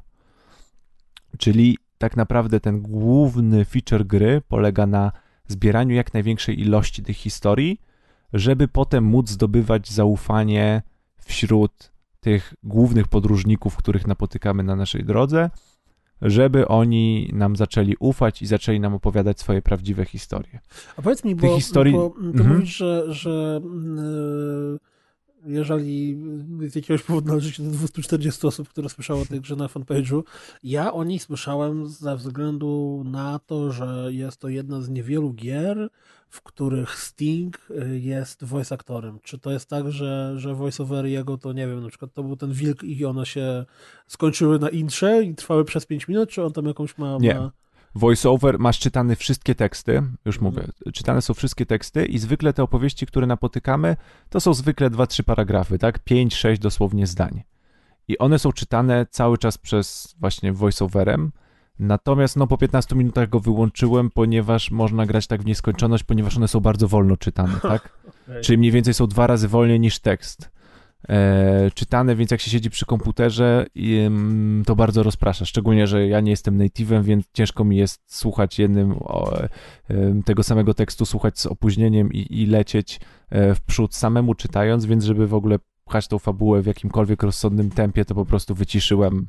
Czyli tak naprawdę ten główny feature gry polega na zbieraniu jak największej ilości tych historii, żeby potem móc zdobywać zaufanie wśród tych głównych podróżników, których napotykamy na naszej drodze, żeby oni nam zaczęli ufać i zaczęli nam opowiadać swoje prawdziwe historie. A powiedz mi, bo, historii... bo ty mhm. mówisz, że, że yy, jeżeli z jakiegoś powodu należycie do dwieście czterdzieści osób, które słyszało o tej grze na fanpage'u, ja o niej słyszałem ze względu na to, że jest to jedna z niewielu gier, w których Sting jest voice aktorem. Czy to jest tak, że, że voice-over jego to, nie wiem, na przykład to był ten wilk i one się skończyły na intrze i trwały przez pięć minut, czy on tam jakąś ma... Nie. ma... Voice-over, masz czytane wszystkie teksty, już mówię, czytane są wszystkie teksty i zwykle te opowieści, które napotykamy, to są zwykle dwa, trzy paragrafy, tak? pięć, sześć dosłownie zdań. I one są czytane cały czas przez właśnie voice-overem, natomiast no po piętnastu minutach go wyłączyłem, ponieważ można grać tak w nieskończoność, ponieważ one są bardzo wolno czytane, tak? Okay. Czyli mniej więcej są dwa razy wolniej niż tekst. E, czytane, więc jak się siedzi przy komputerze, i, to bardzo rozprasza, szczególnie, że ja nie jestem native'em, więc ciężko mi jest słuchać jednym o, e, tego samego tekstu, słuchać z opóźnieniem i, i lecieć e, w przód samemu czytając, więc żeby w ogóle pchać tą fabułę w jakimkolwiek rozsądnym tempie, to po prostu wyciszyłem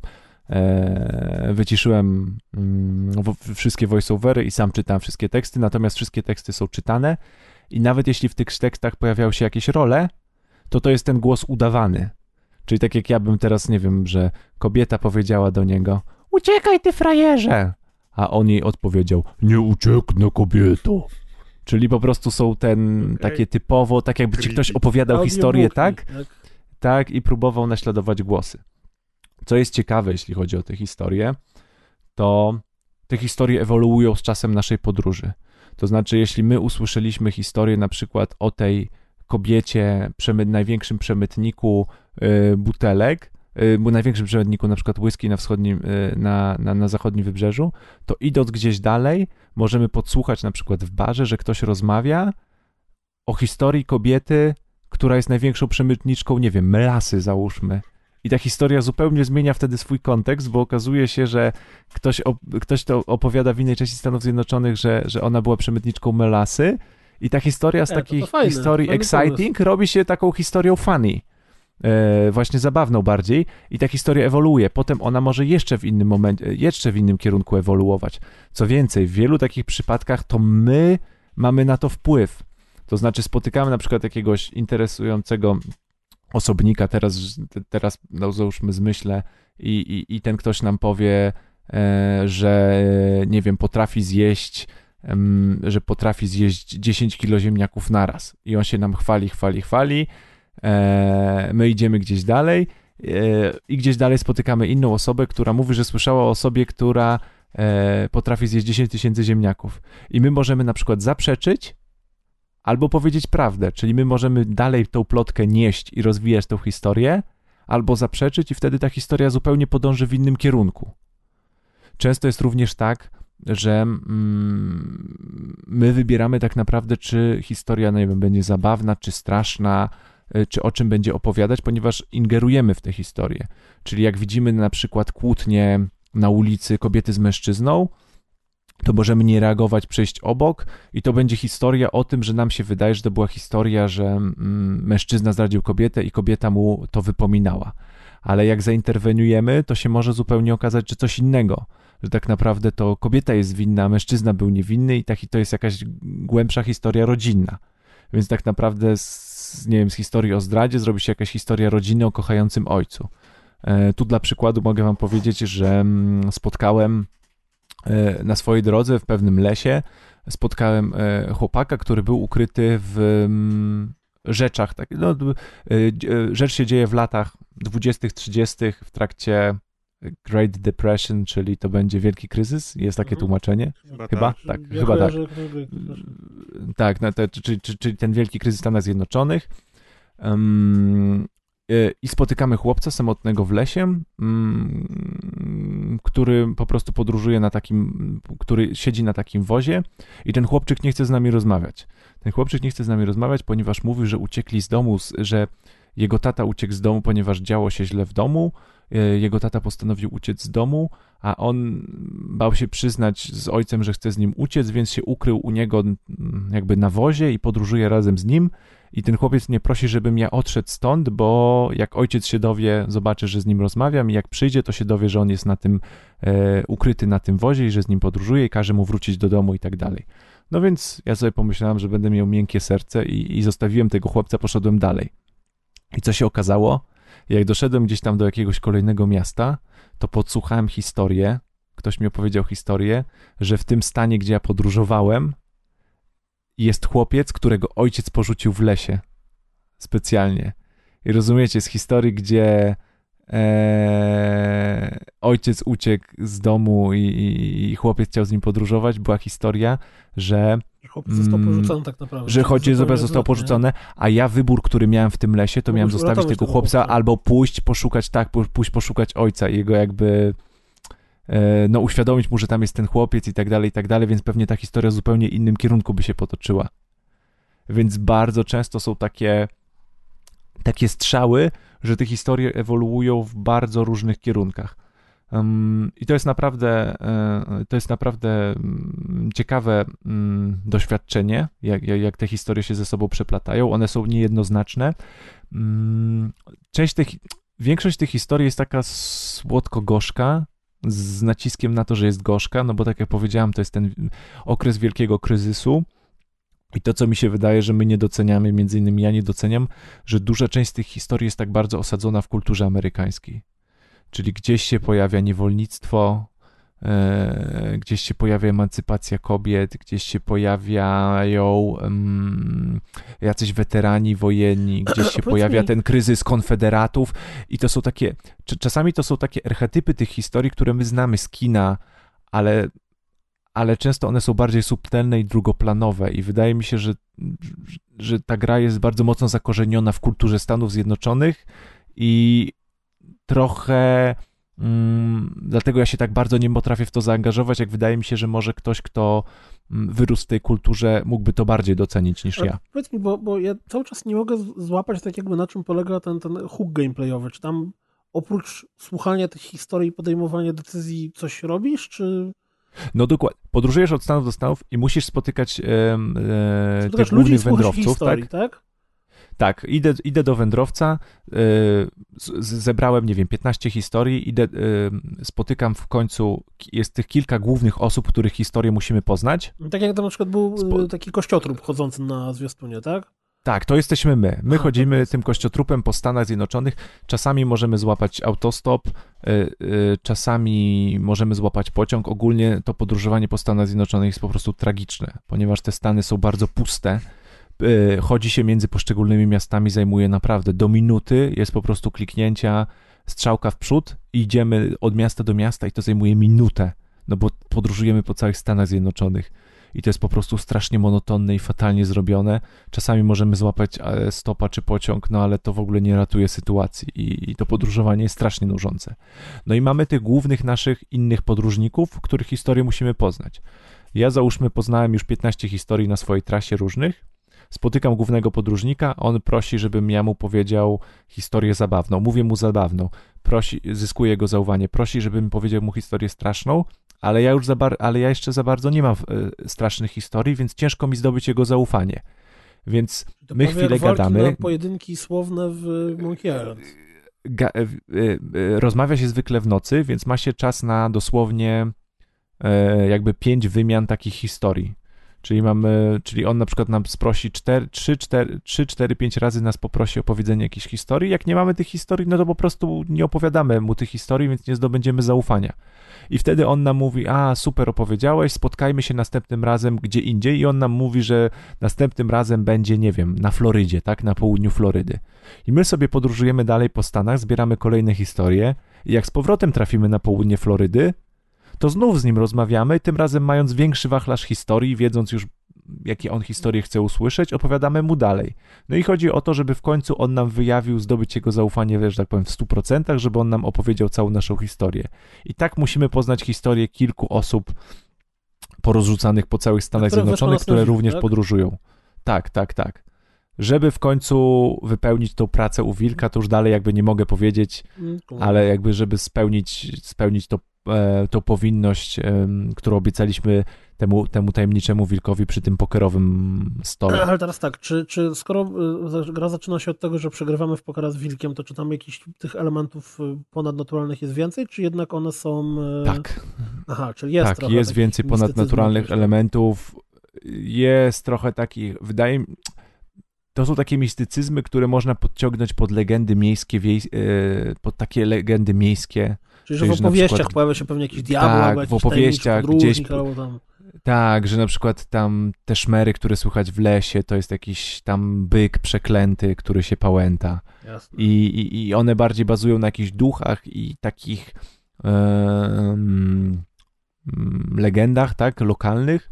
e, wyciszyłem mm, w, wszystkie voice-overy i sam czytam wszystkie teksty, natomiast wszystkie teksty są czytane i nawet jeśli w tych tekstach pojawiały się jakieś role, to to jest ten głos udawany. Czyli tak jak ja bym teraz, nie wiem, że kobieta powiedziała do niego: uciekaj ty frajerze! A on jej odpowiedział: nie ucieknę, kobieto. Czyli po prostu są ten, okay. takie typowo, tak jakby ci ktoś opowiadał historię, tak? tak? Tak, i próbował naśladować głosy. Co jest ciekawe, jeśli chodzi o te historie, to te historie ewoluują z czasem naszej podróży. To znaczy, jeśli my usłyszeliśmy historię na przykład o tej kobiecie, przemy, największym przemytniku y, butelek, y, największym przemytniku na przykład whisky na wschodnim, y, na, na, na zachodnim wybrzeżu, to idąc gdzieś dalej, możemy podsłuchać na przykład w barze, że ktoś rozmawia o historii kobiety, która jest największą przemytniczką, nie wiem, melasy załóżmy. I ta historia zupełnie zmienia wtedy swój kontekst, bo okazuje się, że ktoś, op, ktoś to opowiada w innej części Stanów Zjednoczonych, że, że ona była przemytniczką melasy. I ta historia z e, takiej fajne, historii fajny exciting pomysł. Robi się taką historią funny, e, właśnie zabawną bardziej i ta historia ewoluuje. Potem ona może jeszcze w innym momencie, jeszcze w innym kierunku ewoluować. Co więcej, w wielu takich przypadkach to my mamy na to wpływ. To znaczy spotykamy na przykład jakiegoś interesującego osobnika, teraz, teraz no, załóżmy zmyślę i, i, i ten ktoś nam powie, e, że nie wiem, potrafi zjeść że potrafi zjeść dziesięć kilo ziemniaków naraz. I on się nam chwali, chwali, chwali. My idziemy gdzieś dalej i gdzieś dalej spotykamy inną osobę, która mówi, że słyszała o osobie, która potrafi zjeść dziesięć tysięcy ziemniaków. I my możemy na przykład zaprzeczyć albo powiedzieć prawdę, czyli my możemy dalej tą plotkę nieść i rozwijać tą historię, albo zaprzeczyć i wtedy ta historia zupełnie podąży w innym kierunku. Często jest również tak, że mm, my wybieramy tak naprawdę, czy historia, nie wiem, będzie zabawna, czy straszna, czy o czym będzie opowiadać, ponieważ ingerujemy w tę historię. Czyli jak widzimy na przykład kłótnię na ulicy kobiety z mężczyzną, to możemy nie reagować, przejść obok i to będzie historia o tym, że nam się wydaje, że to była historia, że mm, mężczyzna zdradził kobietę i kobieta mu to wypominała. Ale jak zainterweniujemy, to się może zupełnie okazać, że coś innego, że tak naprawdę to kobieta jest winna, a mężczyzna był niewinny i tak, to jest jakaś głębsza historia rodzinna. Więc tak naprawdę z, nie wiem, z historii o zdradzie zrobi się jakaś historia rodziny o kochającym ojcu. E, tu dla przykładu mogę wam powiedzieć, że mm, spotkałem e, na swojej drodze w pewnym lesie, spotkałem e, chłopaka, który był ukryty w mm, rzeczach. Tak, no, e, rzecz się dzieje w latach dwudziestych, trzydziestych w trakcie Great Depression, czyli to będzie wielki kryzys, jest takie tłumaczenie? Chyba, Chyba? tak. Tak, Ja chyba tak. kojarzę, Tak, no to, czyli, czyli ten wielki kryzys w Stanach Zjednoczonych. Um, I spotykamy chłopca samotnego w lesie, um, który po prostu podróżuje na takim, który siedzi na takim wozie i ten chłopczyk nie chce z nami rozmawiać. Ten chłopczyk nie chce z nami rozmawiać, ponieważ mówi, że uciekli z domu, że jego tata uciekł z domu, ponieważ działo się źle w domu. Jego tata postanowił uciec z domu, a on bał się przyznać z ojcem, że chce z nim uciec, więc się ukrył u niego jakby na wozie i podróżuje razem z nim. I ten chłopiec mnie prosi, żebym ja odszedł stąd, bo jak ojciec się dowie, zobaczy, że z nim rozmawiam i jak przyjdzie, to się dowie, że on jest na tym e, ukryty na tym wozie i że z nim podróżuje i każe mu wrócić do domu i tak dalej. No więc ja sobie pomyślałem, że będę miał miękkie serce i, i zostawiłem tego chłopca, poszedłem dalej. I co się okazało? Jak doszedłem gdzieś tam do jakiegoś kolejnego miasta, to podsłuchałem historię, ktoś mi opowiedział historię, że w tym stanie, gdzie ja podróżowałem, jest chłopiec, którego ojciec porzucił w lesie. Specjalnie. I rozumiecie, z historii, gdzie e, ojciec uciekł z domu i, i, i chłopiec chciał z nim podróżować, była historia, że chłopiec został porzucony tak naprawdę. Że chłopiec został porzucony, a ja wybór, który miałem w tym lesie, to Mógłbyś miałem zostawić tego, tego chłopca, chłopca albo pójść, poszukać, tak, pójść poszukać ojca i jego jakby e, no uświadomić mu, że tam jest ten chłopiec i tak dalej, i tak dalej, więc pewnie ta historia w zupełnie innym kierunku by się potoczyła. Więc bardzo często są takie takie strzały, że te historie ewoluują w bardzo różnych kierunkach. Um, I to jest naprawdę y, to jest naprawdę um, ciekawe um, doświadczenie, jak, jak te historie się ze sobą przeplatają. One są niejednoznaczne. Um, część tych, większość tych historii jest taka słodko-gorzka, z naciskiem na to, że jest gorzka, no bo tak jak powiedziałem, to jest ten okres wielkiego kryzysu. I to, co mi się wydaje, że my nie doceniamy, między innymi ja nie doceniam, że duża część z tych historii jest tak bardzo osadzona w kulturze amerykańskiej. Czyli gdzieś się pojawia niewolnictwo, e, gdzieś się pojawia emancypacja kobiet, gdzieś się pojawiają um, jacyś weterani wojenni, gdzieś się pojawia ten kryzys konfederatów i to są takie, czasami to są takie archetypy tych historii, które my znamy z kina, ale, ale często one są bardziej subtelne i drugoplanowe i wydaje mi się, że, że ta gra jest bardzo mocno zakorzeniona w kulturze Stanów Zjednoczonych i trochę mm, dlatego ja się tak bardzo nie potrafię w to zaangażować, jak wydaje mi się, że może ktoś, kto wyrósł w tej kulturze, mógłby to bardziej docenić niż ja. Powiedz mi, bo, bo ja cały czas nie mogę złapać tak jakby na czym polega ten, ten hook gameplayowy. Czy tam oprócz słuchania tych historii i podejmowania decyzji coś robisz, czy... No dokładnie. Podróżujesz od Stanów do Stanów i musisz spotykać e, e, tych ludzi głównych wędrowców, historii, tak? tak? Tak, idę, idę do wędrowca, yy, z, zebrałem, nie wiem, piętnaście historii, idę, yy, spotykam w końcu, jest tych kilka głównych osób, których historię musimy poznać. Tak jak tam na przykład był Spo... taki kościotrup chodzący na zwiastunie, tak? Tak, to jesteśmy my. My Aha, chodzimy tak tym kościotrupem po Stanach Zjednoczonych. Czasami możemy złapać autostop, yy, yy, czasami możemy złapać pociąg. Ogólnie to podróżowanie po Stanach Zjednoczonych jest po prostu tragiczne, ponieważ te Stany są bardzo puste. Chodzi się między poszczególnymi miastami, zajmuje naprawdę do minuty, jest po prostu kliknięcia, strzałka w przód i idziemy od miasta do miasta i to zajmuje minutę, no bo podróżujemy po całych Stanach Zjednoczonych i to jest po prostu strasznie monotonne i fatalnie zrobione. Czasami możemy złapać stopa czy pociąg, no ale to w ogóle nie ratuje sytuacji i, i to podróżowanie jest strasznie nużące. No i mamy tych głównych naszych innych podróżników, których historię musimy poznać. Ja załóżmy poznałem już piętnaście historii na swojej trasie różnych. Spotykam głównego podróżnika, on prosi, żebym ja mu powiedział historię zabawną. Mówię mu zabawną, prosi, zyskuje jego zaufanie, prosi, żebym powiedział mu historię straszną, ale ja już za bar- ale ja jeszcze za bardzo nie mam y, strasznych historii, więc ciężko mi zdobyć jego zaufanie. Więc To my prawie chwilę jak walki gadamy. na pojedynki słowne w Monkey Island. Ga- y, y, rozmawia się zwykle w nocy, więc ma się czas na dosłownie y, jakby pięć wymian takich historii. Czyli mamy, czyli on na przykład nam sprosi trzy, cztery, pięć razy nas poprosi o powiedzenie jakiejś historii. Jak nie mamy tych historii, no to po prostu nie opowiadamy mu tych historii, więc nie zdobędziemy zaufania. I wtedy on nam mówi, a super opowiedziałeś, spotkajmy się następnym razem gdzie indziej i on nam mówi, że następnym razem będzie, nie wiem, na Florydzie, tak, na południu Florydy. I my sobie podróżujemy dalej po Stanach, zbieramy kolejne historie i jak z powrotem trafimy na południe Florydy, to znów z nim rozmawiamy, tym razem mając większy wachlarz historii, wiedząc już, jakie on historie chce usłyszeć, opowiadamy mu dalej. No i chodzi o to, żeby w końcu on nam wyjawił, zdobyć jego zaufanie, że tak powiem, w stu procentach, żeby on nam opowiedział całą naszą historię. I tak musimy poznać historię kilku osób porozrzucanych po całych Stanach które Zjednoczonych, które nazwisk, również tak? podróżują. Tak, tak, tak. Żeby w końcu wypełnić tą pracę u Wilka, to już dalej jakby nie mogę powiedzieć, Mm, ale jakby żeby spełnić, spełnić to, e, tą powinność, e, którą obiecaliśmy temu, temu tajemniczemu wilkowi przy tym pokerowym stole. Ale teraz tak, czy, czy skoro y, gra zaczyna się od tego, że przegrywamy w pokera z wilkiem, to czy tam jakichś tych elementów y, ponadnaturalnych jest więcej, czy jednak one są... Y... Tak, Aha, czyli jest tak, trochę jest takich więcej ponadnaturalnych mistycyzmów. elementów, jest trochę takich, wydaje mi to są takie mistycyzmy, które można podciągnąć pod legendy miejskie, wiej- e, pod takie legendy miejskie. Czyli, że Czyli, w że na opowieściach przykład- pojawia się pewnie jakiś diabeł, Tak, albo w jakiś opowieściach tajemniczy gdzieś podróżnik, po- albo tam... Tak, że na przykład tam te szmery, które słychać w lesie, to jest jakiś tam byk przeklęty, który się pałęta. Jasne. I, i, i one bardziej bazują na jakichś duchach i takich e, mm, mm, legendach, tak, lokalnych.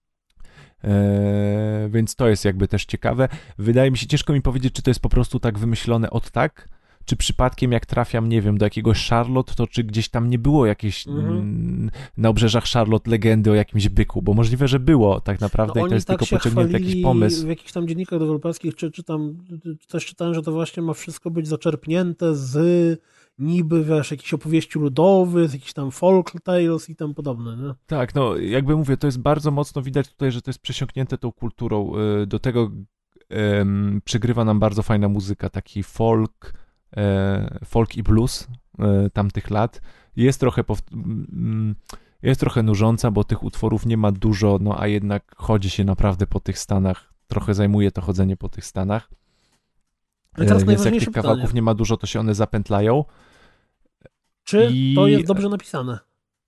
E, więc to jest jakby też ciekawe. Wydaje mi się, ciężko mi powiedzieć, czy to jest po prostu tak wymyślone od tak, czy przypadkiem jak trafiam, nie wiem, do jakiegoś Charlotte, to czy gdzieś tam nie było jakiejś Mhm. mm, na obrzeżach Charlotte legendy o jakimś byku, bo możliwe, że było tak naprawdę No i to jest tak tylko się pociągnięty chwalili jakiś pomysł. w jakichś tam dziennikach deweloperskich, czy, czy tam coś czytałem, że to właśnie ma wszystko być zaczerpnięte z niby, wiesz, jakichś opowieści ludowych, z jakichś tam folk tales i tam podobne, nie? Tak, no jakby mówię, to jest bardzo mocno widać tutaj, że to jest przesiąknięte tą kulturą. Y, Do tego em, przygrywa nam bardzo fajna muzyka, taki folk, e, folk i blues e, tamtych lat. Jest trochę pow- mm, jest trochę nużąca, bo tych utworów nie ma dużo, no a jednak chodzi się naprawdę po tych Stanach. Trochę zajmuje to chodzenie po tych Stanach. No i teraz E, Więc jak najważniejsze tych pytanie. kawałków nie ma dużo, to się one zapętlają. Czy I- to jest dobrze napisane?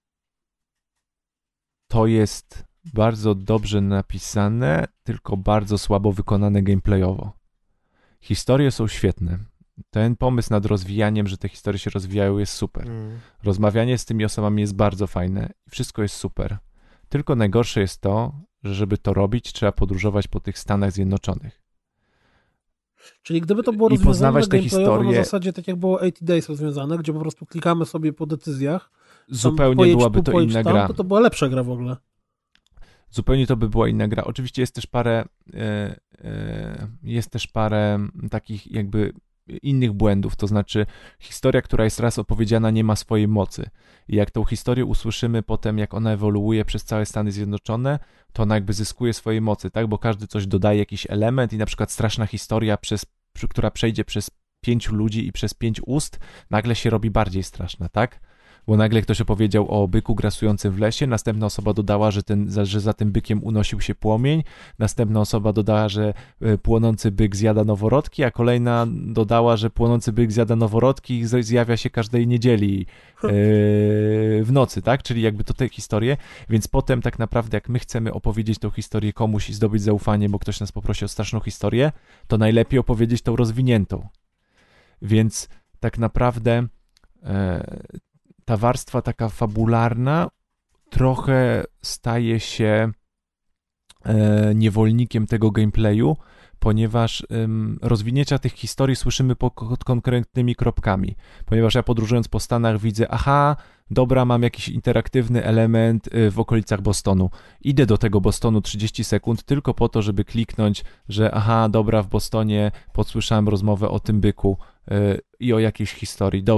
To jest bardzo dobrze napisane, tylko bardzo słabo wykonane gameplayowo. Historie są świetne. Ten pomysł nad rozwijaniem, że te historie się rozwijają, jest super. Mm. Rozmawianie z tymi osobami jest bardzo fajne i wszystko jest super. Tylko najgorsze jest to, że żeby to robić, trzeba podróżować po tych Stanach Zjednoczonych. Czyli gdyby to było I rozwiązane poznawać te gameplayowo historie- na zasadzie tak jak było osiemdziesiąt Days rozwiązane, gdzie po prostu klikamy sobie po decyzjach, tam Zupełnie pojedź byłaby tu, to pojedź inna tam, gra. to to była lepsza gra w ogóle. Zupełnie to by była inna gra. Oczywiście jest też parę e, e, jest też parę takich jakby innych błędów, to znaczy historia, która jest raz opowiedziana, nie ma swojej mocy. I jak tą historię usłyszymy potem, jak ona ewoluuje przez całe Stany Zjednoczone, to ona jakby zyskuje swojej mocy, tak? Bo każdy coś dodaje, jakiś element i na przykład straszna historia, przez, przy- która przejdzie przez pięciu ludzi i przez pięć ust, nagle się robi bardziej straszna, tak? Bo nagle ktoś opowiedział o byku grasującym w lesie, następna osoba dodała, że, ten, za- że za tym bykiem unosił się płomień, następna osoba dodała, że e, płonący byk zjada noworodki, a kolejna dodała, że płonący byk zjada noworodki i z- zjawia się każdej niedzieli e, w nocy, tak? Czyli jakby to te historie, więc potem tak naprawdę jak my chcemy opowiedzieć tą historię komuś i zdobyć zaufanie, bo ktoś nas poprosi o straszną historię, to najlepiej opowiedzieć tą rozwiniętą. Więc tak naprawdę e, ta warstwa taka fabularna trochę staje się e, niewolnikiem tego gameplayu, ponieważ ym, rozwinięcia tych historii słyszymy po, pod konkretnymi kropkami. Ponieważ ja podróżując po Stanach widzę, aha, dobra, mam jakiś interaktywny element y, w okolicach Bostonu. Idę do tego Bostonu trzydzieści sekund tylko po to, żeby kliknąć, że aha, dobra, w Bostonie podsłyszałem rozmowę o tym byku y, i o jakiejś historii. Dobra,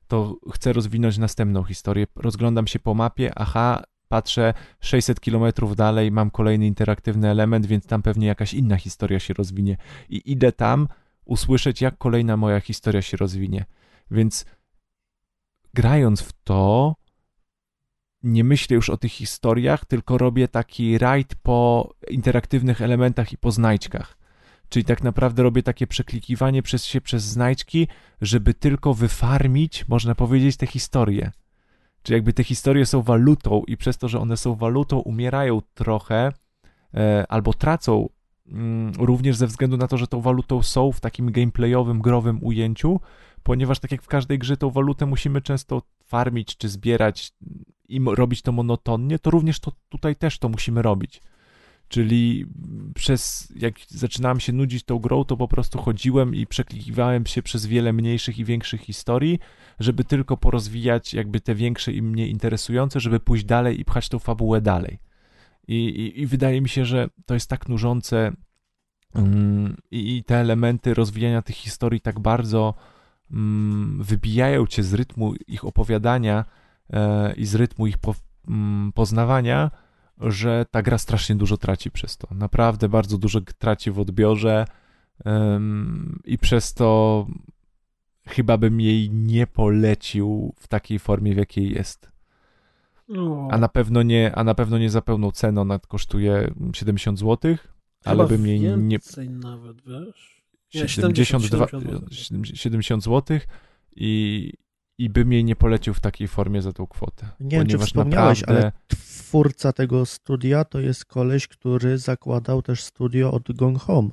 to chcę rozwinąć następną historię. Rozglądam się po mapie, aha, patrzę sześćset kilometrów dalej, mam kolejny interaktywny element, więc tam pewnie jakaś inna historia się rozwinie. I idę tam usłyszeć, jak kolejna moja historia się rozwinie. Więc grając w to, nie myślę już o tych historiach, tylko robię taki rajd po interaktywnych elementach i po znajdźkach. Czyli tak naprawdę robię takie przeklikiwanie przez się przez znajdźki, żeby tylko wyfarmić, można powiedzieć, te historie. Czyli jakby te historie są walutą i przez to, że one są walutą, umierają trochę e, albo tracą mm, również ze względu na to, że tą walutą są w takim gameplayowym, growym ujęciu, ponieważ tak jak w każdej grze tą walutę musimy często farmić czy zbierać i robić to monotonnie, to również to tutaj też to musimy robić. Czyli przez, jak zaczynałem się nudzić tą grą, to po prostu chodziłem i przeklikiwałem się przez wiele mniejszych i większych historii, żeby tylko porozwijać jakby te większe i mnie interesujące, żeby pójść dalej i pchać tą fabułę dalej. I, i, i wydaje mi się, że to jest tak nużące um, i, i te elementy rozwijania tych historii tak bardzo um, wybijają cię z rytmu ich opowiadania e, i z rytmu ich po, um, poznawania, że ta gra strasznie dużo traci przez to. Naprawdę bardzo dużo traci w odbiorze um, i przez to chyba bym jej nie polecił w takiej formie, w jakiej jest. No. A na pewno nie, a na pewno nie za pełną ceną, ona kosztuje siedemdziesiąt złotych, ale bym jej nie... nawet, wiesz? Nie, siedemdziesiąt dwa, siedemdziesiąt złotych i, i bym jej nie polecił w takiej formie za tą kwotę. Nie wiem, czy wspomniałeś, naprawdę... ale twórca tego studia to jest koleś, który zakładał też studio od Gone Home.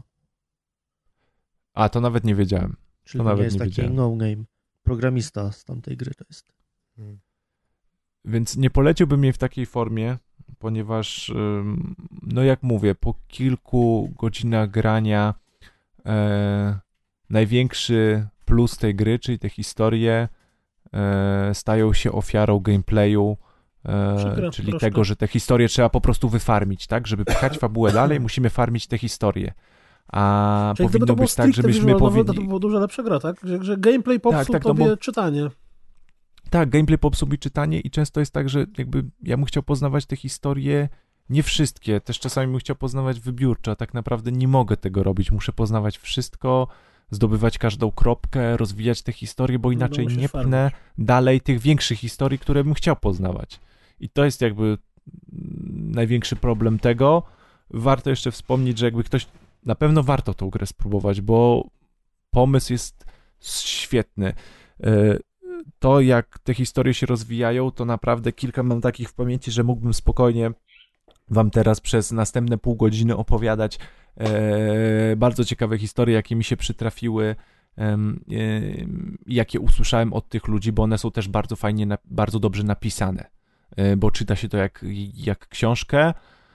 A, to nawet nie wiedziałem. Czyli to nie nawet jest nie taki wiedziałem. no-name. Programista z tamtej gry to jest. Hmm. Więc nie poleciłbym jej w takiej formie, ponieważ, no jak mówię, po kilku godzinach grania e, największy plus tej gry, czyli te historie, e, stają się ofiarą gameplayu, e, Przykro, czyli troszkę. tego, że te historie trzeba po prostu wyfarmić, tak? Żeby pchać fabułę dalej, musimy farmić te historie. A Czyli powinno to było być tak, żebyśmy powinni... To by było dużo lepsza gra, tak? Że, że gameplay popsuł tak, tak, tobie no bo... czytanie. Tak, gameplay popsuł mi czytanie i często jest tak, że jakby ja bym chciał poznawać te historie, nie wszystkie, też czasami bym chciał poznawać wybiórczo, a tak naprawdę nie mogę tego robić, muszę poznawać wszystko, zdobywać każdą kropkę, rozwijać te historie, bo inaczej no, nie farmić. pnę dalej tych większych historii, które bym chciał poznawać. I to jest jakby największy problem tego. Warto jeszcze wspomnieć, że jakby ktoś, na pewno warto tą grę spróbować, bo pomysł jest świetny. To, jak te historie się rozwijają, to naprawdę kilka mam takich w pamięci, że mógłbym spokojnie wam teraz przez następne pół godziny opowiadać e, bardzo ciekawe historie, jakie mi się przytrafiły, e, e, jakie usłyszałem od tych ludzi, bo one są też bardzo fajnie, na, bardzo dobrze napisane, e, bo czyta się to jak, jak książkę,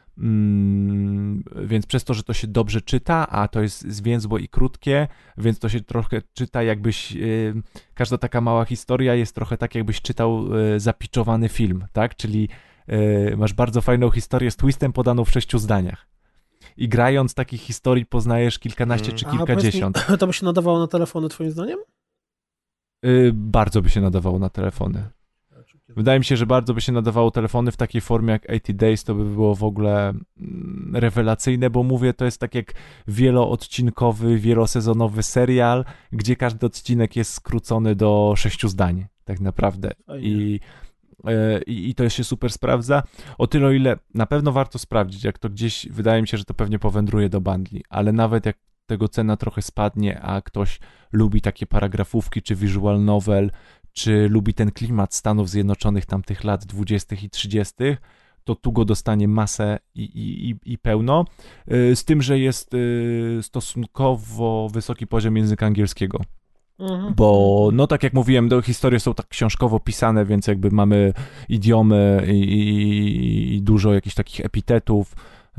Mm, więc przez to, że to się dobrze czyta, a to jest zwięzłe i krótkie, więc to się trochę czyta jakbyś, yy, każda taka mała historia jest trochę tak, jakbyś czytał yy, zapiczowany film, tak? Czyli yy, masz bardzo fajną historię z twistem podaną w sześciu zdaniach. I grając takich historii poznajesz kilkanaście Mm. czy A, kilkadziesiąt. powiedz mi, to by się nadawało na telefony twoim zdaniem? Yy, bardzo by się nadawało na telefony. Wydaje mi się, że bardzo by się nadawało telefony w takiej formie jak osiemdziesiąt Days, to by było w ogóle rewelacyjne, bo mówię, to jest tak jak wieloodcinkowy, wielosezonowy serial, gdzie każdy odcinek jest skrócony do sześciu zdań, tak naprawdę. I, i, I to się super sprawdza. O tyle, o ile na pewno warto sprawdzić, jak to gdzieś, wydaje mi się, że to pewnie powędruje do bundli, ale nawet jak tego cena trochę spadnie, a ktoś lubi takie paragrafówki czy visual novel, czy lubi ten klimat Stanów Zjednoczonych tamtych lat dwudziestych i trzydziestych, to tu go dostanie masę i, i, i pełno. Z tym, że jest stosunkowo wysoki poziom języka angielskiego. Mhm. Bo, no tak jak mówiłem, do historie są tak książkowo pisane, więc jakby mamy idiomy i, i, i dużo jakichś takich epitetów, e,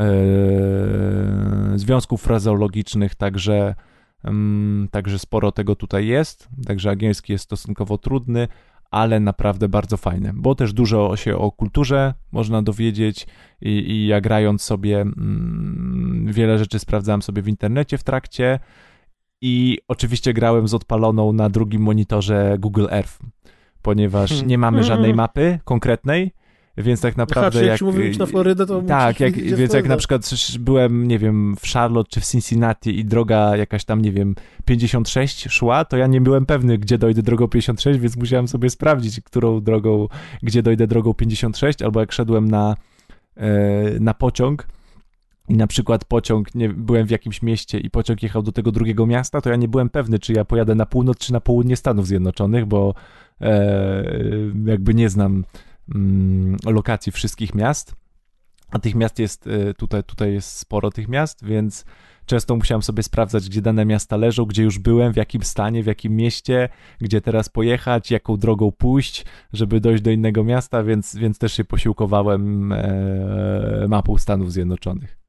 związków frazeologicznych, także Um, także sporo tego tutaj jest, także angielski jest stosunkowo trudny, ale naprawdę bardzo fajny, bo też dużo się o kulturze można dowiedzieć i, i ja grając sobie um, wiele rzeczy sprawdzałem sobie w internecie w trakcie i oczywiście grałem z odpaloną na drugim monitorze Google Earth, ponieważ Hmm. nie mamy Hmm. żadnej mapy konkretnej, więc tak naprawdę Aha, jak, jak... ci mówię iść na Florydę, to tak, jak, musisz więc jak na przykład byłem, nie wiem, w Charlotte czy w Cincinnati i droga jakaś tam, nie wiem, pięćdziesiąt sześć szła, to ja nie byłem pewny, gdzie dojdę drogą pięćdziesiąt sześć, więc musiałem sobie sprawdzić, którą drogą, gdzie dojdę drogą pięćdziesiąt sześć, albo jak szedłem na, e, na pociąg i na przykład pociąg, nie, byłem w jakimś mieście i pociąg jechał do tego drugiego miasta, to ja nie byłem pewny, czy ja pojadę na północ, czy na południe Stanów Zjednoczonych, bo e, jakby nie znam mm, lokacji wszystkich miast, a tych miast jest, e, tutaj, tutaj jest sporo tych miast, więc często musiałem sobie sprawdzać, gdzie dane miasta leżą, gdzie już byłem, w jakim stanie, w jakim mieście, gdzie teraz pojechać, jaką drogą pójść, żeby dojść do innego miasta, więc, więc też się posiłkowałem e, mapą Stanów Zjednoczonych.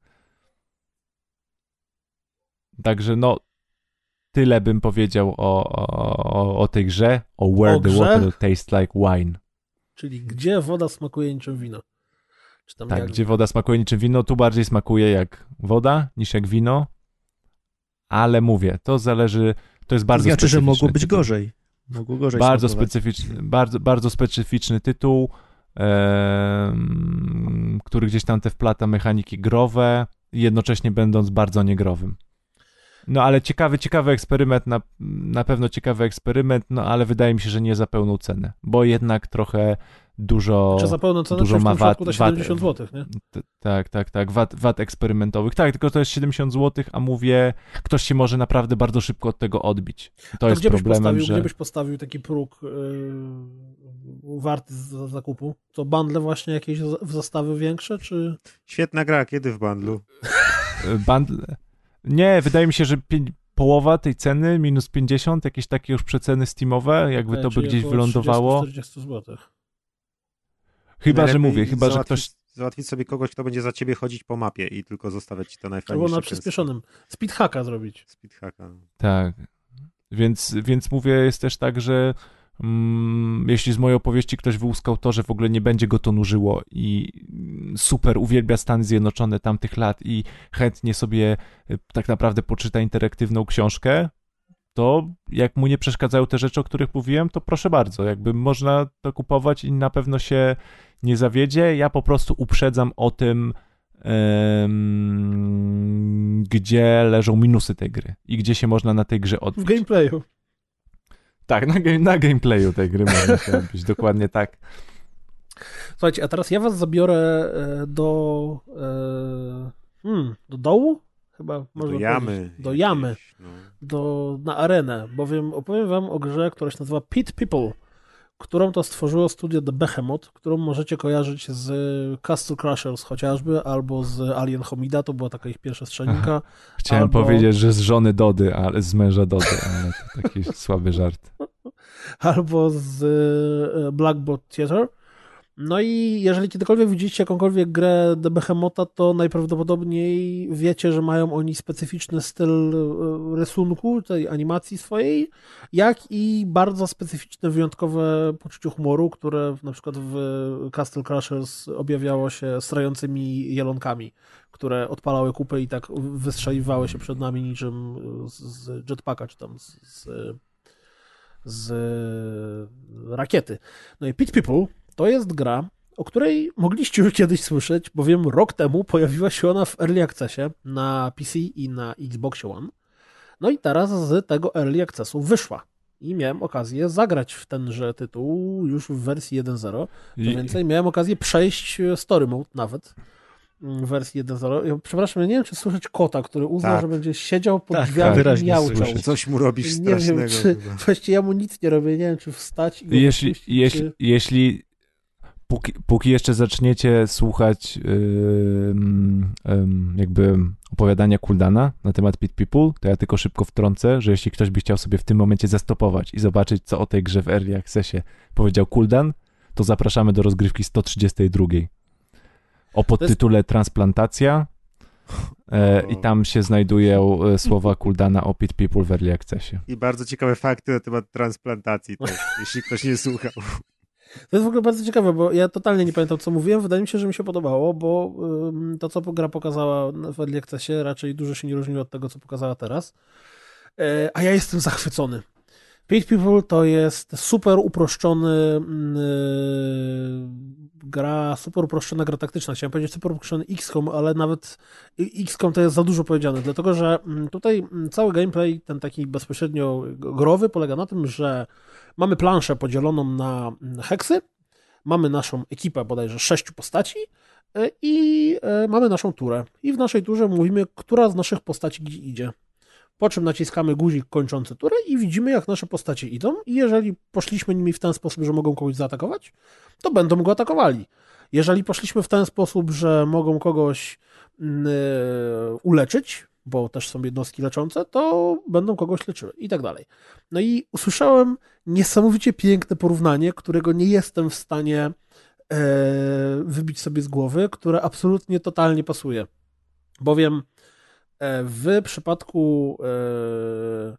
Także no, tyle bym powiedział o, o, o tej grze, o Where O the grze? Water Tastes Like Wine. Czyli gdzie woda smakuje niczym wino. Czy tam Tak, jak... gdzie woda smakuje niczym wino, tu bardziej smakuje jak woda niż jak wino, ale mówię, to zależy, to jest bardzo To znaczy, że specyficzny mogło być tytuł. gorzej. Mogło gorzej Bardzo smakować. specyficzny, bardzo, bardzo specyficzny tytuł, em, który gdzieś tam te wplata mechaniki growe, jednocześnie będąc bardzo niegrowym. No ale ciekawy, ciekawy eksperyment, na, na pewno ciekawy eksperyment, no ale wydaje mi się, że nie za pełną cenę, bo jednak trochę dużo... Czy za pełną cenę, dużo czy w ma tym przypadku wat- to siedemdziesiąt złotych, nie? T- tak, tak, tak, wad, wad eksperymentowych. Tak, tylko to jest siedemdziesiąt złotych, a mówię, ktoś się może naprawdę bardzo szybko od tego odbić. To To jest gdzie byś, problemem, postawił, że... gdzie byś postawił taki próg yy, warty za zakupu? To bundle właśnie jakieś za- w zastawy większe, czy... Świetna gra, kiedy w bundlu? Bundle... Nie, wydaje mi się, że pię- połowa tej ceny, minus pięćdziesiąt, jakieś takie już przeceny steamowe, jakby to by Czyli gdzieś około wylądowało. trzydzieści czterdzieści złotych. Chyba, że Najlepiej mówię, chyba, że załatwić, ktoś... Załatwić sobie kogoś, kto będzie za ciebie chodzić po mapie i tylko zostawiać ci to najfajniejsze. Albo na kwestie. przyspieszonym. Speedhacka zrobić. Speedhacka. Tak, więc, więc mówię, jest też tak, że mm, jeśli z mojej opowieści ktoś wyłuskał to, że w ogóle nie będzie go to nużyło i super uwielbia Stany Zjednoczone tamtych lat i chętnie sobie y, tak naprawdę poczyta interaktywną książkę, to jak mu nie przeszkadzają te rzeczy, o których mówiłem, to proszę bardzo, jakby można to kupować i na pewno się nie zawiedzie. Ja po prostu uprzedzam o tym, ym, gdzie leżą minusy tej gry i gdzie się można na tej grze W odbić. gameplayu. Tak, na, game, na gameplayu tej gry można się odbić, dokładnie tak. Słuchajcie, a teraz ja was zabiorę e, do e, hmm, do dołu? Chyba można Do jamy. powiedzieć. Do jakieś, jamy. No. Do, na arenę, bowiem opowiem wam o grze, która się nazywa Pit People, którą to stworzyło studio The Behemoth, którą możecie kojarzyć z Castle Crashers chociażby, albo z Alien Homida, to była taka ich pierwsza strzelanka. Chciałem Albo- powiedzieć, że z żony Dody, ale z męża Dody, ale to taki słaby żart. Albo z e, Blackboard Theatre. No i jeżeli kiedykolwiek widzicie jakąkolwiek grę The Behemotha, to najprawdopodobniej wiecie, że mają oni specyficzny styl e, rysunku, tej animacji swojej, jak i bardzo specyficzne, wyjątkowe poczucie humoru, które na przykład w Castle Crashers objawiało się strającymi jelonkami, które odpalały kupę i tak wystrzeliwały się przed nami niczym z, z jetpacka, czy tam z, z, z rakiety. No i Pit People to jest gra, o której mogliście już kiedyś słyszeć, bowiem rok temu pojawiła się ona w Early Accessie na P C i na Xboxie One. No i teraz z tego Early Accessu wyszła. I miałem okazję zagrać w tenże tytuł już w wersji jeden zero. Co I- więcej, miałem okazję przejść Story Mode nawet w wersji jeden zero. Ja, przepraszam, ja nie wiem, czy słyszeć kota, który uznał, Tak. że będzie siedział pod Tak, drzwiami i wyraźnie miauczał. słyszę. Coś mu robisz Nie strasznego. wiem, czy chyba. właściwie ja mu nic nie robię, nie wiem, czy wstać i go Jeśli, wypuścić, jeśli, czy... jeśli póki, póki jeszcze zaczniecie słuchać ym, ym, jakby opowiadania Kuldana na temat Pit People, to ja tylko szybko wtrącę, że jeśli ktoś by chciał sobie w tym momencie zastopować i zobaczyć, co o tej grze w Early Accessie powiedział Kuldan, to zapraszamy do rozgrywki sto trzydziestej drugiej. O podtytule Transplantacja e, i tam się znajdują e, słowa Kuldana o Pit People w Early Accessie. I bardzo ciekawe fakty na temat transplantacji też, jeśli ktoś nie słuchał. To jest w ogóle bardzo ciekawe, bo ja totalnie nie pamiętam, co mówiłem. Wydaje mi się, że mi się podobało, bo ym, to, co gra pokazała w Early Accessie, raczej dużo się nie różniło od tego, co pokazała teraz. E, a ja jestem zachwycony. Pit People to jest super uproszczony yy, gra, super uproszczona gra taktyczna. Chciałem powiedzieć super uproszczony X COM, ale nawet X COM to jest za dużo powiedziane, dlatego że tutaj cały gameplay, ten taki bezpośrednio growy, polega na tym, że mamy planszę podzieloną na heksy, mamy naszą ekipę bodajże sześciu postaci i mamy naszą turę. I w naszej turze mówimy, która z naszych postaci gdzie idzie. Po czym naciskamy guzik kończący turę i widzimy, jak nasze postacie idą i jeżeli poszliśmy nimi w ten sposób, że mogą kogoś zaatakować, to będą go atakowali. Jeżeli poszliśmy w ten sposób, że mogą kogoś yy, uleczyć, bo też są jednostki leczące, to będą kogoś leczyły i tak dalej. No i usłyszałem niesamowicie piękne porównanie, którego nie jestem w stanie yy, wybić sobie z głowy, które absolutnie totalnie pasuje. Bowiem w przypadku e,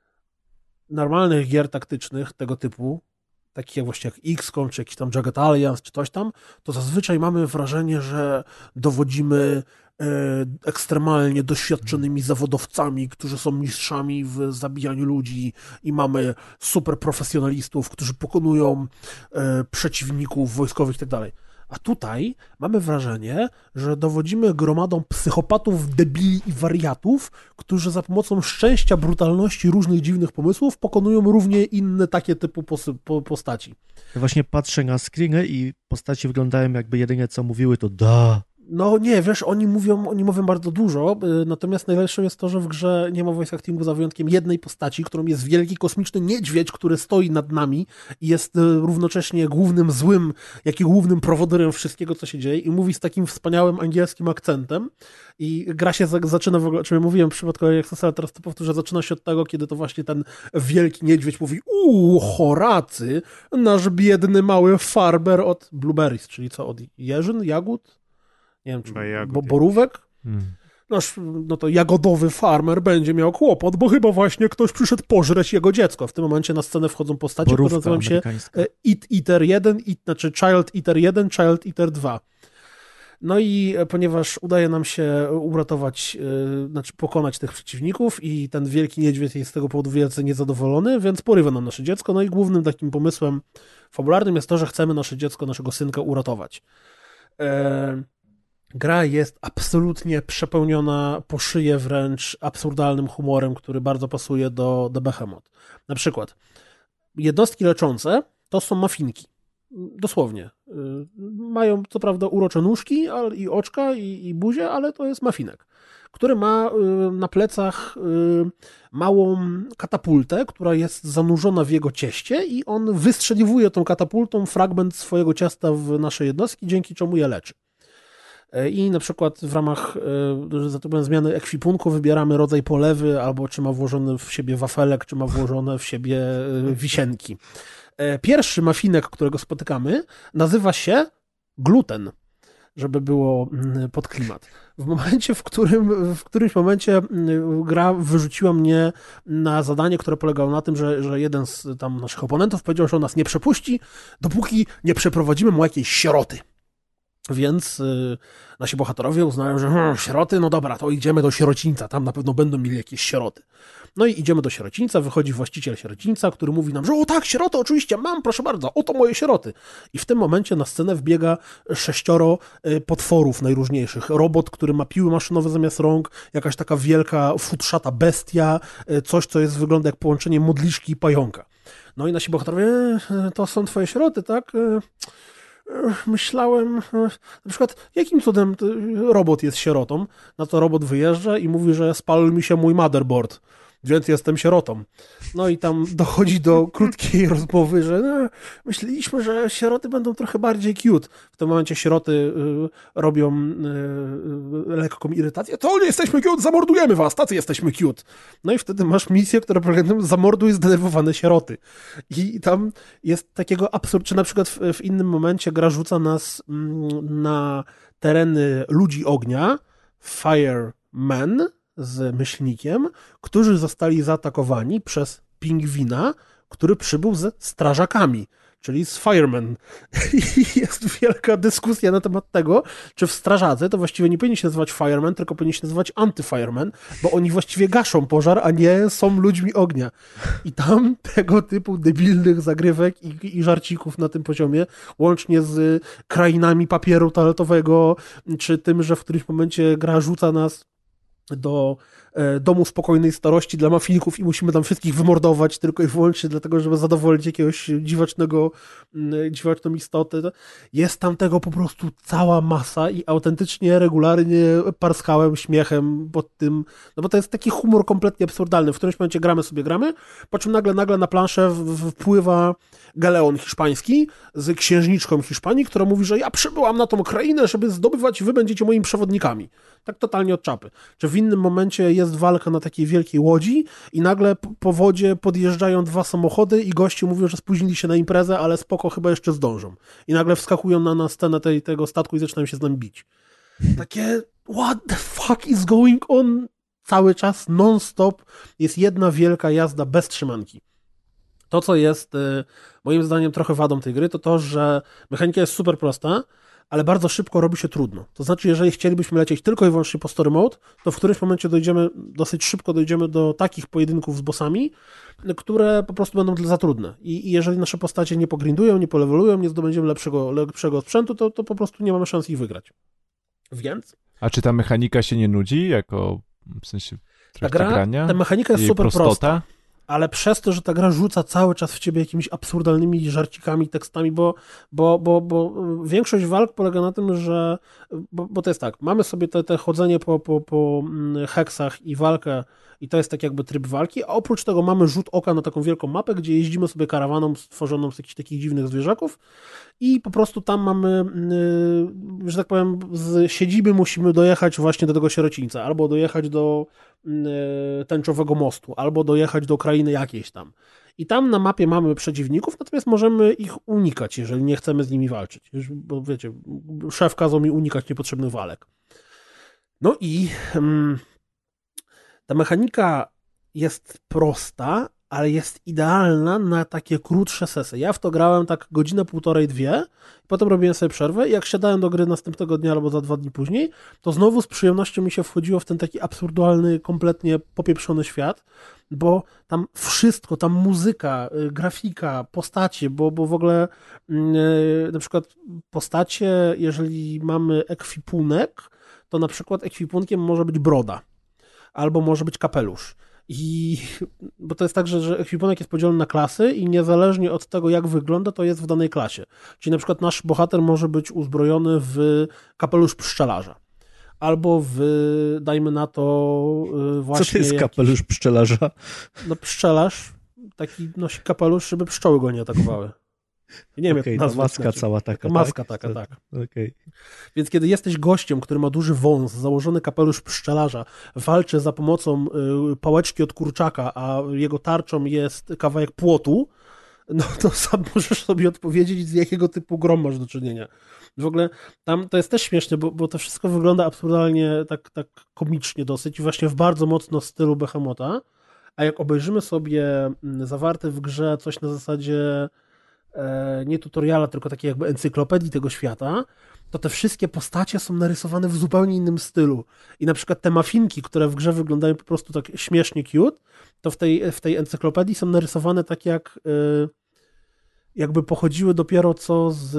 normalnych gier taktycznych tego typu, takich jak właśnie jak X COM, czy jakiś tam Jagged Alliance, czy coś tam, to zazwyczaj mamy wrażenie, że dowodzimy e, ekstremalnie doświadczonymi zawodowcami, którzy są mistrzami w zabijaniu ludzi i mamy super profesjonalistów, którzy pokonują e, przeciwników wojskowych i tak dalej. A tutaj mamy wrażenie, że dowodzimy gromadą psychopatów, debili i wariatów, którzy za pomocą szczęścia, brutalności, różnych dziwnych pomysłów pokonują równie inne takie typu posy- po- postaci. Ja właśnie patrzę na screeny i postaci wyglądają jakby jedynie co mówiły to da. No nie, wiesz, oni mówią, oni mówią bardzo dużo, natomiast najlepsze jest to, że w grze nie ma voice actingu za wyjątkiem jednej postaci, którą jest wielki kosmiczny niedźwiedź, który stoi nad nami i jest równocześnie głównym złym, jak i głównym prowodyrem wszystkiego, co się dzieje i mówi z takim wspaniałym angielskim akcentem i gra się za, zaczyna w ogóle, o czym ja mówiłem w przypadku Accessa, teraz to powtórzę, zaczyna się od tego, kiedy to właśnie ten wielki niedźwiedź mówi uuu, Horacy, nasz biedny mały farmer od blueberries, czyli co, od jeżyn, jagód? Nie wiem, czy bo, borówek? Hmm. Nasz, no to jagodowy farmer będzie miał kłopot, bo chyba właśnie ktoś przyszedł pożreć jego dziecko. W tym momencie na scenę wchodzą postacie, Borówka które nazywają się Eat Eater jeden, eat, znaczy Child Eater jeden, Child Eater dwa. No i ponieważ udaje nam się uratować, yy, znaczy pokonać tych przeciwników i ten wielki niedźwiedź jest z tego powodu wielce niezadowolony, więc porywa nam nasze dziecko. No i głównym takim pomysłem fabularnym jest to, że chcemy nasze dziecko, naszego synka uratować. Yy, Gra jest absolutnie przepełniona po szyję wręcz absurdalnym humorem, który bardzo pasuje do, do Behemoth. Na przykład jednostki leczące to są mafinki. Dosłownie. Mają co prawda urocze nóżki i oczka i, i buzię, ale to jest mafinek, który ma na plecach małą katapultę, która jest zanurzona w jego cieście i on wystrzeliwuje tą katapultą fragment swojego ciasta w nasze jednostki, dzięki czemu je leczy. I na przykład w ramach za to zmiany ekwipunku wybieramy rodzaj polewy, albo czy ma włożony w siebie wafelek, czy ma włożone w siebie wisienki. Pierwszy mafinek, którego spotykamy, nazywa się gluten, żeby było pod klimat. W momencie, w którym w którymś momencie gra wyrzuciła mnie na zadanie, które polegało na tym, że, że jeden z tam naszych oponentów powiedział, że on nas nie przepuści, dopóki nie przeprowadzimy mu jakiejś sieroty. Więc y, nasi bohaterowie uznają, że hmm, sieroty, no dobra, to idziemy do sierocińca, tam na pewno będą mieli jakieś sieroty. No i idziemy do sierocińca, wychodzi właściciel sierocińca, który mówi nam, że o tak, sieroty oczywiście mam, proszę bardzo, oto moje sieroty. I w tym momencie na scenę wbiega sześcioro y, potworów najróżniejszych. Robot, który ma piły maszynowe zamiast rąk, jakaś taka wielka, futrzata bestia, y, coś, co jest wygląda jak połączenie modliszki i pająka. No i nasi bohaterowie, y, to są twoje sieroty, tak? Y, Myślałem, na przykład, jakim cudem robot jest sierotą, na to robot wyjeżdża i mówi, że spalił mi się mój motherboard, więc jestem sierotą. No i tam dochodzi do krótkiej rozmowy, że no, myśleliśmy, że sieroty będą trochę bardziej cute. W tym momencie sieroty y, robią y, lekką irytację. To nie jesteśmy cute, zamordujemy was, tacy jesteśmy cute. No i wtedy masz misję, która polega na tym, zamorduj zdenerwowane sieroty. I tam jest takiego absurdu, czy na przykład w, w innym momencie gra rzuca nas mm, na tereny ludzi ognia, Firemen, z myślnikiem, którzy zostali zaatakowani przez pingwina, który przybył ze strażakami. czyli z Fireman. I jest wielka dyskusja na temat tego, czy w strażacy to właściwie nie powinni się nazywać Fireman, tylko powinni się nazywać Anty-Fireman, bo oni właściwie gaszą pożar, a nie są ludźmi ognia. I tam tego typu debilnych zagrywek i, i żarcików na tym poziomie, łącznie z krainami papieru toaletowego, czy tym, że w którymś momencie gra rzuca nas do e, domu spokojnej starości dla mafijków i musimy tam wszystkich wymordować tylko i wyłącznie dlatego, żeby zadowolić jakiegoś dziwacznego, m, dziwaczną istotę. Jest tam tego po prostu cała masa i autentycznie, regularnie parskałem śmiechem pod tym, no bo to jest taki humor kompletnie absurdalny. W którymś momencie gramy sobie, gramy, po czym nagle, nagle na planszę w, wpływa galeon hiszpański z księżniczką Hiszpanii, która mówi, że ja przybyłam na tą krainę, żeby zdobywać, wy będziecie moimi przewodnikami. Tak totalnie od czapy. Czy w innym momencie jest walka na takiej wielkiej łodzi i nagle po wodzie podjeżdżają dwa samochody i goście mówią, że spóźnili się na imprezę, ale spoko, chyba jeszcze zdążą. I nagle wskakują na, na scenę tej, tego statku i zaczynają się z nami bić. Takie, what the fuck is going on? Cały czas, non-stop jest jedna wielka jazda bez trzymanki. To, co jest y, moim zdaniem trochę wadą tej gry, to to, że mechanika jest super prosta, ale bardzo szybko robi się trudno. To znaczy, jeżeli chcielibyśmy lecieć tylko i wyłącznie po story mode, to w którymś momencie dojdziemy, dosyć szybko dojdziemy do takich pojedynków z bossami, które po prostu będą za trudne. I, i jeżeli nasze postacie nie pogrindują, nie polewalują, nie zdobędziemy lepszego, lepszego sprzętu, to, to po prostu nie mamy szans ich wygrać. Więc... A czy ta mechanika się nie nudzi, jako w sensie ta gra, grania? Ta mechanika jest Jej super prostota? prosta. Ale przez to, że ta gra rzuca cały czas w ciebie jakimiś absurdalnymi żarcikami, tekstami, bo, bo, bo, bo większość walk polega na tym, że, bo, bo to jest tak, mamy sobie te, te chodzenie po, po, po heksach i walkę i to jest tak jakby tryb walki, a oprócz tego mamy rzut oka na taką wielką mapę, gdzie jeździmy sobie karawaną stworzoną z jakichś takich dziwnych zwierzaków i po prostu tam mamy, yy, że tak powiem, z siedziby musimy dojechać właśnie do tego sierocińca, albo dojechać do yy, tęczowego mostu, albo dojechać do krainy jakiejś tam. I tam na mapie mamy przeciwników, natomiast możemy ich unikać, jeżeli nie chcemy z nimi walczyć. Bo wiecie, szef kazał mi unikać niepotrzebnych walek. No i... Yy, Ta mechanika jest prosta, ale jest idealna na takie krótsze sesje. Ja w to grałem tak godzinę, półtorej, dwie, potem robiłem sobie przerwę i jak siadałem do gry następnego dnia albo za dwa dni później, to znowu z przyjemnością mi się wchodziło w ten taki absurdalny, kompletnie popieprzony świat, bo tam wszystko, tam muzyka, grafika, postacie, bo, bo w ogóle yy, na przykład postacie, jeżeli mamy ekwipunek, to na przykład ekwipunkiem może być broda. Albo może być kapelusz. I, bo to jest tak, że, że ekwipunek jest podzielony na klasy i niezależnie od tego, jak wygląda, to jest w danej klasie. Czyli na przykład nasz bohater może być uzbrojony w kapelusz pszczelarza. Albo w, dajmy na to właśnie... Co to jest jakiś, kapelusz pszczelarza? No pszczelarz taki nosi kapelusz, żeby pszczoły go nie atakowały. Nie wiem, okay, jak ta nazwać, maska znaczy. cała taka, Maska tak? taka, tak. Okay. Więc kiedy jesteś gościem, który ma duży wąs, założony kapelusz pszczelarza, walczy za pomocą y, pałeczki od kurczaka, a jego tarczą jest kawałek płotu, no to sam możesz sobie odpowiedzieć, z jakiego typu grom masz do czynienia. W ogóle tam to jest też śmieszne, bo, bo to wszystko wygląda absurdalnie tak, tak komicznie dosyć, właśnie w bardzo mocno stylu Behemota, a jak obejrzymy sobie zawarte w grze coś na zasadzie nie tutoriala, tylko takiej jakby encyklopedii tego świata, to te wszystkie postacie są narysowane w zupełnie innym stylu. I na przykład te mafinki, które w grze wyglądają po prostu tak śmiesznie cute, to w tej, w tej encyklopedii są narysowane tak jak jakby pochodziły dopiero co z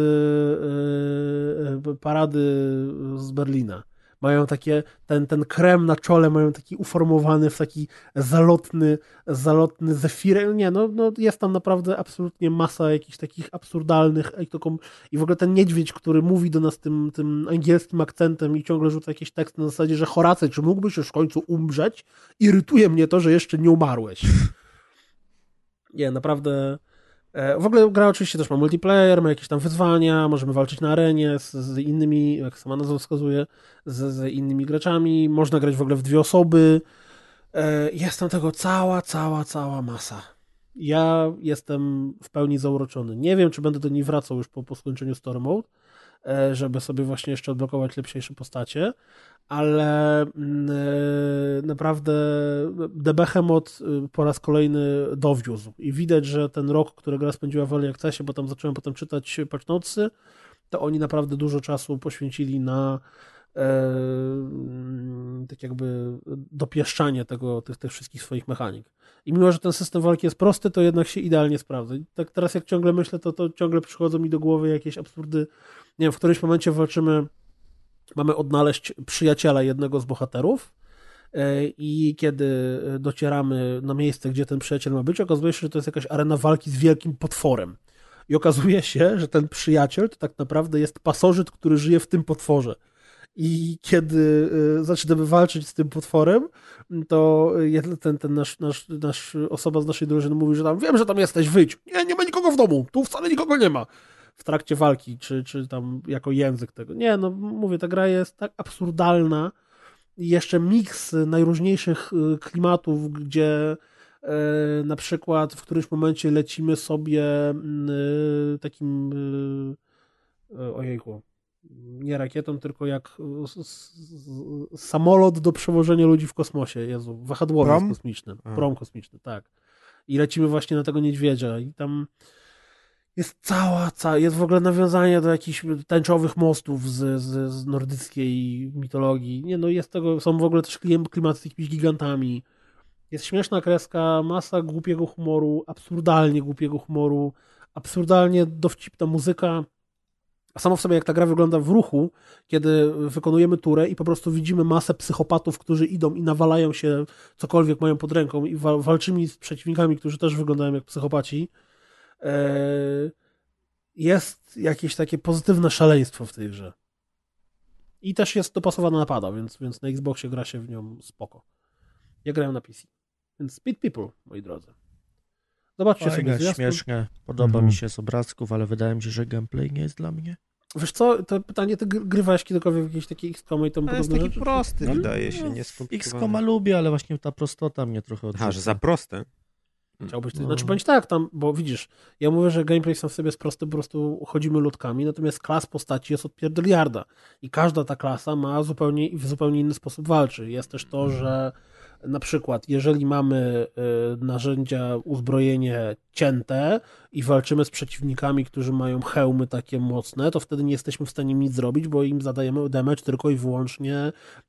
parady z Berlina. Mają takie, ten, ten krem na czole mają taki uformowany w taki zalotny, zalotny zefir. Nie, no, no jest tam naprawdę absolutnie masa jakichś takich absurdalnych i w ogóle ten niedźwiedź, który mówi do nas tym, tym angielskim akcentem i ciągle rzuca jakieś teksty na zasadzie, że Horacy, czy mógłbyś już w końcu umrzeć? Irytuje mnie to, że jeszcze nie umarłeś. Nie, naprawdę... W ogóle gra oczywiście też ma multiplayer, ma jakieś tam wyzwania, możemy walczyć na arenie z, z innymi, jak sama nazwa wskazuje, z, z innymi graczami, można grać w ogóle w dwie osoby. Jest tam tego cała, cała, cała masa. Ja jestem w pełni zauroczony. Nie wiem, czy będę do niej wracał już po, po skończeniu Story Mode, żeby sobie właśnie jeszcze odblokować lepsze postacie, ale naprawdę The Behemoth po raz kolejny dowiózł i widać, że ten rok, który gra spędziła w Early Accessie, bo tam zacząłem potem czytać patch notesy, to oni naprawdę dużo czasu poświęcili na e, tak jakby dopieszczanie tego, tych, tych wszystkich swoich mechanik. I mimo, że ten system walki jest prosty, to jednak się idealnie sprawdza. I tak teraz jak ciągle myślę, to, to ciągle przychodzą mi do głowy jakieś absurdy. Nie wiem, w którymś momencie walczymy, mamy odnaleźć przyjaciela jednego z bohaterów e, i kiedy docieramy na miejsce, gdzie ten przyjaciel ma być, okazuje się, że to jest jakaś arena walki z wielkim potworem. I okazuje się, że ten przyjaciel to tak naprawdę jest pasożyt, który żyje w tym potworze. I kiedy zaczynamy walczyć z tym potworem, to ten, ten nasz, nasz, nasz osoba z naszej drużyny mówi, że tam wiem, że tam jesteś, wyjdź. Nie, nie ma nikogo w domu, tu wcale nikogo nie ma. W trakcie walki, czy, czy tam jako język tego. Nie, no mówię, ta gra jest tak absurdalna. I jeszcze miks najróżniejszych klimatów, gdzie na przykład w którymś momencie lecimy sobie takim ojejku, nie rakietą, tylko jak samolot do przewożenia ludzi w kosmosie. Jezu, wahadłowiec Prom? kosmiczny. Prom kosmiczny, tak. I lecimy właśnie na tego niedźwiedzia i tam jest cała, cała jest w ogóle nawiązanie do jakichś tęczowych mostów z, z, z nordyckiej mitologii. Nie, no jest tego, są w ogóle też klimaty z jakimiś gigantami. Jest śmieszna kreska, masa głupiego humoru, absurdalnie głupiego humoru, absurdalnie dowcipna muzyka. A samo w sobie, jak ta gra wygląda w ruchu, kiedy wykonujemy turę i po prostu widzimy masę psychopatów, którzy idą i nawalają się cokolwiek mają pod ręką i wa- walczymy z przeciwnikami, którzy też wyglądają jak psychopaci, eee, jest jakieś takie pozytywne szaleństwo w tej grze. I też jest dopasowana na pada, więc, więc na Xboxie gra się w nią spoko. Ja grałem na P C. Więc Speed People, moi drodzy. Zobaczcie Fajne, sobie zwiastun. śmieszne. Podoba Mhm. mi się z obrazków, ale wydaje mi się, że gameplay nie jest dla mnie. Wiesz co, to pytanie, ty gr- grywałeś kiedykolwiek w jakieś takie X COM i tam To jest podobne taki rzeczy? prosty, No, wydaje się, no, nieskomplikowany. X-Koma lubię, ale właśnie ta prostota mnie trochę odrzuca. Aha, że za proste. Chciałbyś, No. znaczy bądź tak tam, bo widzisz, ja mówię, że gameplay sam w sobie jest prosty, po prostu chodzimy ludkami, natomiast klas postaci jest od pierdoliarda i każda ta klasa ma zupełnie, w zupełnie inny sposób walczy. Jest też to, że na przykład, jeżeli mamy y, narzędzia, uzbrojenie cięte i walczymy z przeciwnikami, którzy mają hełmy takie mocne, to wtedy nie jesteśmy w stanie nic zrobić, bo im zadajemy damage tylko i wyłącznie y,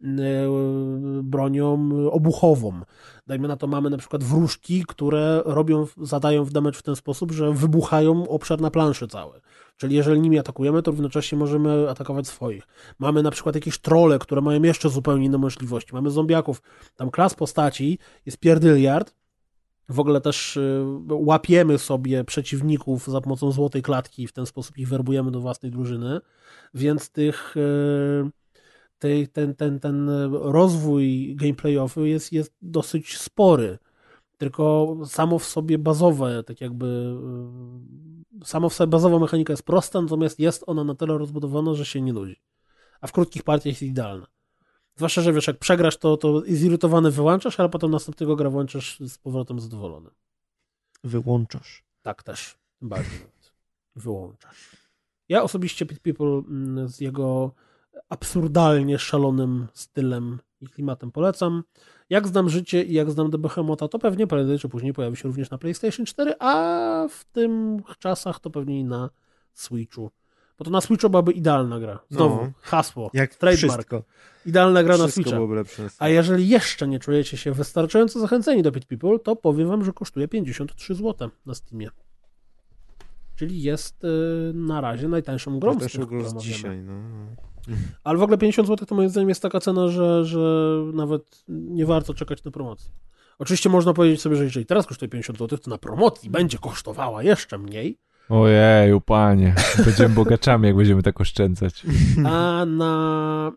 bronią obuchową. Dajmy na to, mamy na przykład wróżki, które robią, zadają w damage w ten sposób, że wybuchają obszar na planszy cały. Czyli jeżeli nimi atakujemy, to równocześnie możemy atakować swoich. Mamy na przykład jakieś trolle, które mają jeszcze zupełnie inne możliwości. Mamy zombiaków. Tam klas postaci jest pierdyliard. W ogóle też y, łapiemy sobie przeciwników za pomocą złotej klatki i w ten sposób ich werbujemy do własnej drużyny. Więc tych... Y, tej, ten, ten, ten rozwój gameplayowy jest, jest dosyć spory. Tylko samo w sobie bazowe, tak jakby samo w sobie bazowa mechanika jest prosta, natomiast jest ona na tyle rozbudowana, że się nie nudzi. A w krótkich partiach jest idealna. Zwłaszcza, że wiesz, jak przegrasz, to, to zirytowany wyłączasz, ale potem następnego gra włączasz z powrotem zadowolony. Wyłączasz. Tak też. Tym bardziej nawet. Wyłączasz. Ja osobiście Pit People z jego absurdalnie szalonym stylem i klimatem polecam. Jak znam życie i jak znam The Behemoth'a, to pewnie prędzej czy później pojawi się również na PlayStation cztery, a w tych czasach to pewnie i na Switchu. Bo to na Switchu byłaby idealna gra. Znowu, No. hasło, Jak trademark. wszystko. Idealna gra na Wszystko Switcha. byłoby lepsze na Switcha. A jeżeli jeszcze nie czujecie się wystarczająco zachęceni do Pit People, to powiem wam, że kosztuje pięćdziesiąt trzy złote na Steamie. Czyli jest yy, na razie najtańszą grą To z też tych, które ogólnie z omawiamy. dzisiaj, no. Ale w ogóle pięćdziesiąt złotych to moim zdaniem jest taka cena, że, że nawet nie warto czekać na promocję. Oczywiście można powiedzieć sobie, że jeżeli teraz kosztuje pięćdziesiąt złotych, to na promocji będzie kosztowała jeszcze mniej, Ojeju, panie. Będziemy bogaczami, jak będziemy tak oszczędzać. a na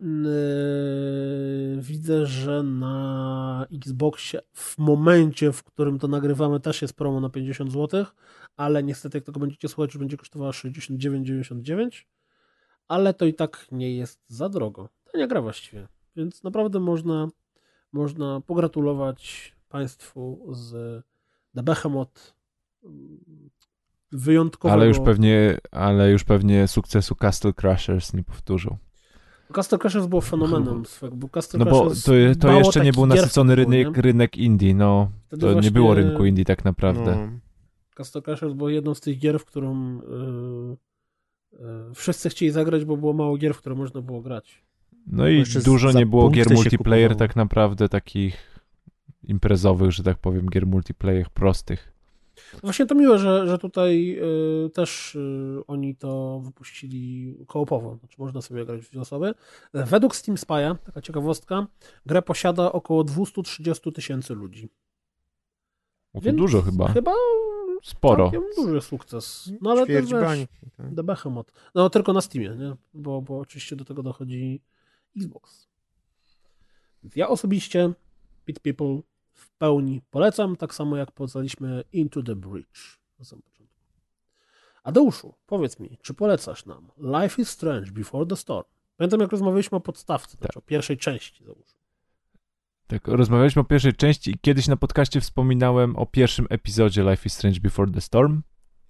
yy, widzę, że na Xboxie w momencie, w którym to nagrywamy, też jest promo na pięćdziesiąt złotych, ale niestety jak tego będziecie słuchać, już będzie kosztowała sześćdziesiąt dziewięć dziewięćdziesiąt dziewięć, ale to i tak nie jest za drogo. To nie gra właściwie, więc naprawdę można, można pogratulować Państwu z The Behemoth wyjątkowego... Ale już pewnie, ale już pewnie sukcesu Castle Crashers nie powtórzą. Castle Crashers było fenomenem swego, bo Castle No bo Crashers to, to jeszcze nie był nasycony było, rynek, nie? rynek indie, no. Wtedy To właśnie- nie było rynku indie tak naprawdę. No. Castle Crashers było jedną z tych gier, w którą yy, yy, wszyscy chcieli zagrać, bo było mało gier, w które można było grać. No i Jeszcze dużo za nie było punkty gier się multiplayer kupowało. tak naprawdę takich imprezowych, że tak powiem, gier multiplayer prostych. Właśnie to miłe, że, że tutaj y, też y, oni to wypuścili koopowo, znaczy można sobie grać w dwie osoby. Według Steam Spy'a, taka ciekawostka, grę posiada około dwieście trzydzieści tysięcy ludzi. O, to Więc dużo chyba. Chyba Sporo. całkiem duży sukces. No ale to Ćwierć wiesz, bańki. Tak. The Behemoth. No tylko na Steamie, nie? Bo, bo oczywiście do tego dochodzi Xbox. Więc ja osobiście Pit People w pełni polecam, tak samo jak polecaliśmy Into the Breach na samym początku. Adeuszu, powiedz mi, czy polecasz nam Life is Strange Before the Storm? Pamiętam, jak rozmawialiśmy o podstawce, znaczy o pierwszej części, załóżmy. Tak, rozmawialiśmy o pierwszej części i kiedyś na podcaście wspominałem o pierwszym epizodzie Life is Strange Before the Storm.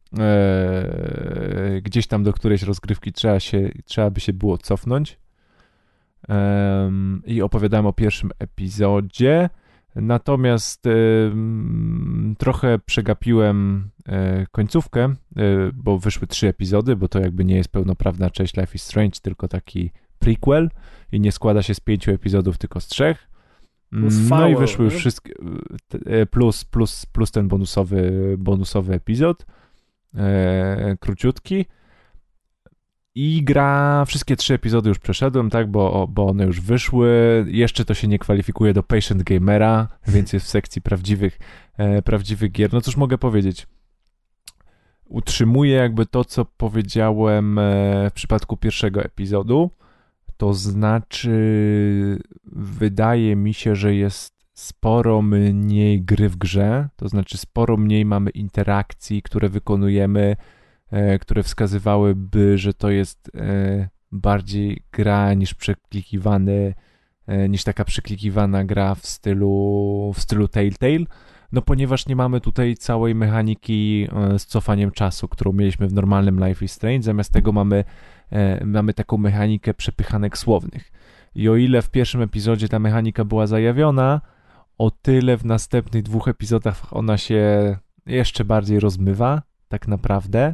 Eee, gdzieś tam do którejś rozgrywki trzeba, się, trzeba by się było cofnąć. Eee, I opowiadałem o pierwszym epizodzie. Natomiast e, trochę przegapiłem e, końcówkę, e, bo wyszły trzy epizody, bo to jakby nie jest pełnoprawna część Life is Strange, tylko taki prequel i nie składa się z pięciu epizodów, tylko z trzech. Plus No Foul, i wyszły nie? wszystkie, e, plus, plus, plus ten bonusowy, bonusowy epizod, e, króciutki. I gra, wszystkie trzy epizody już przeszedłem, tak, bo, bo one już wyszły. Jeszcze to się nie kwalifikuje do Patient Gamera, więc jest w sekcji prawdziwych, e, prawdziwych gier. No cóż mogę powiedzieć? Utrzymuję jakby to, co powiedziałem e, w przypadku pierwszego epizodu. To znaczy, wydaje mi się, że jest sporo mniej gry w grze, to znaczy sporo mniej mamy interakcji, które wykonujemy, które wskazywałyby, że to jest bardziej gra niż przeklikiwany, niż taka przeklikiwana gra w stylu, w stylu Telltale, no ponieważ nie mamy tutaj całej mechaniki z cofaniem czasu, którą mieliśmy w normalnym Life is Strange, zamiast tego mamy, mamy taką mechanikę przepychanek słownych. I o ile w pierwszym epizodzie ta mechanika była zajawiona, o tyle w następnych dwóch epizodach ona się jeszcze bardziej rozmywa, tak naprawdę.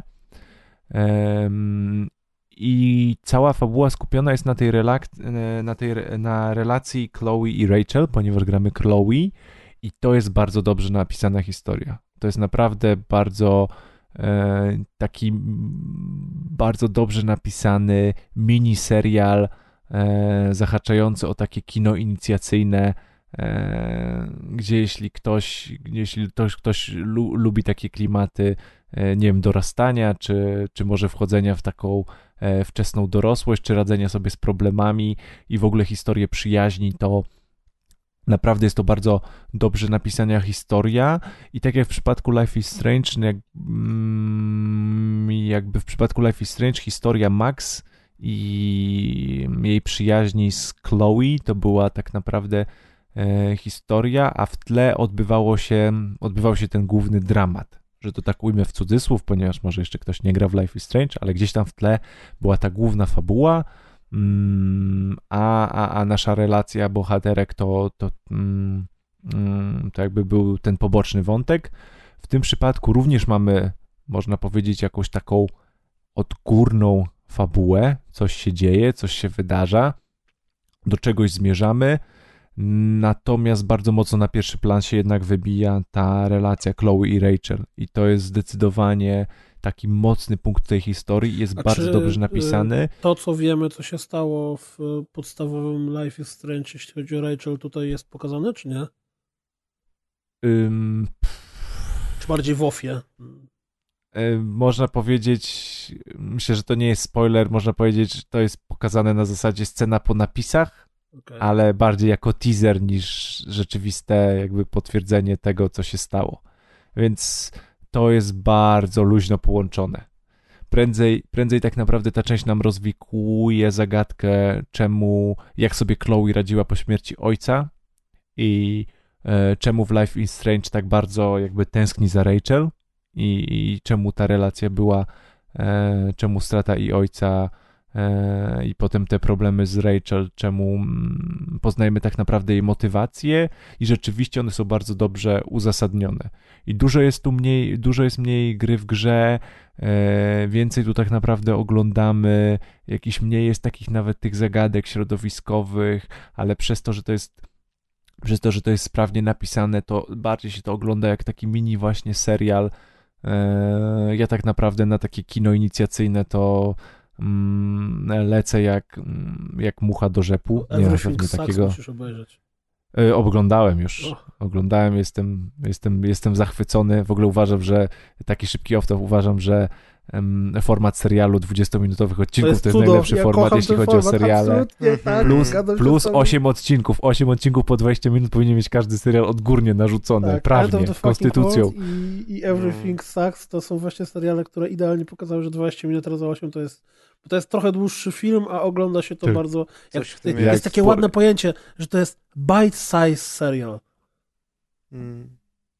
Um, I cała fabuła skupiona jest na tej, relak- na tej na relacji Chloe i Rachel, ponieważ gramy Chloe i to jest bardzo dobrze napisana historia. To jest naprawdę bardzo e, taki bardzo dobrze napisany mini serial e, zahaczający o takie kino inicjacyjne, e, gdzie jeśli ktoś, jeśli ktoś, ktoś lu, lubi takie klimaty, nie wiem, dorastania, czy, czy może wchodzenia w taką e, wczesną dorosłość, czy radzenia sobie z problemami i w ogóle historię przyjaźni, to naprawdę jest to bardzo dobrze napisana historia i tak jak w przypadku Life is Strange, jak, mm, jakby w przypadku Life is Strange historia Max i jej przyjaźni z Chloe to była tak naprawdę e, historia, a w tle odbywało się, odbywał się ten główny dramat. Że to tak ujmę w cudzysłów, ponieważ może jeszcze ktoś nie gra w Life is Strange, ale gdzieś tam w tle była ta główna fabuła, mm, a, a, a nasza relacja bohaterek to, to, mm, to jakby był ten poboczny wątek. W tym przypadku również mamy, można powiedzieć, jakąś taką odgórną fabułę, coś się dzieje, coś się wydarza, do czegoś zmierzamy. Natomiast bardzo mocno na pierwszy plan się jednak wybija ta relacja Chloe i Rachel i to jest zdecydowanie taki mocny punkt tej historii, jest A bardzo czy, dobrze napisany. To, co wiemy, co się stało w podstawowym Life is Strange, jeśli chodzi o Rachel, tutaj jest pokazane, czy nie? Ym, Czy bardziej w ofie? y, można powiedzieć, myślę, że to nie jest spoiler, można powiedzieć, że to jest pokazane na zasadzie scena po napisach, Okay. ale bardziej jako teaser niż rzeczywiste jakby potwierdzenie tego, co się stało. Więc to jest bardzo luźno połączone. Prędzej, prędzej tak naprawdę ta część nam rozwikłuje zagadkę, czemu, jak sobie Chloe radziła po śmierci ojca i e, czemu w Life is Strange tak bardzo jakby tęskni za Rachel i, i czemu ta relacja była, e, czemu strata i ojca e, i potem te problemy z Rachel, czemu mm, poznajemy tak naprawdę jej motywacje i rzeczywiście one są bardzo dobrze uzasadnione. I dużo jest tu mniej, dużo jest mniej gry w grze, e, więcej tu tak naprawdę oglądamy, jakiś mniej jest takich nawet tych zagadek środowiskowych, ale przez to, że to jest przez to, że to jest sprawnie napisane, to bardziej się to ogląda jak taki mini właśnie serial. E, ja tak naprawdę na takie kino inicjacyjne to mm, lecę jak, jak mucha do rzepu. Nie ma pewnie takiego. Musisz obejrzeć. E, oglądałem już. Oh. Oglądałem, jestem, jestem, jestem zachwycony. W ogóle uważam, że taki szybki off-top, uważam, że um, format serialu dwudziestominutowych odcinków to jest, to jest najlepszy ja format, jeśli chodzi format, o seriale. Tak, plus plus osiem odcinków. osiem odcinków po dwadzieścia minut powinien mieć każdy serial odgórnie narzucony, tak, prawnie, konstytucją. I, I Everything Sucks to są właśnie seriale, które idealnie pokazały, że dwadzieścia minut razy osiem to jest to jest trochę dłuższy film, a ogląda się to tak. bardzo... Jak, jest, jest takie spor... ładne pojęcie, że to jest bite-size serial. Hmm.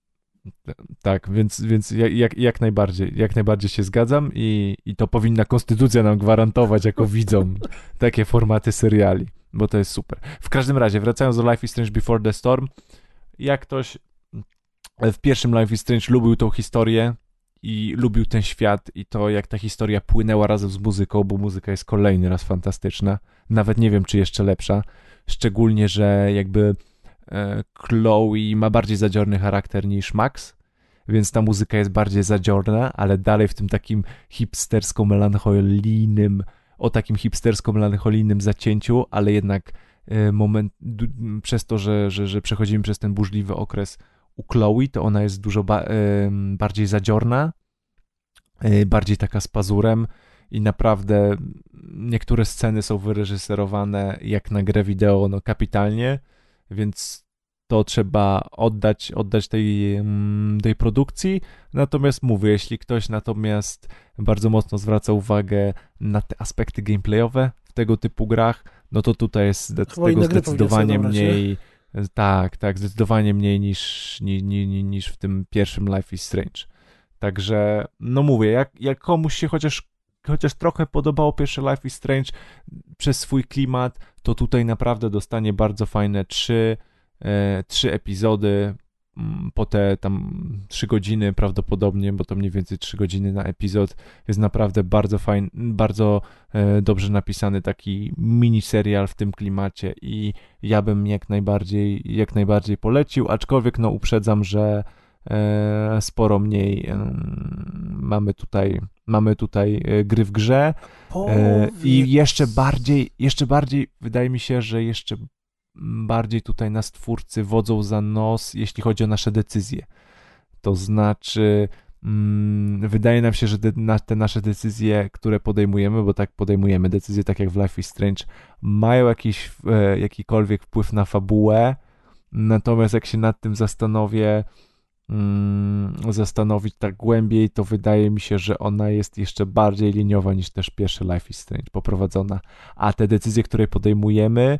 Tak, więc, więc jak, jak, najbardziej, jak najbardziej się zgadzam i, i to powinna konstytucja nam gwarantować jako widzom takie formaty seriali, bo to jest super. W każdym razie, wracając do Life is Strange Before the Storm, jak ktoś w pierwszym Life is Strange lubił tą historię i lubił ten świat i to, jak ta historia płynęła razem z muzyką, bo muzyka jest kolejny raz fantastyczna, nawet nie wiem, czy jeszcze lepsza, szczególnie, że jakby Chloe ma bardziej zadziorny charakter niż Max, więc ta muzyka jest bardziej zadziorna, ale dalej w tym takim hipstersko-melancholijnym, o takim hipstersko-melancholijnym zacięciu, ale jednak moment, przez to, że, że, że przechodzimy przez ten burzliwy okres u Chloe, to ona jest dużo ba- bardziej zadziorna, bardziej taka z pazurem i naprawdę niektóre sceny są wyreżyserowane jak na grę wideo, no kapitalnie, więc to trzeba oddać, oddać tej, tej produkcji. Natomiast mówię, jeśli ktoś natomiast bardzo mocno zwraca uwagę na te aspekty gameplayowe w tego typu grach, no to tutaj jest zdec- tego zdecydowanie mniej. Tak, tak, zdecydowanie mniej niż, niż, niż w tym pierwszym Life is Strange. Także, no mówię, jak, jak komuś się chociaż chociaż trochę podobało pierwsze Life is Strange przez swój klimat, to tutaj naprawdę dostanie bardzo fajne trzy, e, trzy epizody m, po te tam trzy godziny prawdopodobnie, bo to mniej więcej trzy godziny na epizod. Jest naprawdę bardzo fajny, bardzo e, dobrze napisany taki mini serial w tym klimacie i ja bym jak najbardziej, jak najbardziej polecił, aczkolwiek no uprzedzam, że e, sporo mniej e, mamy tutaj Mamy tutaj gry w grze e, i jeszcze bardziej, jeszcze bardziej wydaje mi się, że jeszcze bardziej tutaj nas twórcy wodzą za nos, jeśli chodzi o nasze decyzje. To znaczy mm, wydaje nam się, że de, na, te nasze decyzje, które podejmujemy, bo tak podejmujemy decyzje tak jak w Life is Strange, mają jakiś, e, jakikolwiek wpływ na fabułę, natomiast jak się nad tym zastanowię, zastanowić tak głębiej, to wydaje mi się, że ona jest jeszcze bardziej liniowa niż też pierwszy Life is Strange poprowadzona, a te decyzje, które podejmujemy,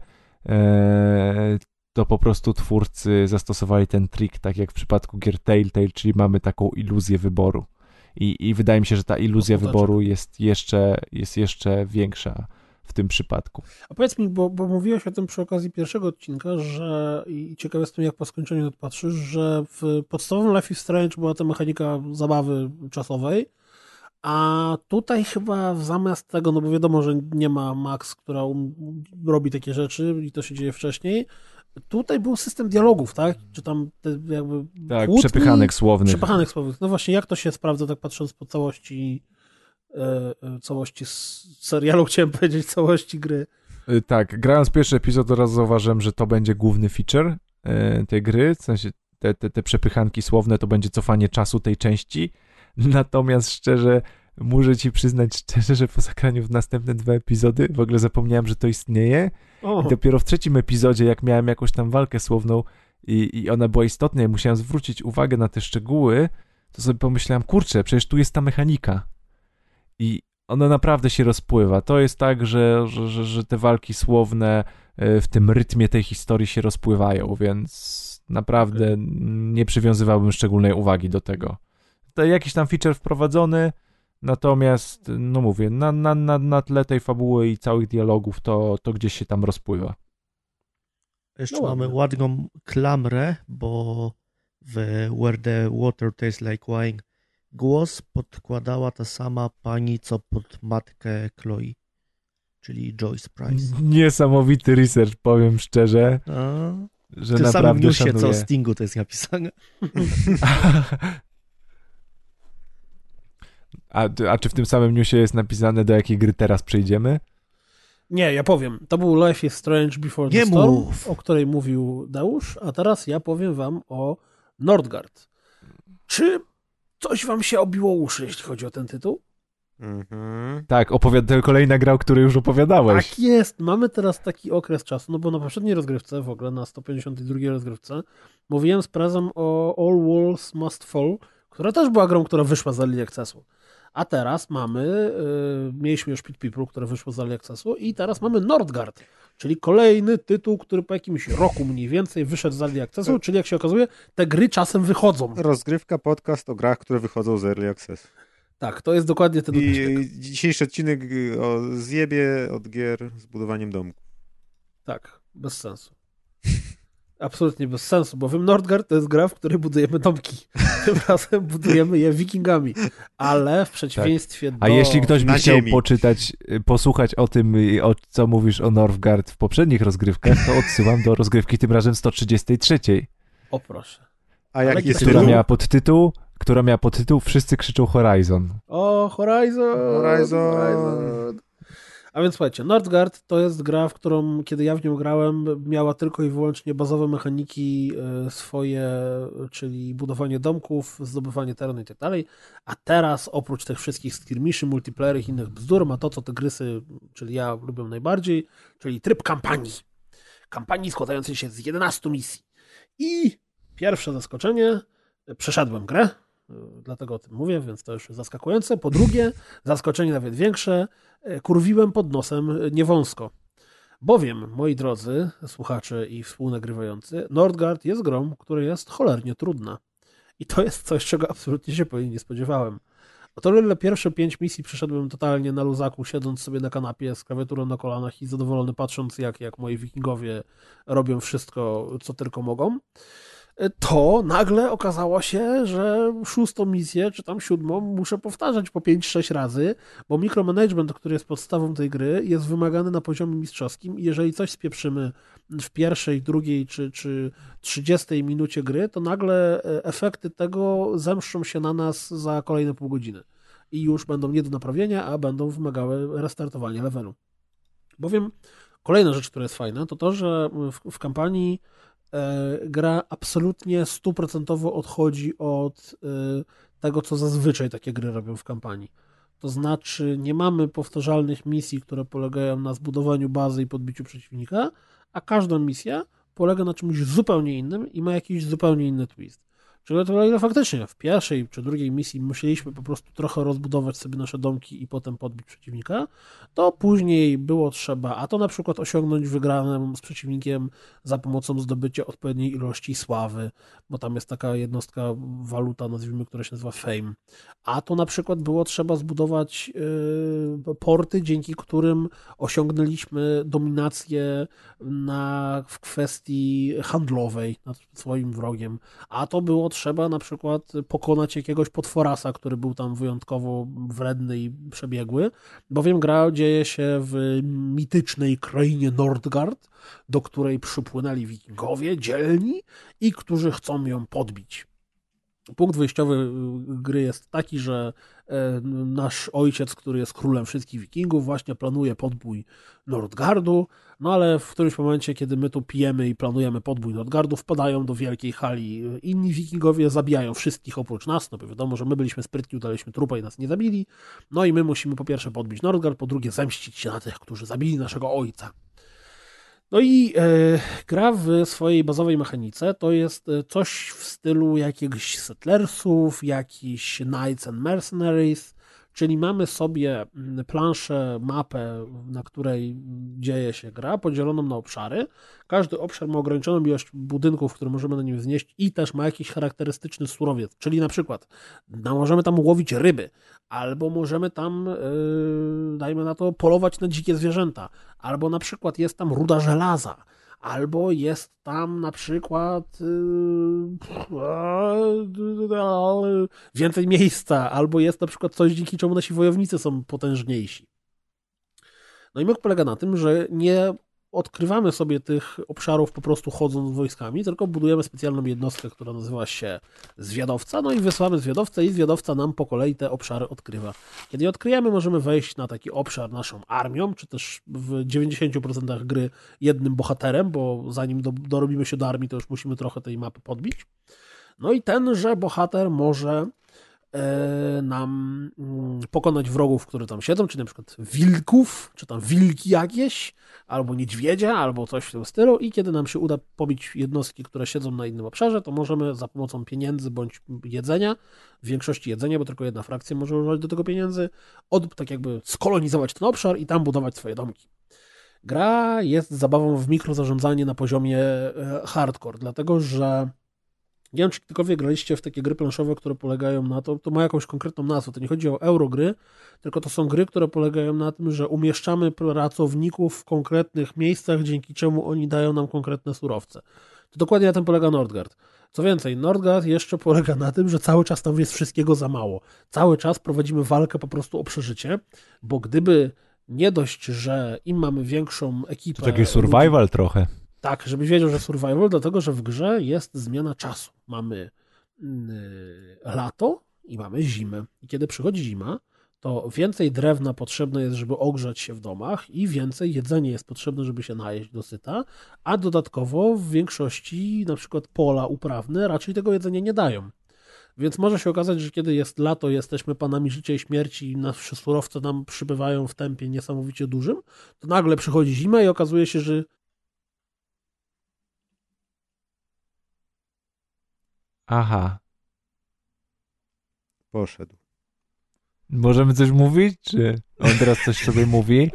to po prostu twórcy zastosowali ten trik, tak jak w przypadku gier Telltale, czyli mamy taką iluzję wyboru i, i wydaje mi się, że ta iluzja wyboru jest jeszcze, jest jeszcze większa w tym przypadku. A powiedz mi, bo, bo mówiłeś o tym przy okazji pierwszego odcinka, że i ciekawe jestem, jak po skończeniu to patrzysz, że w podstawowym Life is Strange była ta mechanika zabawy czasowej, a tutaj chyba zamiast tego, no bo wiadomo, że nie ma Max, która um, robi takie rzeczy i to się dzieje wcześniej, tutaj był system dialogów, tak? Czy tam te jakby tak, kłótni, przepychanek słownych. Przepychanek słownych. No właśnie, jak to się sprawdza, tak patrząc po całości całości serialu, chciałem powiedzieć, całości gry. Tak, grając pierwszy epizod od razu zauważyłem, że to będzie główny feature tej gry, w sensie te, te, te przepychanki słowne to będzie cofanie czasu tej części, natomiast szczerze muszę ci przyznać szczerze, że po zagraniu w następne dwa epizody w ogóle zapomniałem, że to istnieje o. I dopiero w trzecim epizodzie, jak miałem jakąś tam walkę słowną i, i ona była istotna i musiałem zwrócić uwagę na te szczegóły, to sobie pomyślałem, kurczę, przecież tu jest ta mechanika. I ona naprawdę się rozpływa. To jest tak, że, że, że te walki słowne w tym rytmie tej historii się rozpływają, więc naprawdę okay. nie przywiązywałbym szczególnej uwagi do tego. jest jakiś tam feature wprowadzony, natomiast, no mówię, na, na, na, na tle tej fabuły i całych dialogów to, to gdzieś się tam rozpływa. Jeszcze No mamy ładnie. ładną klamrę, bo w Where the Water Tastes Like Wine głos podkładała ta sama pani, co pod matkę Chloe, czyli Joyce Price. Niesamowity research, powiem szczerze, A, że w tym samym naprawdę newsie, co o szanuję. Stingu to jest napisane. A, a czy w tym samym newsie jest napisane, do jakiej gry teraz przejdziemy? Nie, ja powiem. To był Life is Strange Before Nie the Storm, mów. o której mówił Deusz, a teraz ja powiem wam o Nordgard. Czy coś wam się obiło uszy, jeśli chodzi o ten tytuł? Mhm. Tak, opowiada kolejna gra, o której już opowiadałeś. Tak jest. Mamy teraz taki okres czasu, no bo na poprzedniej rozgrywce, w ogóle na sto pięćdziesiątej drugiej rozgrywce, mówiłem z prezem o All Walls Must Fall, która też była grą, która wyszła z Early Accessu. A teraz mamy, yy, mieliśmy już Pit People, które wyszło z Early Accessu i teraz mamy Nordgard, czyli kolejny tytuł, który po jakimś roku mniej więcej wyszedł z Early Accessu, czyli jak się okazuje, te gry czasem wychodzą. Rozgrywka, podcast o grach, które wychodzą z Early Access. Tak, to jest dokładnie ten odcinek. I dzisiejszy odcinek o zjebie od gier z budowaniem domku. Tak, bez sensu. Absolutnie bez sensu, bowiem Nordgard to jest gra, w której budujemy domki. Tym razem budujemy je wikingami. Ale w przeciwieństwie A do... jeśli ktoś by Na chciał ziemi. poczytać, y, posłuchać o tym, y, o co mówisz o Nordgard w poprzednich rozgrywkach, to odsyłam do rozgrywki tym razem sto trzydziestej trzeciej, O proszę. A jaki Ale jest która tytuł? miała podtytuł, która miała podtytuł Wszyscy krzyczą Horizon. O, Horizon! Horizon. Horizon. A więc słuchajcie, Nordgard to jest gra, w którą, kiedy ja w nią grałem, miała tylko i wyłącznie bazowe mechaniki e, swoje, czyli budowanie domków, zdobywanie terenu i tak dalej, a teraz oprócz tych wszystkich skirmiszy, multiplayer i innych bzdur ma to, co te grysy, czyli ja lubię najbardziej, czyli tryb kampanii. Kampanii składającej się z jedenastu misji. I pierwsze zaskoczenie, przeszedłem grę, dlatego o tym mówię, więc to już jest zaskakujące. Po drugie, zaskoczenie nawet większe, kurwiłem pod nosem niewąsko. Bowiem, moi drodzy słuchacze i współnagrywający, Nordgard jest grą, która jest cholernie trudna. I to jest coś, czego absolutnie się po niej nie spodziewałem. O tyle pierwsze pięć misji przeszedłem totalnie na luzaku, siedząc sobie na kanapie z klawiaturą na kolanach i zadowolony patrząc, jak, jak moi wikingowie robią wszystko, co tylko mogą. To nagle okazało się, że szóstą misję, czy tam siódmą, muszę powtarzać po pięć sześć razy, bo mikromanagement, który jest podstawą tej gry, jest wymagany na poziomie mistrzowskim i jeżeli coś spieprzymy w pierwszej, drugiej czy, czy trzydziestej minucie gry, to nagle efekty tego zemszczą się na nas za kolejne pół godziny. I już będą nie do naprawienia, a będą wymagały restartowania levelu. Bowiem kolejna rzecz, która jest fajna, to to, że w, w kampanii gra absolutnie stuprocentowo odchodzi od tego, co zazwyczaj takie gry robią w kampanii. To znaczy nie mamy powtarzalnych misji, które polegają na zbudowaniu bazy i podbiciu przeciwnika, a każda misja polega na czymś zupełnie innym i ma jakiś zupełnie inny twist. Czyli to, o ile faktycznie w pierwszej czy drugiej misji musieliśmy po prostu trochę rozbudować sobie nasze domki i potem podbić przeciwnika, to później było trzeba, a to na przykład osiągnąć wygraną z przeciwnikiem za pomocą zdobycia odpowiedniej ilości sławy, bo tam jest taka jednostka, waluta, nazwijmy, która się nazywa Fame. A to na przykład było trzeba zbudować yy, porty, dzięki którym osiągnęliśmy dominację na, w kwestii handlowej nad swoim wrogiem. A to było trzeba na przykład pokonać jakiegoś potworasa, który był tam wyjątkowo wredny i przebiegły, bowiem gra dzieje się w mitycznej krainie Nordgard, do której przypłynęli wikingowie dzielni i którzy chcą ją podbić. Punkt wyjściowy gry jest taki, że nasz ojciec, który jest królem wszystkich wikingów, właśnie planuje podbój Nordgardu, no ale w którymś momencie, kiedy my tu pijemy i planujemy podbój Nordgardu, wpadają do wielkiej hali inni wikingowie, zabijają wszystkich oprócz nas, no bo wiadomo, że my byliśmy sprytni, udaliśmy trupa i nas nie zabili, no i my musimy po pierwsze podbić Nordgard, po drugie zemścić się na tych, którzy zabili naszego ojca. No i e, gra w swojej bazowej mechanice to jest coś w stylu jakichś Settlersów, jakichś Knights and Mercenaries, Czyli mamy sobie planszę, mapę, na której dzieje się gra, podzieloną na obszary. Każdy obszar ma ograniczoną ilość budynków, które możemy na nim wznieść i też ma jakiś charakterystyczny surowiec, czyli na przykład no, możemy tam łowić ryby, albo możemy tam, yy, dajmy na to, polować na dzikie zwierzęta, albo na przykład jest tam ruda żelaza, albo jest tam na przykład yy, więcej miejsca, albo jest na przykład coś, dzięki czemu nasi wojownicy są potężniejsi. No i myk polega na tym, że nie odkrywamy sobie tych obszarów po prostu chodząc wojskami, tylko budujemy specjalną jednostkę, która nazywa się zwiadowca, no i wysyłamy zwiadowcę i zwiadowca nam po kolei te obszary odkrywa. Kiedy je odkryjemy, możemy wejść na taki obszar naszą armią, czy też w dziewięćdziesiąt procent gry jednym bohaterem, bo zanim do, dorobimy się do armii, to już musimy trochę tej mapy podbić. No i tenże bohater może nam pokonać wrogów, które tam siedzą, czy na przykład wilków, czy tam wilki jakieś, albo niedźwiedzia, albo coś w tym stylu i kiedy nam się uda pobić jednostki, które siedzą na innym obszarze, to możemy za pomocą pieniędzy bądź jedzenia, w większości jedzenia, bo tylko jedna frakcja może używać do tego pieniędzy, od, tak jakby skolonizować ten obszar i tam budować swoje domki. Gra jest zabawą w mikrozarządzanie na poziomie hardcore, dlatego że nie wiem, czy kiedykolwiek graliście w takie gry planszowe, które polegają na to, to ma jakąś konkretną nazwę, to nie chodzi o eurogry, tylko to są gry, które polegają na tym, że umieszczamy pracowników w konkretnych miejscach, dzięki czemu oni dają nam konkretne surowce. To dokładnie na tym polega Nordgard. Co więcej, Nordgard jeszcze polega na tym, że cały czas tam jest wszystkiego za mało. Cały czas prowadzimy walkę po prostu o przeżycie, bo gdyby nie dość, że im mamy większą ekipę... To taki survival ludzi, trochę. Tak, żebyś wiedział, że survival, dlatego że w grze jest zmiana czasu. Mamy yy, lato i mamy zimę. I kiedy przychodzi zima, to więcej drewna potrzebne jest, żeby ogrzać się w domach i więcej jedzenia jest potrzebne, żeby się najeść dosyta, a dodatkowo w większości na przykład pola uprawne raczej tego jedzenia nie dają. Więc może się okazać, że kiedy jest lato, jesteśmy panami życia i śmierci i nasze surowce nam przybywają w tempie niesamowicie dużym, to nagle przychodzi zima i okazuje się, że Aha. Poszedł. Możemy coś mówić, czy on teraz coś sobie mówi?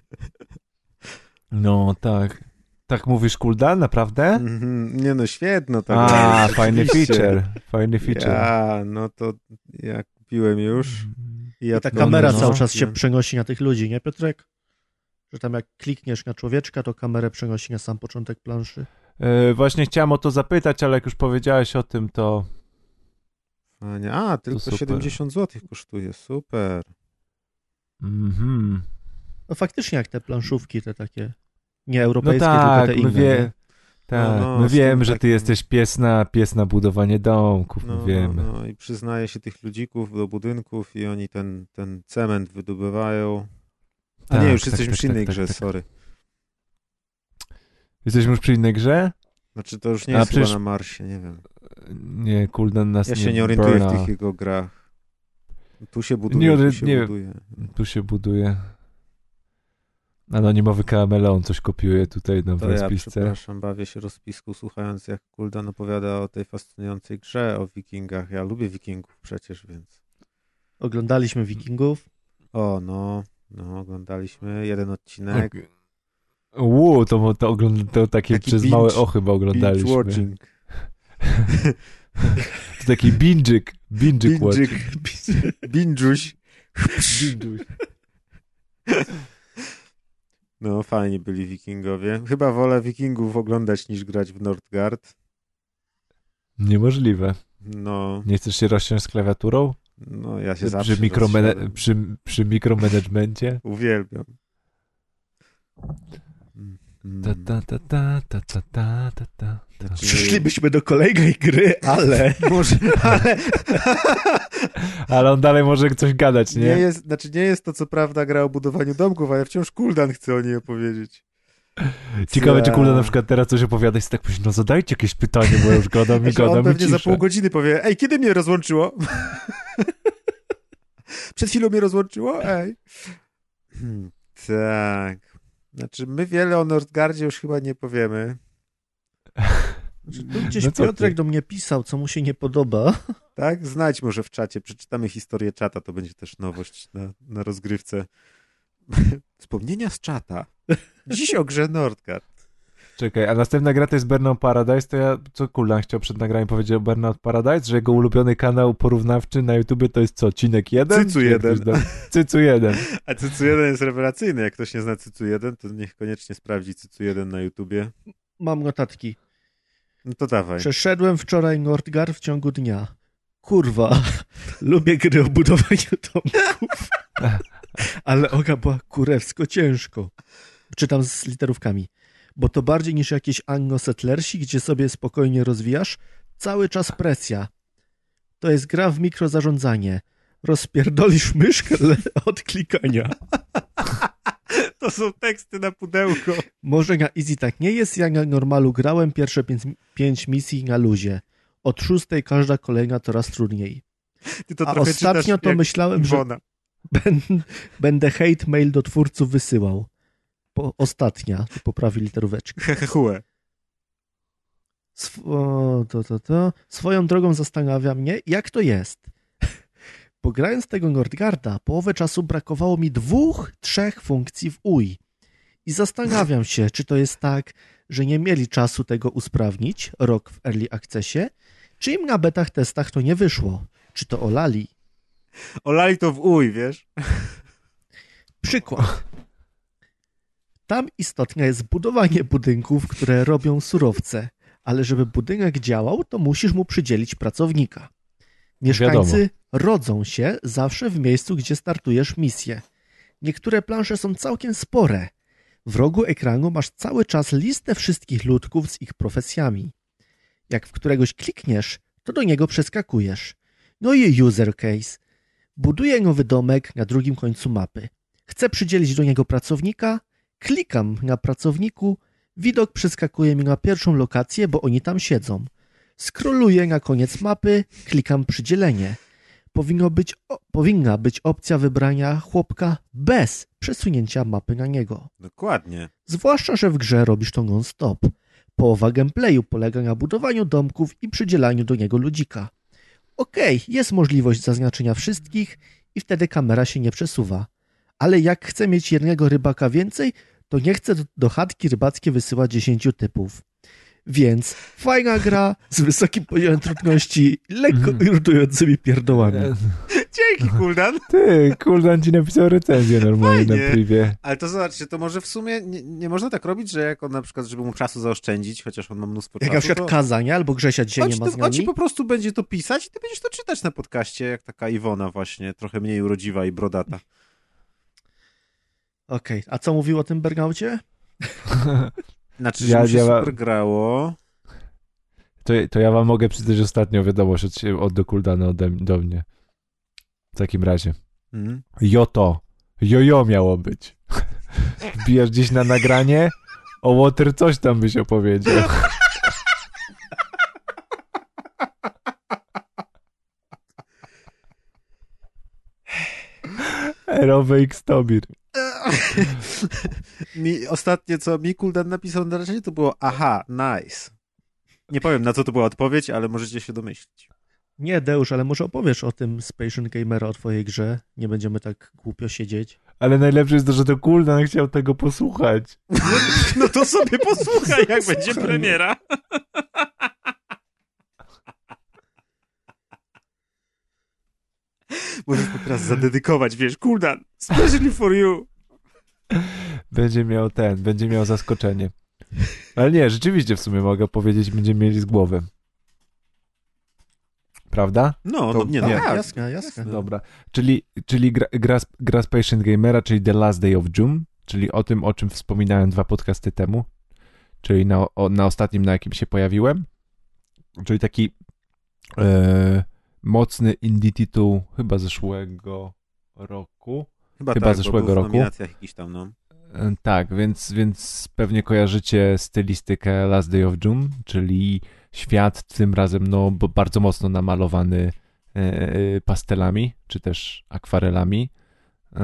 No tak. Tak mówisz, Kuldan, naprawdę? Mm-hmm. Nie no, świetno. Tak A, jest, fajny oczywiście. feature. Fajny feature. Ja, no to ja kupiłem już. I, ja I ta to kamera no, cały no. czas się przenosi na tych ludzi, nie Piotrek? Że tam jak klikniesz na człowieczka, to kamerę przenosi na sam początek planszy. Yy, właśnie chciałem o to zapytać, ale jak już powiedziałeś o tym, to... Fajnie. A, tylko super. siedemdziesiąt złotych kosztuje, super. Mhm. No faktycznie jak te planszówki, te takie nie No europejskie, tak, tylko te my, inne. wie... nie? tak, No, no, my z tym wiemy, że ty takim- jesteś pies na, pies na budowanie domków, No, my wiemy. no, no i przyznaje się tych ludzików do budynków i oni ten, ten cement wydobywają. A Tak, nie, już tak, jesteśmy tak, przy innej tak, grze, tak. sorry. Jesteśmy już przy innej grze? Znaczy to już nie A jest przecież- chyba na Marsie, nie wiem. Nie, Kuldan nas Ja nie się nie orientuję burna. w tych jego grach. Tu się buduje, Nie, tu się nie- buduje. Tu się buduje. Anonimowy kameleon coś kopiuje tutaj na To ja, rozpisce. przepraszam, bawię się rozpisku, słuchając jak Kuldan opowiada o tej fascynującej grze o wikingach. Ja lubię wikingów przecież, więc... Oglądaliśmy Wikingów. O, no, no, oglądaliśmy jeden odcinek. Uuu, to, to, ogląd- to takie Taki przez binge- małe o chyba oglądaliśmy. Binge-watching. To taki binżyk, binżyk watching. Binge'ik. Binge'uś. No, fajnie byli wikingowie. Chyba wolę wikingów oglądać niż grać w Nordgard. Niemożliwe. No, Nie chcesz się rozsiąść z klawiaturą? no ja się zawsze Przy, mikromane- rozsiadam. przy, przy mikromanagemencie? Uwielbiam. Mm. Ta, ta, ta, ta, ta, ta, ta, ta, ta. Znaczy, Przyszlibyśmy do kolejnej gry, ale... może, ale Ale on dalej może coś gadać, nie? nie jest, znaczy nie jest to co prawda gra o budowaniu domków, ale wciąż Kuldan chce o niej opowiedzieć. Ciekawe, czy Za- Kuldan na przykład teraz coś opowiada i jest tak, no zadajcie jakieś pytanie, bo ja już gadam i Znaczy, on gadam i pewnie za ciszę. pół godziny powie, ej, kiedy mnie rozłączyło? Przed chwilą mnie rozłączyło? Ej. Hmm, tak. Znaczy, my wiele o Nordgardzie już chyba nie powiemy. Znaczy, tu gdzieś No co Piotrek ty? do mnie pisał, co mu się nie podoba. Tak? Znajdź może w czacie. Przeczytamy historię czata, to będzie też nowość na, na rozgrywce. Wspomnienia z czata. Dziś o grze Nordgard. Czekaj, a następna gra to jest Burnout Paradise, to ja, co Kuldan chciał przed nagraniem powiedzieć o Burnout Paradise, że jego ulubiony kanał porównawczy na YouTubie to jest co, Cinek jeden? Cycu Czy jak jeden. ktoś da- Cycu jeden. A Cycu jeden jest rewelacyjny. Jak ktoś nie zna Cycu jeden, to niech koniecznie sprawdzi Cycu jeden na YouTubie. Mam notatki. No to dawaj. Przeszedłem wczoraj Nordgar w ciągu dnia. Kurwa, lubię gry o budowaniu domków. Ale oga była kurewsko ciężko. Czytam z literówkami. Bo to bardziej niż jakieś anglo-settlersi, gdzie sobie spokojnie rozwijasz, cały czas presja. To jest gra w mikrozarządzanie. Rozpierdolisz myszkę od klikania. To są teksty na pudełko. Może na easy tak nie jest, jak na normalu grałem pierwsze pięć, pięć misji na luzie. Od szóstej każda kolejna coraz trudniej. Ty to A trochę ostatnio czytasz to jak myślałem, że Iwona. ben- będę hate mail do twórców wysyłał. Po, ostatnia, tu poprawi literóweczkę. Hehehue. Sw- o, to, to, to. Swoją drogą zastanawia mnie, jak to jest. Bo grając tego Nordgarda, połowę czasu brakowało mi dwóch, trzech funkcji w U I. I zastanawiam się, czy to jest tak, że nie mieli czasu tego usprawnić, rok w Early Accessie, czy im na betach testach to nie wyszło. Czy to olali? Olali to w uj, wiesz? Przykład. Tam istotne jest budowanie budynków, które robią surowce, ale żeby budynek działał, to musisz mu przydzielić pracownika. Mieszkańcy Wiadomo. rodzą się zawsze w miejscu, gdzie startujesz misję. Niektóre plansze są całkiem spore. W rogu ekranu masz cały czas listę wszystkich ludków z ich profesjami. Jak w któregoś klikniesz, to do niego przeskakujesz. No i user case. Buduję nowy domek na drugim końcu mapy. Chcę przydzielić do niego pracownika, klikam na pracowniku, widok przeskakuje mi na pierwszą lokację, bo oni tam siedzą. Scrolluję na koniec mapy, klikam przydzielenie. Powinno być, o, powinna być opcja wybrania chłopka bez przesunięcia mapy na niego. Dokładnie. Zwłaszcza, że w grze robisz to non-stop. Połowa gameplayu polega na budowaniu domków i przydzielaniu do niego ludzika. Okej, jest możliwość zaznaczenia wszystkich i wtedy kamera się nie przesuwa. Ale jak chcę mieć jednego rybaka więcej, to nie chcę do, do chatki rybackiej wysyłać dziesięciu typów. Więc fajna gra z wysokim poziomem trudności i lekko irytującymi pierdołami. Dzięki, Kuldan. Ty, Kuldan ci napisał recenzję normalnie Fajnie. na privie. Ale to zobaczcie, to może w sumie nie, nie można tak robić, że jak on na przykład, żeby mu czasu zaoszczędzić, chociaż on ma mnóstwo Jak czasu, na przykład to Kazania albo Grzesia dzisiaj on, nie ci ma to, z on ci nami. po prostu będzie to pisać i ty będziesz to czytać na podcaście, jak taka Iwona właśnie, trochę mniej urodziwa i brodata. Okej, a co mówił o tym Burnoucie? Znaczy, że Ja- mu się ja- super grało. To, to ja wam mogę przeczytać ostatnią wiadomość od, się- od do Kuldana ode, do mnie. W takim razie. Mhm. Joto. Jojo miało być. Wbijasz gdzieś na nagranie, o Water coś tam byś opowiedział. Erowe X Tobir. Mi, ostatnie, co mi Kuldan napisał na razie, to było aha, nice. Nie powiem, na co to była odpowiedź, ale możecie się domyślić. Nie, Deusz, ale może opowiesz o tym Spation Gamera, o twojej grze. Nie będziemy tak głupio siedzieć. Ale najlepsze jest to, że to Kuldan chciał tego posłuchać. No to sobie posłuchaj, jak Słuchaj, będzie no. premiera. Możesz to teraz zadedykować, wiesz, Kuldan, especially for you. Będzie miał ten, będzie miał zaskoczenie. Ale nie, rzeczywiście w sumie mogę powiedzieć, będziemy mieli z głowy. Prawda? No, To- no nie, no nie. tak. Jasne, jasne. Dobra. Czyli, czyli gra, gra, gra z Patient Gamera, czyli The Last Day of June, czyli o tym, o czym wspominałem dwa podcasty temu, czyli na, o, na ostatnim, na jakim się pojawiłem. Czyli taki e, mocny indie tytuł chyba zeszłego roku. Chyba, Chyba tak, zeszłego bo był w roku. nominacjach jakiś tam, no. E, Tak, więc, więc pewnie kojarzycie stylistykę Last Day of June, czyli świat tym razem no, bo bardzo mocno namalowany e, pastelami, czy też akwarelami, e,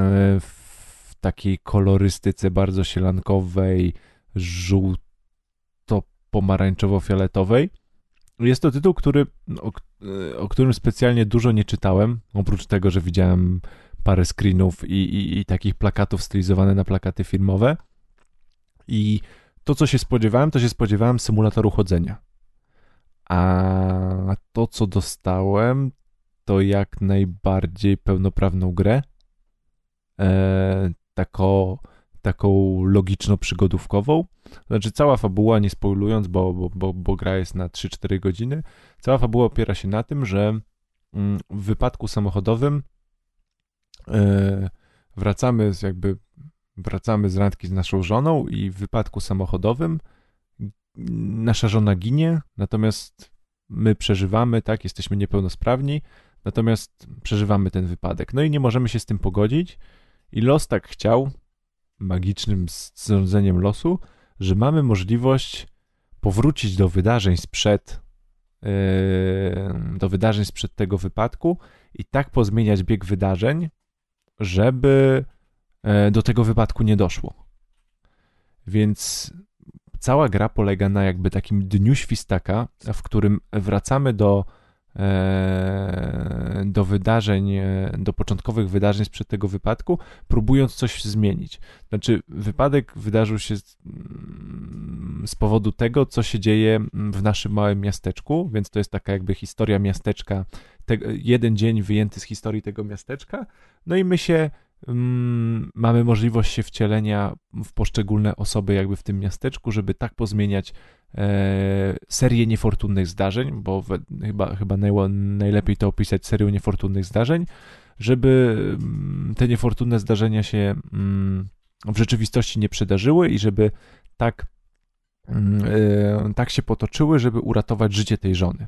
w takiej kolorystyce bardzo sielankowej, żółto, pomarańczowo-fioletowej. Jest to tytuł, który, o, o którym specjalnie dużo nie czytałem, oprócz tego, że widziałem parę screenów i, i, i takich plakatów stylizowanych na plakaty filmowe. I to, co się spodziewałem, to się spodziewałem symulatoru chodzenia. A to, co dostałem, to jak najbardziej pełnoprawną grę. E, tako, taką logiczno-przygodówkową. Znaczy cała fabuła, nie spoilując, bo, bo, bo, bo gra jest na trzy cztery godziny, cała fabuła opiera się na tym, że w wypadku samochodowym e, wracamy z jakby wracamy z randki z naszą żoną i w wypadku samochodowym nasza żona ginie, natomiast my przeżywamy, tak, jesteśmy niepełnosprawni, natomiast przeżywamy ten wypadek. No i nie możemy się z tym pogodzić i los tak chciał, magicznym zrządzeniem losu, że mamy możliwość powrócić do wydarzeń sprzed yy, do wydarzeń sprzed tego wypadku i tak pozmieniać bieg wydarzeń, żeby yy, do tego wypadku nie doszło. Więc cała gra polega na jakby takim dniu świstaka, w którym wracamy do do wydarzeń, do początkowych wydarzeń sprzed tego wypadku, próbując coś zmienić. Znaczy, wypadek wydarzył się z, z powodu tego, co się dzieje w naszym małym miasteczku, więc to jest taka jakby historia miasteczka, te, jeden dzień wyjęty z historii tego miasteczka, no i my się um, mamy możliwość się wcielenia w poszczególne osoby jakby w tym miasteczku, żeby tak pozmieniać E, serię niefortunnych zdarzeń, bo we, chyba, chyba naj, najlepiej to opisać serią niefortunnych zdarzeń, żeby te niefortunne zdarzenia się mm, w rzeczywistości nie przydarzyły i żeby tak, mm, e, tak się potoczyły, żeby uratować życie tej żony.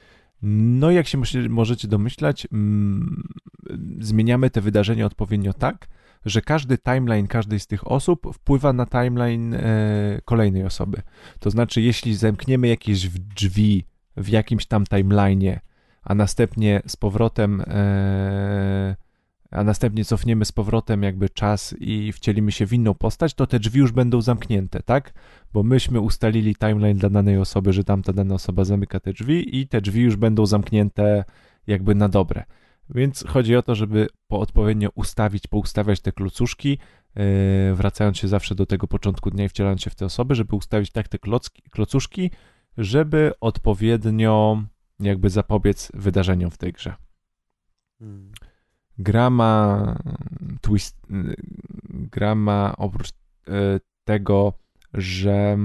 No i jak się możecie domyślać, mm, zmieniamy te wydarzenia odpowiednio tak, że każdy timeline każdej z tych osób wpływa na timeline e, kolejnej osoby. To znaczy, jeśli zamkniemy jakieś drzwi w jakimś tam timeline'ie, a następnie z powrotem e, a następnie cofniemy z powrotem jakby czas i wcielimy się w inną postać, to te drzwi już będą zamknięte, tak? Bo myśmy ustalili timeline dla danej osoby, że tamta dana osoba zamyka te drzwi i te drzwi już będą zamknięte jakby na dobre. Więc chodzi o to, żeby po odpowiednio ustawić, poustawiać te klocuszki, yy, wracając się zawsze do tego początku dnia i wcielając się w te osoby, żeby ustawić tak te klocki, klocuszki, żeby odpowiednio jakby zapobiec wydarzeniom w tej grze. Hmm. Gra ma twist, gra ma oprócz yy, tego, że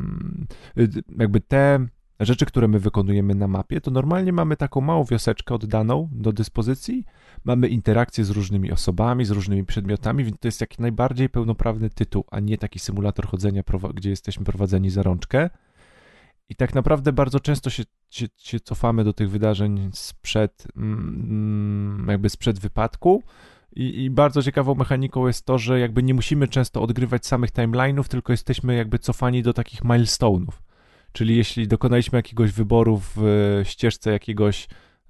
yy, jakby te rzeczy, które my wykonujemy na mapie, to normalnie mamy taką małą wioseczkę oddaną do dyspozycji, mamy interakcje z różnymi osobami, z różnymi przedmiotami, więc to jest jak najbardziej pełnoprawny tytuł, a nie taki symulator chodzenia, gdzie jesteśmy prowadzeni za rączkę. I tak naprawdę bardzo często się, się, się cofamy do tych wydarzeń sprzed, jakby sprzed wypadku. I, I bardzo ciekawą mechaniką jest to, że jakby nie musimy często odgrywać samych timeline'ów, tylko jesteśmy jakby cofani do takich milestone'ów. Czyli jeśli dokonaliśmy jakiegoś wyboru w ścieżce jakiegoś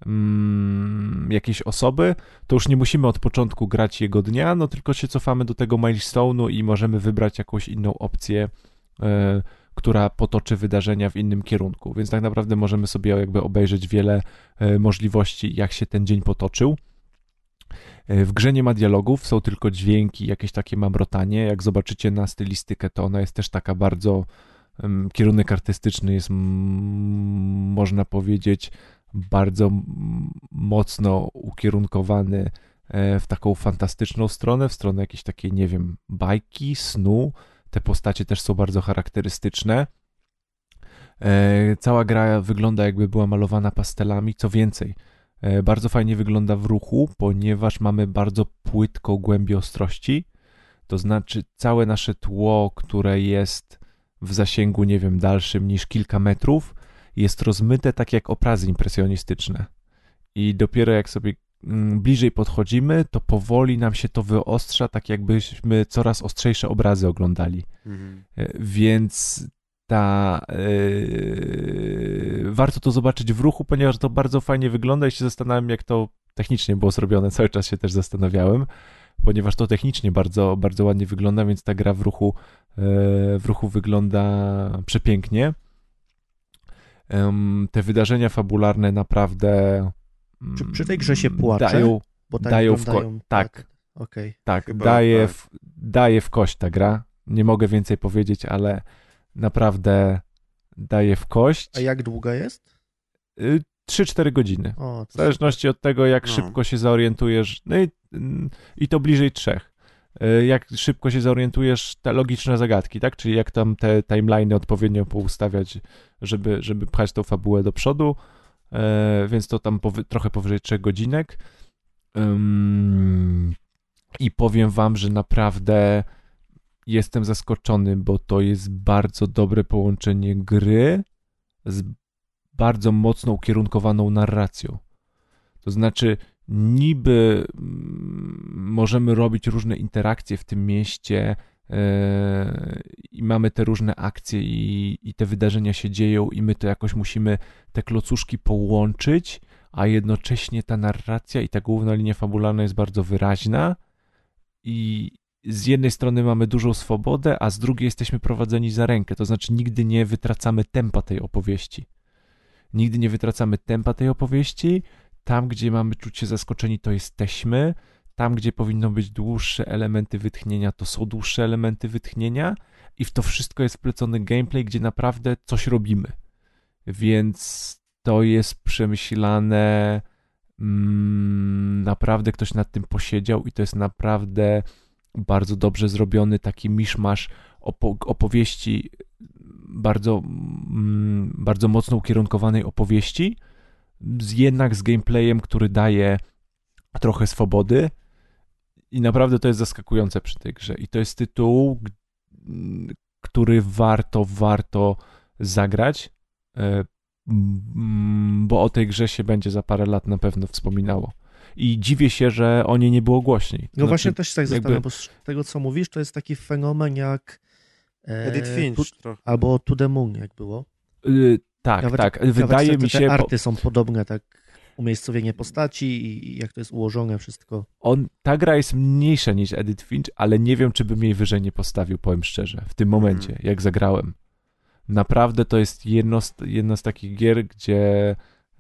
mm, jakiejś osoby, to już nie musimy od początku grać jego dnia, no tylko się cofamy do tego milestone'u i możemy wybrać jakąś inną opcję, y, która potoczy wydarzenia w innym kierunku. Więc tak naprawdę możemy sobie jakby obejrzeć wiele y, możliwości, jak się ten dzień potoczył. Y, w grze nie ma dialogów, są tylko dźwięki, jakieś takie mamrotanie. Jak zobaczycie na stylistykę, to ona jest też taka bardzo... Kierunek artystyczny jest, można powiedzieć, bardzo mocno ukierunkowany w taką fantastyczną stronę, w stronę jakiejś takiej, nie wiem, bajki, snu. Te postacie też są bardzo charakterystyczne. Cała gra wygląda, jakby była malowana pastelami. Co więcej, bardzo fajnie wygląda w ruchu, ponieważ mamy bardzo płytką głębię ostrości. To znaczy całe nasze tło, które jest w zasięgu, nie wiem, dalszym niż kilka metrów, jest rozmyte tak jak obrazy impresjonistyczne. I dopiero jak sobie bliżej podchodzimy, to powoli nam się to wyostrza, tak jakbyśmy coraz ostrzejsze obrazy oglądali. Mhm. Więc ta... Yy, warto to zobaczyć w ruchu, ponieważ to bardzo fajnie wygląda i się zastanawiam, jak to technicznie było zrobione. Cały czas się też zastanawiałem, ponieważ to technicznie bardzo, bardzo ładnie wygląda, więc ta gra w ruchu w ruchu wygląda przepięknie. Um, te wydarzenia fabularne naprawdę um, Czy przy tej grze się płacze? dają, Bo tak dają w wyglądają- ko- tak, Okej. tak, Chyba daje, tak. W, daje w kość ta gra. Nie mogę więcej powiedzieć, ale naprawdę daje w kość. A jak długa jest? Y, trzy cztery godziny. O, W zależności od tego, jak No. szybko się zorientujesz. No i, i to bliżej trzech. Y, Jak szybko się zorientujesz, te logiczne zagadki, tak? Czyli jak tam te timeliny odpowiednio poustawiać, żeby, żeby pchać tą fabułę do przodu. Y, Więc to tam powy, trochę powyżej trzech godzinek. Ym, I powiem wam, że naprawdę jestem zaskoczony, bo to jest bardzo dobre połączenie gry z bardzo mocno ukierunkowaną narracją. To znaczy, niby mm, możemy robić różne interakcje w tym mieście yy, i mamy te różne akcje i, i te wydarzenia się dzieją i my to jakoś musimy te klocuszki połączyć, a jednocześnie ta narracja i ta główna linia fabularna jest bardzo wyraźna i z jednej strony mamy dużą swobodę, a z drugiej jesteśmy prowadzeni za rękę, to znaczy nigdy nie wytracamy tempa tej opowieści. Nigdy nie wytracamy tempa tej opowieści. Tam, gdzie mamy czuć się zaskoczeni, to jesteśmy. Tam, gdzie powinno być dłuższe elementy wytchnienia, to są dłuższe elementy wytchnienia i w to wszystko jest wplecony gameplay, gdzie naprawdę coś robimy. Więc to jest przemyślane, mm, naprawdę ktoś nad tym posiedział i to jest naprawdę bardzo dobrze zrobiony taki miszmasz opo- opowieści, bardzo, mm, bardzo mocno ukierunkowanej opowieści, z, jednak z gameplayem, który daje trochę swobody i naprawdę to jest zaskakujące przy tej grze. I to jest tytuł, g- który warto, warto zagrać, e, mm, bo o tej grze się będzie za parę lat na pewno wspominało. I dziwię się, że o niej nie było głośniej. No Znaczy, właśnie też się tak jakby- zastanawiam, bo z tego, co mówisz, to jest taki fenomen jak e, Edith Finch tu, trochę. albo To the Moon, jak było. y, tak, Nawet- tak. nawet Wydaje te, mi te się, bo arty są podobne, tak umiejscowienie postaci i, i jak to jest ułożone wszystko. on, ta gra jest mniejsza niż Edith Finch, ale nie wiem, czy bym jej wyżej nie postawił, powiem szczerze, w tym momencie, Mhm. jak zagrałem. Naprawdę to jest jedno z, jedna z takich gier, gdzie,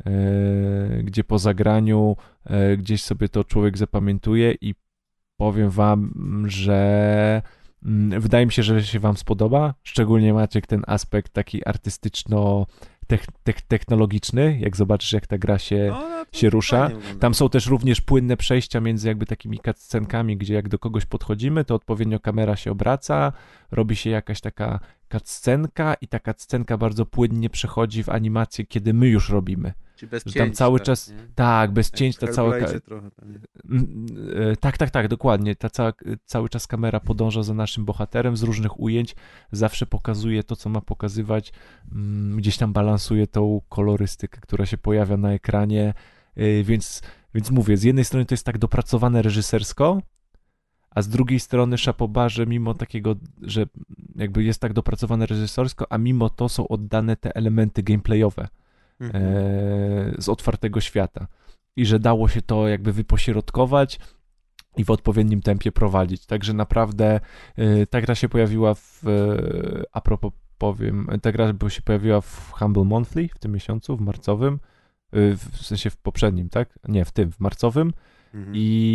e, gdzie po zagraniu e, gdzieś sobie to człowiek zapamiętuje i powiem wam, że mm, wydaje mi się, że się wam spodoba, szczególnie Maciek ten aspekt taki artystyczno tech, tech, technologiczny, jak zobaczysz, jak ta gra się No, no, to się rusza. fajnie wygląda. Tam są też również płynne przejścia między jakby takimi cutscenkami, gdzie jak do kogoś podchodzimy, to odpowiednio kamera się obraca, robi się jakaś taka cutscenka i ta cutscenka bardzo płynnie przechodzi w animację, kiedy my już robimy. Czyli bez że cięć, tam cały tak, czas- nie? Tak, bez Jak cięć w ta cała... ka- Hellblade'zie trochę tam, nie? Mm, e, Tak, tak, tak, dokładnie. Ta cała, cały czas kamera podąża za naszym bohaterem z różnych ujęć, zawsze pokazuje to, co ma pokazywać, mm, gdzieś tam balansuje tą kolorystykę, która się pojawia na ekranie, e, więc, więc mówię, z jednej strony to jest tak dopracowane reżysersko, a z drugiej strony szapoba, że mimo takiego, że jakby jest tak dopracowane reżysersko, a mimo to są oddane te elementy gameplayowe Mhm. e, z otwartego świata. I że dało się to jakby wypośrodkować i w odpowiednim tempie prowadzić. Także naprawdę e, ta gra się pojawiła w, e, a propos powiem, ta gra by się pojawiła w Humble Monthly w tym miesiącu, w marcowym, e, w sensie w poprzednim, tak? Nie, w tym, w marcowym. Mhm.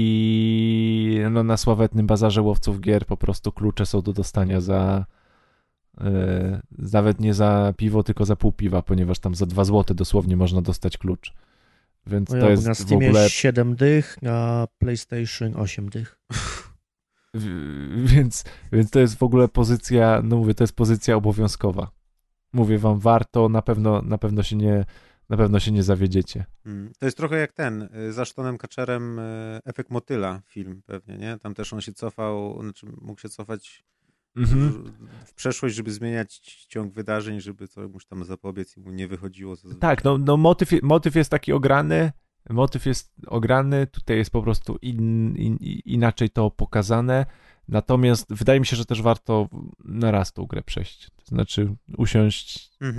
I no, na sławetnym bazarze łowców gier po prostu klucze są do dostania za e, nawet nie za piwo, tylko za pół piwa, ponieważ tam za dwa złote dosłownie można dostać klucz. Więc No to ja, jest na w Steamie ogóle... siedem dych, na PlayStation osiem dych. w- Więc, więc to jest w ogóle pozycja, no mówię, to jest pozycja obowiązkowa. Mówię wam, warto, na pewno, na pewno się nie, na pewno się nie zawiedziecie. Mm. To jest trochę jak ten, y, z Ashtonem Kutcherem y, Efekt Motyla film pewnie, nie? Tam też on się cofał, znaczy mógł się cofać Mhm. w- w przeszłość, żeby zmieniać ciąg wydarzeń, żeby komuś tam zapobiec i mu nie wychodziło. Co... Tak, no, no motyw, je- motyw jest taki ograny, motyw jest ograny, tutaj jest po prostu in, in, inaczej to pokazane, natomiast wydaje mi się, że też warto na raz tą grę przejść, to znaczy usiąść, Mhm. y,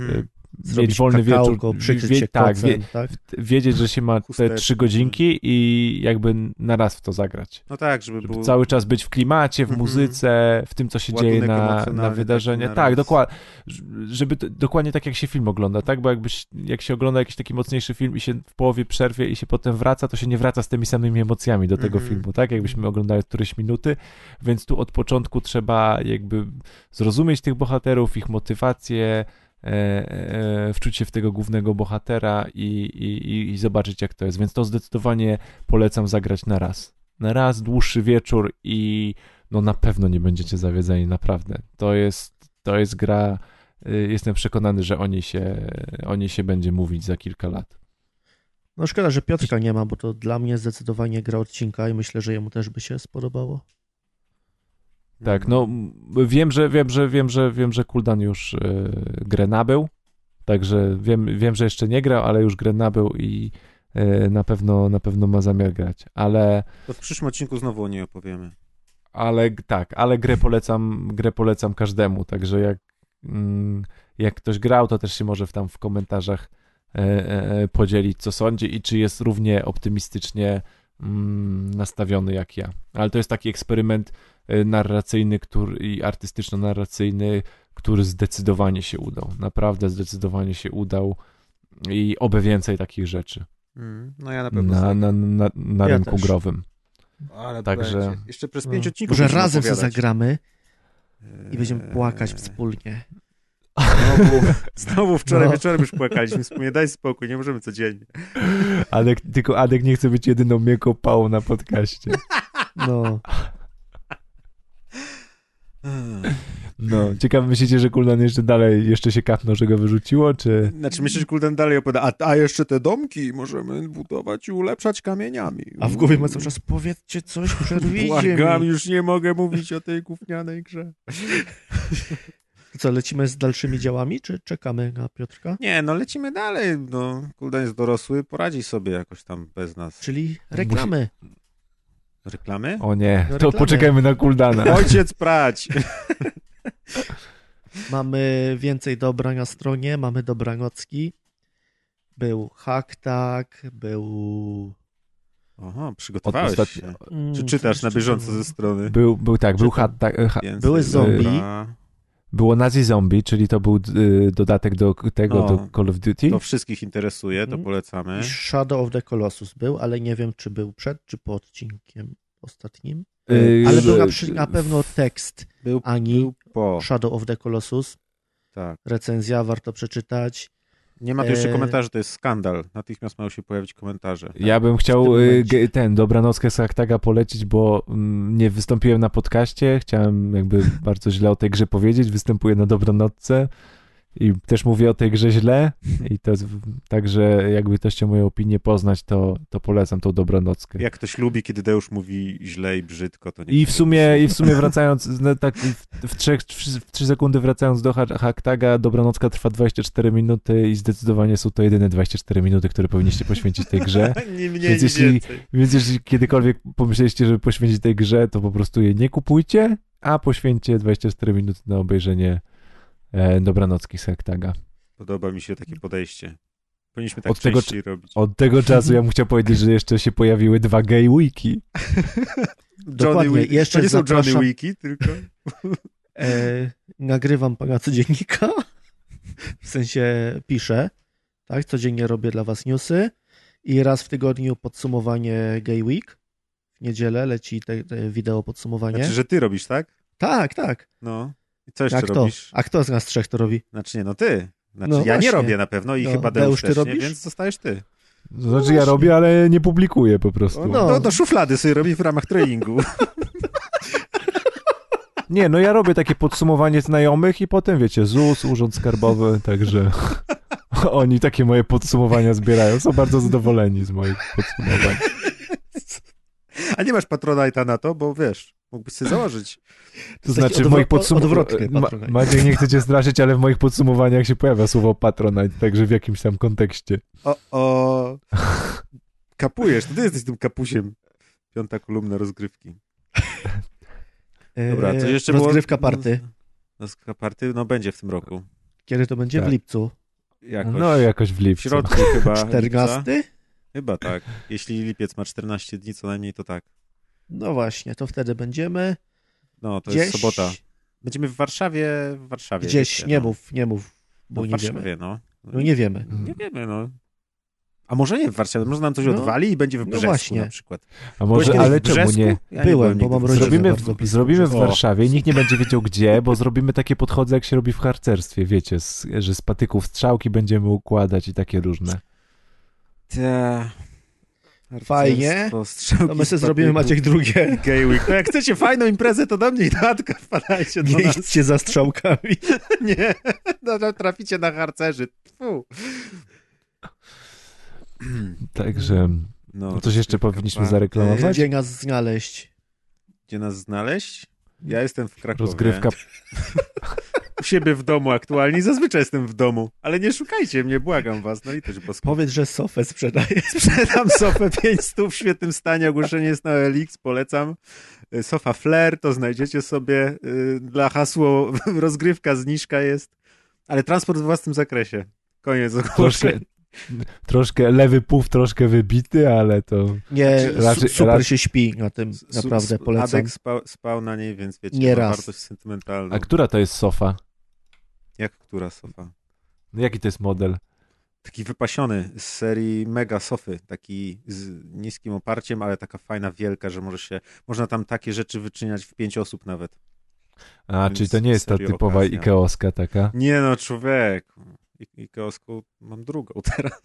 Zrobić mieć wolny kakałko, wieczór, przykryć wie, się tak, kocem, wie, tak? wiedzieć, że się ma te Chusteczki. trzy godzinki i jakby na raz w to zagrać. No tak, żeby, Żeby był... cały czas być w klimacie, w Mhm. muzyce, w tym, co się Ładunek dzieje na, emocjonalny na taki wydarzenie. na Tak, raz. dokładnie. Żeby to, dokładnie tak, jak się film ogląda, tak? Bo jakbyś, jak się ogląda jakiś taki mocniejszy film i się w połowie przerwie i się potem wraca, to się nie wraca z tymi samymi emocjami do tego Mhm. filmu, tak? Jakbyśmy oglądali któreś minuty, więc tu od początku trzeba jakby zrozumieć tych bohaterów, ich motywacje, e, e, wczuć się w tego głównego bohatera i, i, i zobaczyć, jak to jest. Więc to zdecydowanie polecam zagrać na raz. Na raz, dłuższy wieczór i no na pewno nie będziecie zawiedzeni, naprawdę. To jest, to jest gra, y, jestem przekonany, że o niej się, o niej się będzie mówić za kilka lat. No szkoda, że Piotrka nie ma, bo to dla mnie zdecydowanie gra odcinka i myślę, że jemu też by się spodobało. Tak, no wiem, że wiem, że wiem, że wiem, że Kuldan już y, grę nabył, także wiem, wiem, że jeszcze nie grał, ale już grę nabył i y, na pewno na pewno ma zamiar grać, ale To w przyszłym odcinku znowu o niej opowiemy. ale tak, ale grę polecam, grę polecam każdemu, także jak mm, jak ktoś grał, to też się może w tam w komentarzach e, e, podzielić, co sądzi i czy jest równie optymistycznie mm, nastawiony jak ja. Ale to jest taki eksperyment e, narracyjny który, i artystyczno-narracyjny, który zdecydowanie się udał. Naprawdę zdecydowanie się udał i oby więcej takich rzeczy Mm, no ja na pewno na, zagram. na, na, na Ja rynku też. growym. Ale Także- będzie. Jeszcze przez pięć No. odcinków Może będziemy razem sobie opowiadać. zagramy i będziemy płakać Eee, wspólnie. Znowu, znowu wczoraj No. wieczorem już płakaliśmy wspólnie. Daj spokój, nie możemy codziennie. Adek, tylko Adek nie chce być jedyną miękką pałą na podcaście. No, No, ciekawe, myślicie, że Kuldan jeszcze dalej, jeszcze się kapnął, że go wyrzuciło, czy... Znaczy myślę, że Kuldan dalej opowiada, a, a jeszcze te domki możemy budować i ulepszać kamieniami. a w głowie ma cały czas powiedzcie coś, przerwijcie Błagam, mi. już nie mogę mówić o tej gównianej grze. Co, lecimy z dalszymi działami, czy czekamy na Piotrka? Nie, no lecimy dalej. No, Kuldan jest dorosły, poradzi sobie jakoś tam bez nas. Czyli reklamy. Reklamy? O nie, No, to reklamy. poczekajmy na Kuldana. Ojciec prać! Mamy więcej dobra na stronie, mamy dobranocki. Był Haktag, był... Aha, przygotowałeś Od ostatni- się. Mm, Czy co czytasz na jeszcze bieżąco było? ze strony? Był, był tak, był Czytam. hat, tak, ha, Więcej były zombie. dobra. było Nazi Zombie, czyli to był y, dodatek do tego, O, do Call of Duty. To wszystkich interesuje, to Mhm. polecamy. I Shadow of the Colossus był, ale nie wiem, czy był przed, czy po odcinkiem ostatnim. Y, Ale że- był na, przy, na pewno tekst Był, Ani, był po, Shadow of the Colossus. tak. Recenzja, warto przeczytać. Nie ma tu jeszcze Eee. komentarzy, to jest skandal. Natychmiast mają się pojawić komentarze. Ja bym w chciał tym y, momencie. ge- ten Dobranockę z Haktaga polecić, bo mm, nie wystąpiłem na podcaście, chciałem jakby bardzo źle o tej grze powiedzieć, występuję na Dobranocce i też mówię o tej grze źle i to jest, także jakby ktoś chciał moją opinię poznać, to, to polecam tą Dobranockę. Jak ktoś lubi, kiedy Deusz mówi źle i brzydko, to nie. I w sumie, i w sumie wracając, no, tak w, w, trzech, w trzy sekundy wracając do Ha- Haktaga, Dobranocka trwa dwadzieścia cztery minuty i zdecydowanie są to jedyne dwadzieścia cztery minuty, które powinniście poświęcić tej grze. Nie mniej, Więc nie jeśli- więcej. Więc jeśli kiedykolwiek pomyśleliście, żeby poświęcić tej grze, to po prostu jej nie kupujcie, a poświęćcie dwadzieścia cztery minuty na obejrzenie e, Dobranocki z Haktaga. Podoba mi się takie podejście. Powinniśmy tak Od tego częściej robić. Od tego czasu ja bym chciał powiedzieć, że jeszcze się pojawiły dwa gay wiki. Dokładnie, Johnny Wiki. jeszcze To nie są zapraszam- Johnny Wiki, tylko... E, nagrywam pana codziennika, w sensie piszę, tak, codziennie robię dla was newsy i raz w tygodniu podsumowanie Gay Week. W niedzielę leci te, te wideo podsumowanie. Znaczy, że ty robisz, tak? Tak, tak. No. I co jeszcze A kto? robisz? A kto z nas trzech to robi? Znaczy nie, no ty. Znaczy No ja właśnie. nie robię na pewno i No, chyba Deusz, Deusz ty też robisz? nie, więc zostajesz ty. To znaczy ja właśnie. robię, ale nie publikuję po prostu. O, No. no. do szuflady sobie robi w ramach treningu. Nie, no ja robię takie podsumowanie znajomych i potem wiecie, ZUS, Urząd Skarbowy, także oni takie moje podsumowania zbierają. Są bardzo zadowoleni z moich podsumowań. A nie masz Patronite'a na to, bo wiesz, mógłbyś sobie założyć. To taki znaczy w odwro- moich podsumowaniach... odwrotny Patronite. Maciek, nie chcę cię straszyć, ale w moich podsumowaniach się pojawia słowo Patronite, także w jakimś tam kontekście. O, o. Kapujesz, to ty jesteś tym kapusiem. Piąta kolumna rozgrywki. E, Dobra, coś jeszcze rozgrywka było? party. Rozgrywka party, no będzie w tym roku. Kiedy to będzie? Tak. W lipcu. Jakoś No jakoś w w lipcu. środku chyba czternasty? lipca. Chyba tak. Jeśli lipiec ma czternaście dni co najmniej, to tak. No właśnie, to wtedy będziemy No, to gdzieś... jest sobota. Będziemy w Warszawie, w Warszawie. Gdzieś, wiecie, nie no. mów, nie mów, bo No, w nie Warszawie, wiemy. no. No nie wiemy. Nie wiemy, no. A może nie w Warszawie, może nam coś No, odwali i będzie w no Brzesku właśnie. na przykład. A Byłeś może, kiedyś ale w czemu Brzesku? nie? Ja Byłem, nigdy bo mam w rodzinę. Zrobimy bardzo w, blisko zrobimy w O. Warszawie, nikt nie będzie wiedział gdzie, bo zrobimy takie podchody, jak się robi w harcerstwie, wiecie, z, że z patyków strzałki będziemy układać i takie różne. Te... Fajnie. Strzałki To my sobie z zrobimy, patyków. Maciek, drugie. Gay Week. No jak chcecie fajną imprezę, to do mnie i do Adka wpadajcie do Nie nas. idźcie za strzałkami. Nie, no, no, traficie na harcerzy. Tfu. Także No, coś jeszcze rozgrywka powinniśmy party. zareklamować? Gdzie nas znaleźć? Gdzie nas znaleźć? Ja jestem w Krakowie. Rozgrywka. U siebie w domu aktualnie. Zazwyczaj jestem w domu. Ale nie szukajcie mnie, błagam was. No i też boską. Powiedz, że sofę sprzedaje. Sprzedam sofę pięć stóp w świetnym stanie. Ogłoszenie jest na O L X. Polecam. Sofa Flair, to znajdziecie sobie. Dla hasło rozgrywka, zniżka jest. Ale transport w własnym zakresie. Koniec Troszkę, ogłoszeń. troszkę lewy puf, troszkę wybity, ale to... Nie, Raczej- su- super raczej- się śpi na tym, naprawdę Su- su- polecam. Adek spał, spał na niej, więc wiecie, Nie ma raz. wartość sentymentalną. A która to jest sofa? Jak która sofa? No jaki to jest model? Taki wypasiony z serii Mega Sofy, taki z niskim oparciem, ale taka fajna, wielka, że może się, można tam takie rzeczy wyczyniać w pięć osób nawet. A, Więc czyli to nie jest ta serio typowa okazja. ikeoska taka? Nie no, człowiek. I- Ikeosku mam drugą teraz.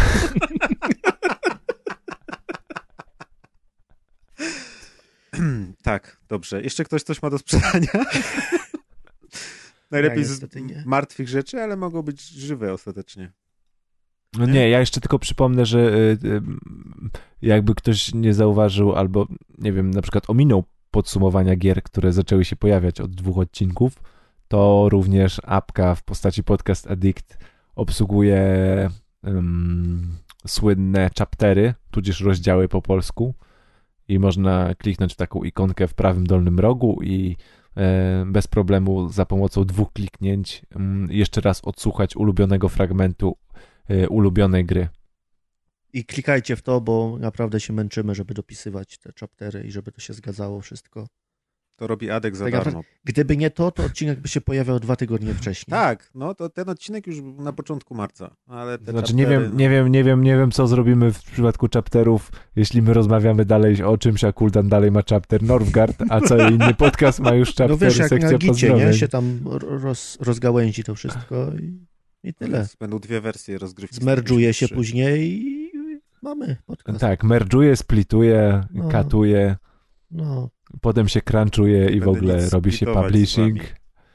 Tak, dobrze. Jeszcze ktoś coś ma do sprzedania? Najlepiej Ja z niestety nie. martwych rzeczy, ale mogą być żywe ostatecznie. No nie, ja jeszcze tylko przypomnę, że y, y, jakby ktoś nie zauważył albo, nie wiem, na przykład ominął podsumowania gier, które zaczęły się pojawiać od dwóch odcinków, to również apka w postaci Podcast Addict obsługuje um, słynne chaptery, tudzież rozdziały po polsku i można kliknąć w taką ikonkę w prawym dolnym rogu i e, bez problemu za pomocą dwóch kliknięć um, jeszcze raz odsłuchać ulubionego fragmentu e, ulubionej gry. I klikajcie w to, bo naprawdę się męczymy, żeby dopisywać te chaptery i żeby to się zgadzało wszystko. To robi Adek za Tak darmo. naprawdę- Gdyby nie to, to odcinek by się pojawiał dwa tygodnie wcześniej. Tak, no to ten odcinek już był na początku marca, ale te Znaczy nie chaptery, wiem, no. nie wiem, nie wiem, nie wiem co zrobimy w przypadku chapterów, jeśli my rozmawiamy dalej o czymś, a Kuldan dalej ma chapter Northgard, a cały inny podcast ma już chapter No wiesz, jak sekcja na gicie, pozdrowień. nie? Się tam roz, rozgałęzi to wszystko i, i tyle. Więc będą dwie wersje rozgrywki. Zmerdżuje się trzy. później i mamy podcast. Tak, merdżuje, splituje, No. katuje, No, potem się crunchuje i w Będę ogóle nic robi się splitować z publishing. wami.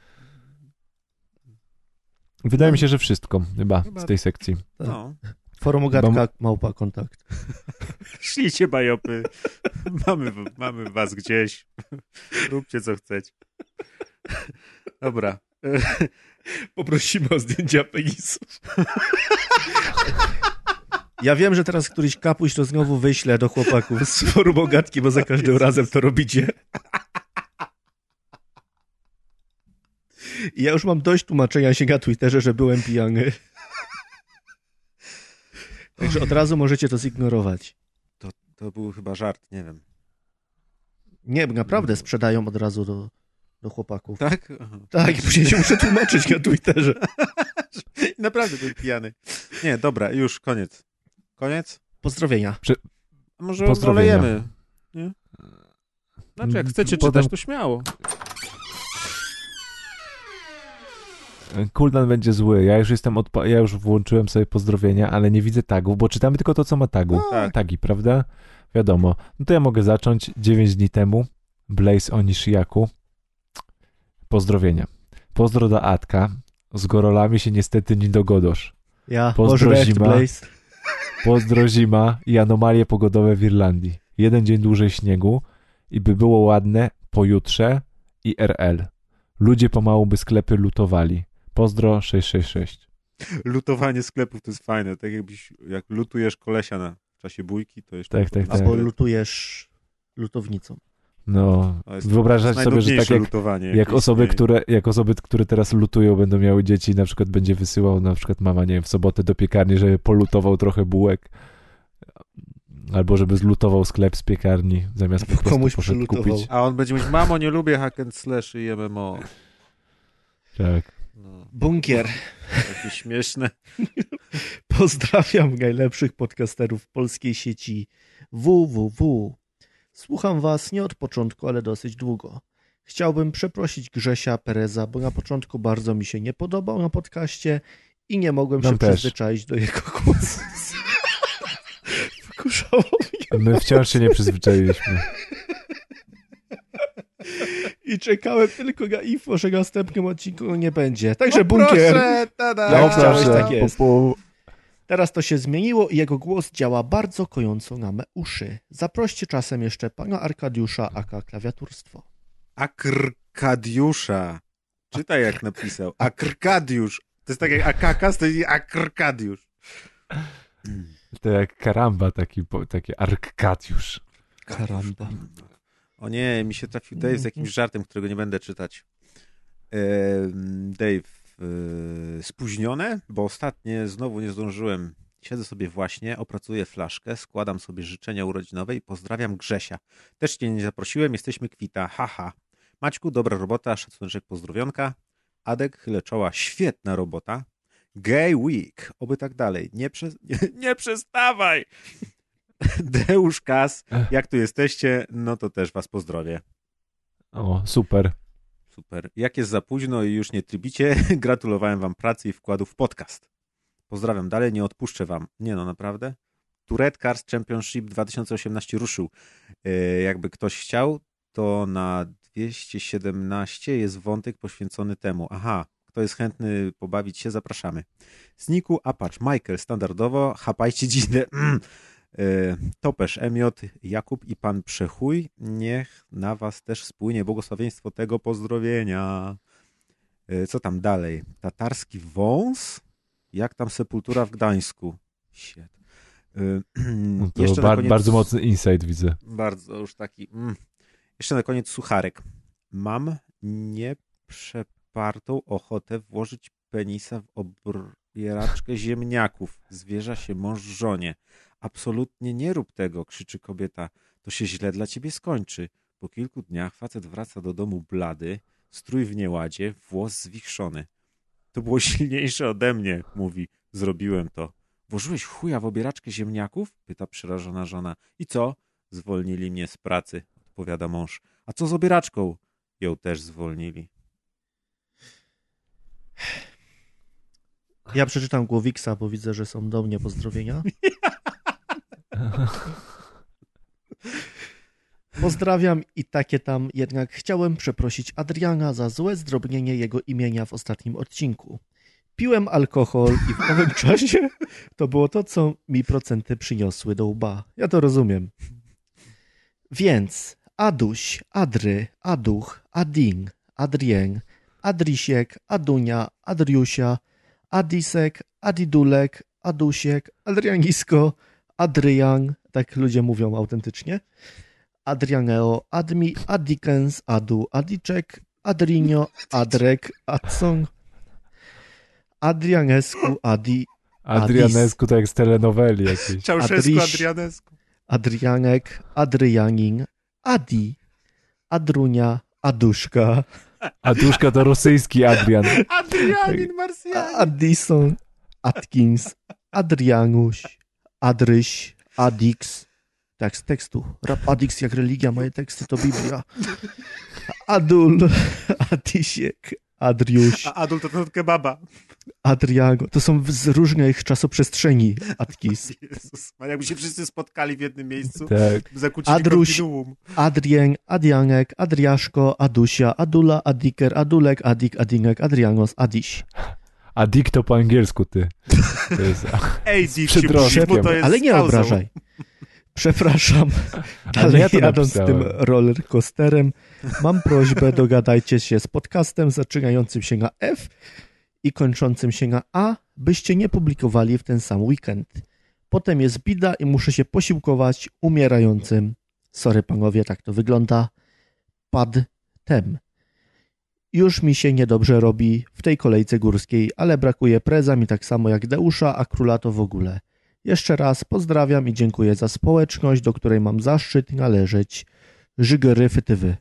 Wydaje mi się, że wszystko chyba Chyba- z tej sekcji. No. forum ogatka, Bo- małpa kontakt. Ślijcie bajopy. mamy, mamy was gdzieś. Róbcie co chcecie. Dobra. Poprosimy o zdjęcia penisów. Ja wiem, że teraz któryś kapuś to znowu wyślę do chłopaków z forum ogatki, bo za każdym razem to robicie. I ja już mam dość tłumaczenia się na Twitterze, że byłem pijany. Także od razu możecie to zignorować. To był chyba żart, nie wiem. Nie, naprawdę sprzedają od razu do, do chłopaków. Tak? Aha. Tak, i później się muszę tłumaczyć na Twitterze. Naprawdę byłem pijany. Nie, dobra, już, koniec. Koniec? Pozdrowienia. A może Pozdrowienia. olejemy? Nie? Znaczy, jak chcecie Potem- czytać, to śmiało. Kuldan będzie zły. Ja już jestem odpa- ja już włączyłem sobie pozdrowienia, ale nie widzę tagów, bo czytamy tylko to, co ma tagu. Tak. Tagi, prawda? Wiadomo. No to ja mogę zacząć. dziewięć dni temu Blaze Onishiaku. Pozdrowienia. Pozdro do Atka. Z gorolami się niestety nie dogodosz. Ja, Pozdro może zima. Blaze. Pozdro zima i anomalie pogodowe w Irlandii. Jeden dzień dłużej śniegu i by było ładne pojutrze i R L. Ludzie pomału by sklepy lutowali. Pozdro sześć sześć sześć. Lutowanie sklepów to jest fajne. Tak jakbyś, jak lutujesz kolesia na czasie bójki, to jeszcze... Tak, tak, powinno tak. Albo być. lutujesz lutownicą. No, To jest wyobrażać sobie, że tak jak, lutowanie, jak, osoby, które, jak osoby, które teraz lutują, będą miały dzieci, na przykład będzie wysyłał na przykład mama, nie wiem, w sobotę do piekarni, żeby polutował trochę bułek. Albo żeby zlutował sklep z piekarni, zamiast po prostu Komuś poszedł przylutował. kupić. A on będzie mówić, mamo, nie lubię hack and slash i M M O. Tak. No, Bunkier. takie śmieszne. Pozdrawiam najlepszych podcasterów polskiej sieci W W W. Słucham was nie od początku, ale dosyć długo. Chciałbym przeprosić Grzesia Pereza, bo na początku bardzo mi się nie podobał na podcaście i nie mogłem Nam się też. przyzwyczaić do jego głosu. Wkurzało mnie. My wciąż się nie przyzwyczailiśmy. I czekałem tylko na info, że w następnym odcinku nie będzie. Także O, Bunkier. proszę, tada. Jak No chciałeś, proszę, tak jest. pu, pu. Teraz to się zmieniło i jego głos działa bardzo kojąco na me uszy. Zaproście czasem jeszcze pana Arkadiusza, aka klawiaturstwo. Akrkadiusza. Czytaj jak napisał. Akrkadiusz. To jest tak jak Akakas, to jest Akrkadiusz. To jak karamba, taki, po- taki Arkadiusz. Karamba. O nie, mi się trafił Dave z jakimś żartem, którego nie będę czytać. Ehm, Dave, e, spóźnione, bo ostatnie znowu nie zdążyłem. Siedzę sobie właśnie, opracuję flaszkę, składam sobie życzenia urodzinowe i pozdrawiam Grzesia. Też cię nie zaprosiłem, jesteśmy kwita, haha. Maćku, dobra robota, szacuneczek, pozdrowionka. Adek, chylę czoła, świetna robota. Gay Week, oby tak dalej. Nie, prze... nie, nie przestawaj! Deusz Kas, jak tu jesteście, no to też was pozdrowię. O, super. Super. Jak jest za późno i już nie trybicie, gratulowałem wam pracy i wkładu w podcast. Pozdrawiam dalej, nie odpuszczę wam. Nie no, naprawdę. Tourette Cars Championship dwa tysiące osiemnaście ruszył. E, jakby ktoś chciał, to na dwieście siedemnaście jest wątek poświęcony temu. Aha, kto jest chętny pobawić się, zapraszamy. Sniku, Apacz, Michael, standardowo, chapajcie dzidę. Mm. E, Topesz, M J, Jakub i pan Przechuj. Niech na was też spłynie błogosławieństwo tego pozdrowienia. E, co tam dalej? Tatarski wąs? Jak tam sepultura w Gdańsku? Shit. E, No to jeszcze ba- na koniec, bardzo mocny insight widzę. Bardzo już taki. Mm. Jeszcze na koniec sucharek. Mam nieprzepartą ochotę włożyć penisa w obieraczkę ziemniaków. Zwierza się mąż żonie. Absolutnie nie rób tego, krzyczy kobieta. To się źle dla ciebie skończy. Po kilku dniach facet wraca do domu blady, strój w nieładzie, włos zwichrzony. To było silniejsze ode mnie, mówi. Zrobiłem to. Włożyłeś chuja w obieraczkę ziemniaków? Pyta przerażona żona. I co? Zwolnili mnie z pracy, odpowiada mąż. A co z obieraczką? Ją też zwolnili. Ja przeczytam Głowiksa, bo widzę, że są do mnie pozdrowienia. Pozdrawiam i takie tam, jednak chciałem przeprosić Adriana za złe zdrobnienie jego imienia w ostatnim odcinku. Piłem alkohol i w owym czasie to było to, co mi procenty przyniosły do łba. Ja to rozumiem. Więc Aduś, Adry, Aduch, Ading, Adrien, Adrisiek, Adunia, Adriusia, Adisek, Adidulek, Adusiek, Adrianisko, Adrian, tak ludzie mówią autentycznie, Adrianeo, Admi, Adikens, Adu, Adiczek, Adrinio, Adrek, Adson, Adrianesku, Adi, Adrianesku to jak z telenoweli jakieś. Czałszewsku, Adriś- Adrianesku. Adrianek, Adrianin, Adi, Adrunia, Aduszka, Aduszka to rosyjski Adrian. Adrianin Marsjanin. Addison, Atkins, Adrianuś, Adryś, Adix. Tak, z tekstu. Rap Adix jak religia, moje teksty to Biblia. Adul, Adisiek, Adriuś, A Adul to ten kebaba. Adriago. To są z różnych czasoprzestrzeni Atkis. Jezus, a jakby się wszyscy spotkali w jednym miejscu, Tak. zakłócili Adruś. kontinuum. Adrien, Adrianek, Adriaszko, Adusia, Adula, Adiker, Adulek, Adik, Adinek, Adrianos, Adiś. A Dick to po angielsku, ty. To jest... Ej, Dick, Przydrożkiem. bo to jest Ale nie pauzą. obrażaj. Przepraszam. Ale Dalej ja to jadąc tym napisałem. rollercoasterem, mam prośbę, dogadajcie się z podcastem zaczynającym się na F i kończącym się na A, byście nie publikowali w ten sam weekend. Potem jest bida i muszę się posiłkować umierającym. Sorry panowie, tak to wygląda. wpadłem. Już mi się niedobrze robi w tej kolejce górskiej, ale brakuje preza mi tak samo jak Deusza, a króla to w ogóle. Jeszcze raz pozdrawiam i dziękuję za społeczność, do której mam zaszczyt należeć. Żygery fytywy.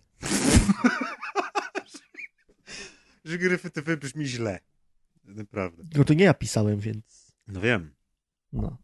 Żygery fytywy brzmi źle. Naprawdę. No to nie ja pisałem, więc... No wiem. No.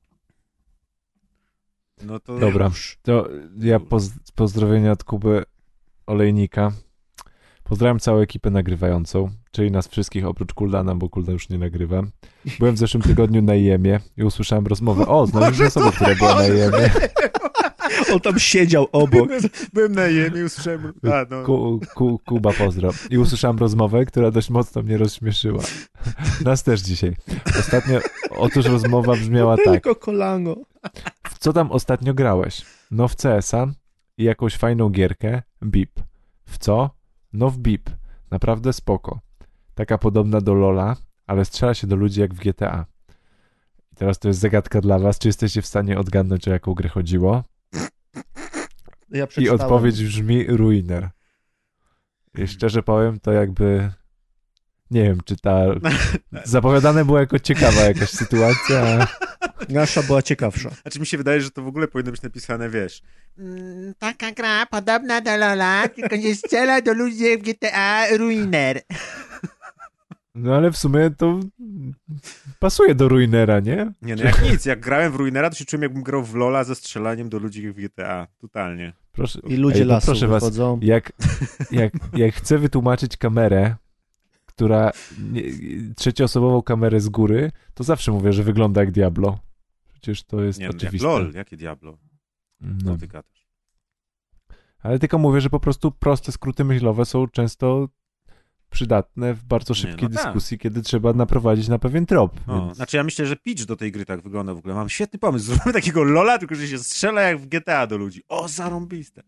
No to... Dobra, to ja poz- pozdrowienia od Kuby Olejnika. Pozdrawiam całą ekipę nagrywającą, czyli nas wszystkich oprócz Kuldana, bo Kuldan już nie nagrywa. Byłem w zeszłym tygodniu na Jemie i usłyszałem rozmowę. O, znaleźliśmy osobę, która była na Jemie. On tam siedział obok. Byłem, byłem na Jemie i usłyszałem... A, no. Ku, ku, Kuba, pozdro. I usłyszałem rozmowę, która dość mocno mnie rozśmieszyła. Nas też dzisiaj. Ostatnio, otóż rozmowa brzmiała tak. Tylko kolano. W co tam ostatnio grałeś? No w C S a i jakąś fajną gierkę, B I P. W co? No w B I P. Naprawdę spoko. Taka podobna do LoL'a, ale strzela się do ludzi jak w G T A. I teraz to jest zagadka dla was. Czy jesteście w stanie odgadnąć, o jaką grę chodziło? Ja I odpowiedź brzmi Ruiner. I szczerze powiem, to jakby... Nie wiem, czy ta... Zapowiadane było jako ciekawa jakaś sytuacja, a... Nasza była ciekawsza. Znaczy mi się wydaje, że to w ogóle powinno być napisane, wiesz... Mm, taka gra podobna do Lola, tylko się strzela do ludzi jak w G T A Ruiner. No ale w sumie to pasuje do Ruinera, nie? Nie, no jak nic. Jak grałem w Ruinera, to się czułem, jakbym grał w LoL'a ze strzelaniem do ludzi jak w G T A. Totalnie. Proszę, I ludzie ej, no lasu proszę was, wychodzą. jak, jak, jak chcę wytłumaczyć kamerę, która nie, trzecioosobową kamerę z góry, to zawsze mówię, że wygląda jak Diablo. Przecież to jest Nie, no, jak oczywiste. LoL, jakie Diablo. No. No. Ty gadasz. Ale tylko mówię, że po prostu proste skróty myślowe są często przydatne w bardzo szybkiej no tak. dyskusji, kiedy trzeba naprowadzić na pewien trop. O, Więc... Znaczy ja myślę, że pitch do tej gry tak wygląda w ogóle. Mam świetny pomysł. Zróbmy takiego LoL'a, tylko że się strzela jak w G T A do ludzi. O, zarąbiste.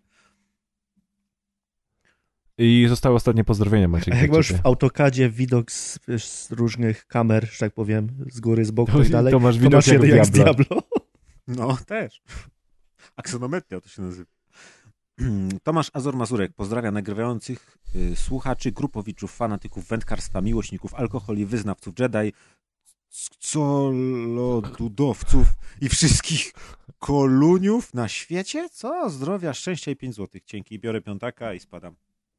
I zostały ostatnie pozdrowienia, Maciek. A jak dla masz ciebie. w AutoCadzie widok z, wiesz, z różnych kamer, że tak powiem, z góry, z boku To- i tak dalej, to masz to widok masz jak jeden w jak z Diablo. Diablo. No, też. Aksonometria to się nazywa. Tomasz Azor-Mazurek pozdrawia nagrywających y, słuchaczy, grupowiczów, fanatyków wędkarstwa, miłośników alkoholi, wyznawców Jedi, colodudowców i wszystkich koluniów na świecie. Co? Zdrowia, szczęścia i pięć złotych. Dzięki. Biorę piątaka i spadam.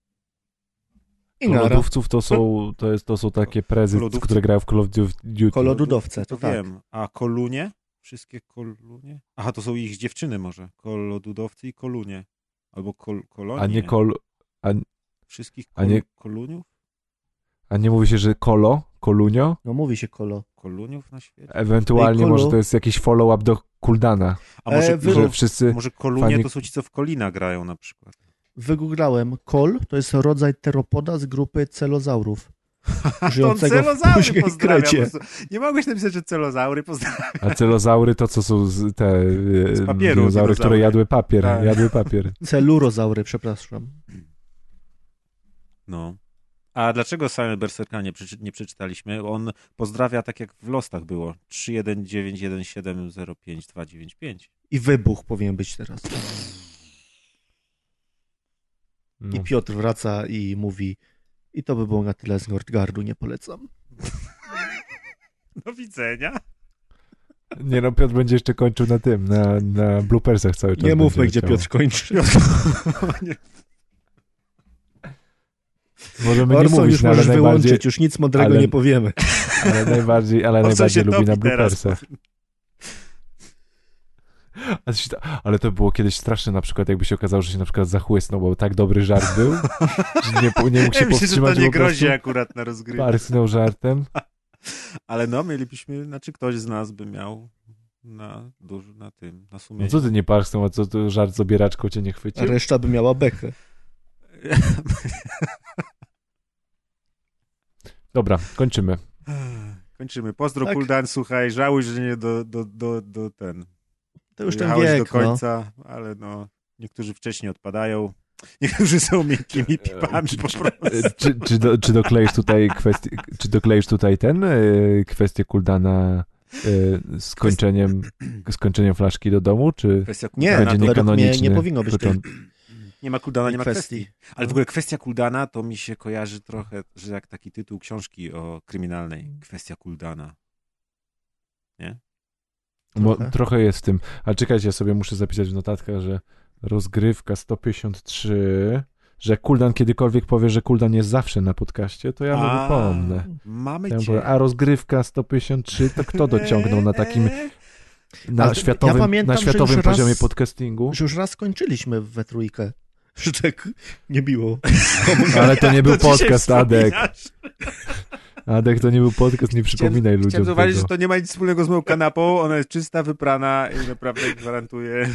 I nara. Kolodówców to są, to, jest, to są takie prezy, Kolodówcy. które grają w Call of Duty. Kolodudowce, to To tak. wiem. A kolunie? Wszystkie kolunie? Aha, to są ich dziewczyny może. Kolodudowcy i kolunie. Albo kol, kolonie. A nie kol... A, Wszystkich a nie- kol, koluniów? a nie mówi się, że kolo? Kolunio? No mówi się kolo. Koluniów na świecie? Ewentualnie Ej, kolu. może to jest jakiś follow-up do Kuldana. A może, E, wy- Że może, wszyscy... może kolunie fani- to są ci, co w Kolina grają na przykład. Wygooglałem. Kol to jest rodzaj teropoda z grupy celozaurów. To on Żyjącego w celozaury późnej pozdrawia. krecie. po prostu. Nie mogłeś napisać, że celozaury pozdrawia. A celozaury to co są z, te e, Z papieru dinozaury, dinozaury. które jadły papier. Tak. Jadły papier. Celurozaury, przepraszam. No. A dlaczego same Berserka nie, przeczy, nie przeczytaliśmy? On pozdrawia tak jak w Lostach było. trzy jeden dziewięć jeden siedem zero pięć dwa dziewięć pięć. I wybuch powinien być teraz. No. I Piotr wraca i mówi i to by było na tyle z Nordgardu, nie polecam. Do widzenia. Nie no, Piotr będzie jeszcze kończył na tym, na, na bloopersach cały czas. Nie mówmy, będzie gdzie leciało. Piotr kończy. Nie. Możemy nie Orson, mówić, już no, ale możesz najbardziej, wyłączyć, już nic mądrego ale- nie powiemy. ale najbardziej, ale Orson najbardziej się lubi na topi teraz. bloopersach. A coś ta- Ale to było kiedyś straszne, na przykład jakby się okazało, że się na przykład zachłysnął, bo tak dobry żart był, że nie, nie mógł się Ja myślę, że to powstrzymać, nie bo po grozi prostu akurat na rozgrywkę. parsknął żartem. Ale no, mielibyśmy, znaczy ktoś z nas by miał na, duży, na tym, na No sumieniu. co ty nie parsknął, a co to żart z obieraczką cię nie A chwycił? reszta by miała bekę. Dobra, kończymy. Kończymy. Pozdro, Tak. Kuldan, słuchaj, żałuj, że nie do, do, do, do ten. To już ten Jechałeś wiek, do końca, ale no, niektórzy wcześniej odpadają, niektórzy są miękkimi pipami po prostu. E, Czy, czy, do, czy dokleisz tutaj kwestię, czy dokleisz tutaj ten, e, kwestię Kuldana e, z kończeniem, z kończeniem flaszki do domu, czy Kwestia Nie, Kuldana będzie to- według mnie niekanoniczny nie powinno być tej... początek? Nie ma cooldowna, nie ma kwestii. kwestii. Ale w ogóle kwestia cooldowna to mi się kojarzy trochę, że jak taki tytuł książki o kryminalnej. Kwestia cooldowna. Nie? Bo Trochę. trochę jest w tym. Ale czekajcie, ja sobie muszę zapisać w notatkach, że rozgrywka sto pięćdziesiąt trzy, że cooldown kiedykolwiek powie, że cooldown jest zawsze na podcaście, to ja mu A, wypomnę. Mamy Ja mu cię. powiem, a rozgrywka sto pięćdziesiąt trzy, to kto dociągnął na takim na Ale światowym, ja pamiętam, na że światowym już raz- poziomie podcastingu? Że już raz skończyliśmy we trójkę. Że tak nie biło. Ale to nie był To dzisiaj podcast, Adek. wspominasz. Adek, to nie był podcast, nie przypominaj ludziom Chciałem zauważyć, tego. że to nie ma nic wspólnego z moją kanapą, ona jest czysta, wyprana i naprawdę gwarantuję.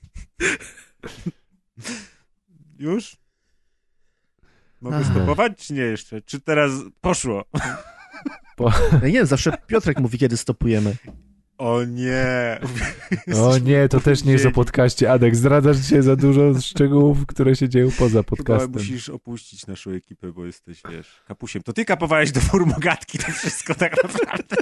Już? Mogę Ach. stopować, czy nie jeszcze? Czy teraz poszło? Ja nie wiem, zawsze Piotrek mówi, kiedy stopujemy. O nie. O nie, to też nie jest o podcaście. Adek, zdradzasz dzisiaj za dużo szczegółów, które się dzieją poza Chyba podcastem. musisz opuścić naszą ekipę, bo jesteś, wiesz, kapusiem. To ty kapowałeś do formogatki to wszystko tak naprawdę.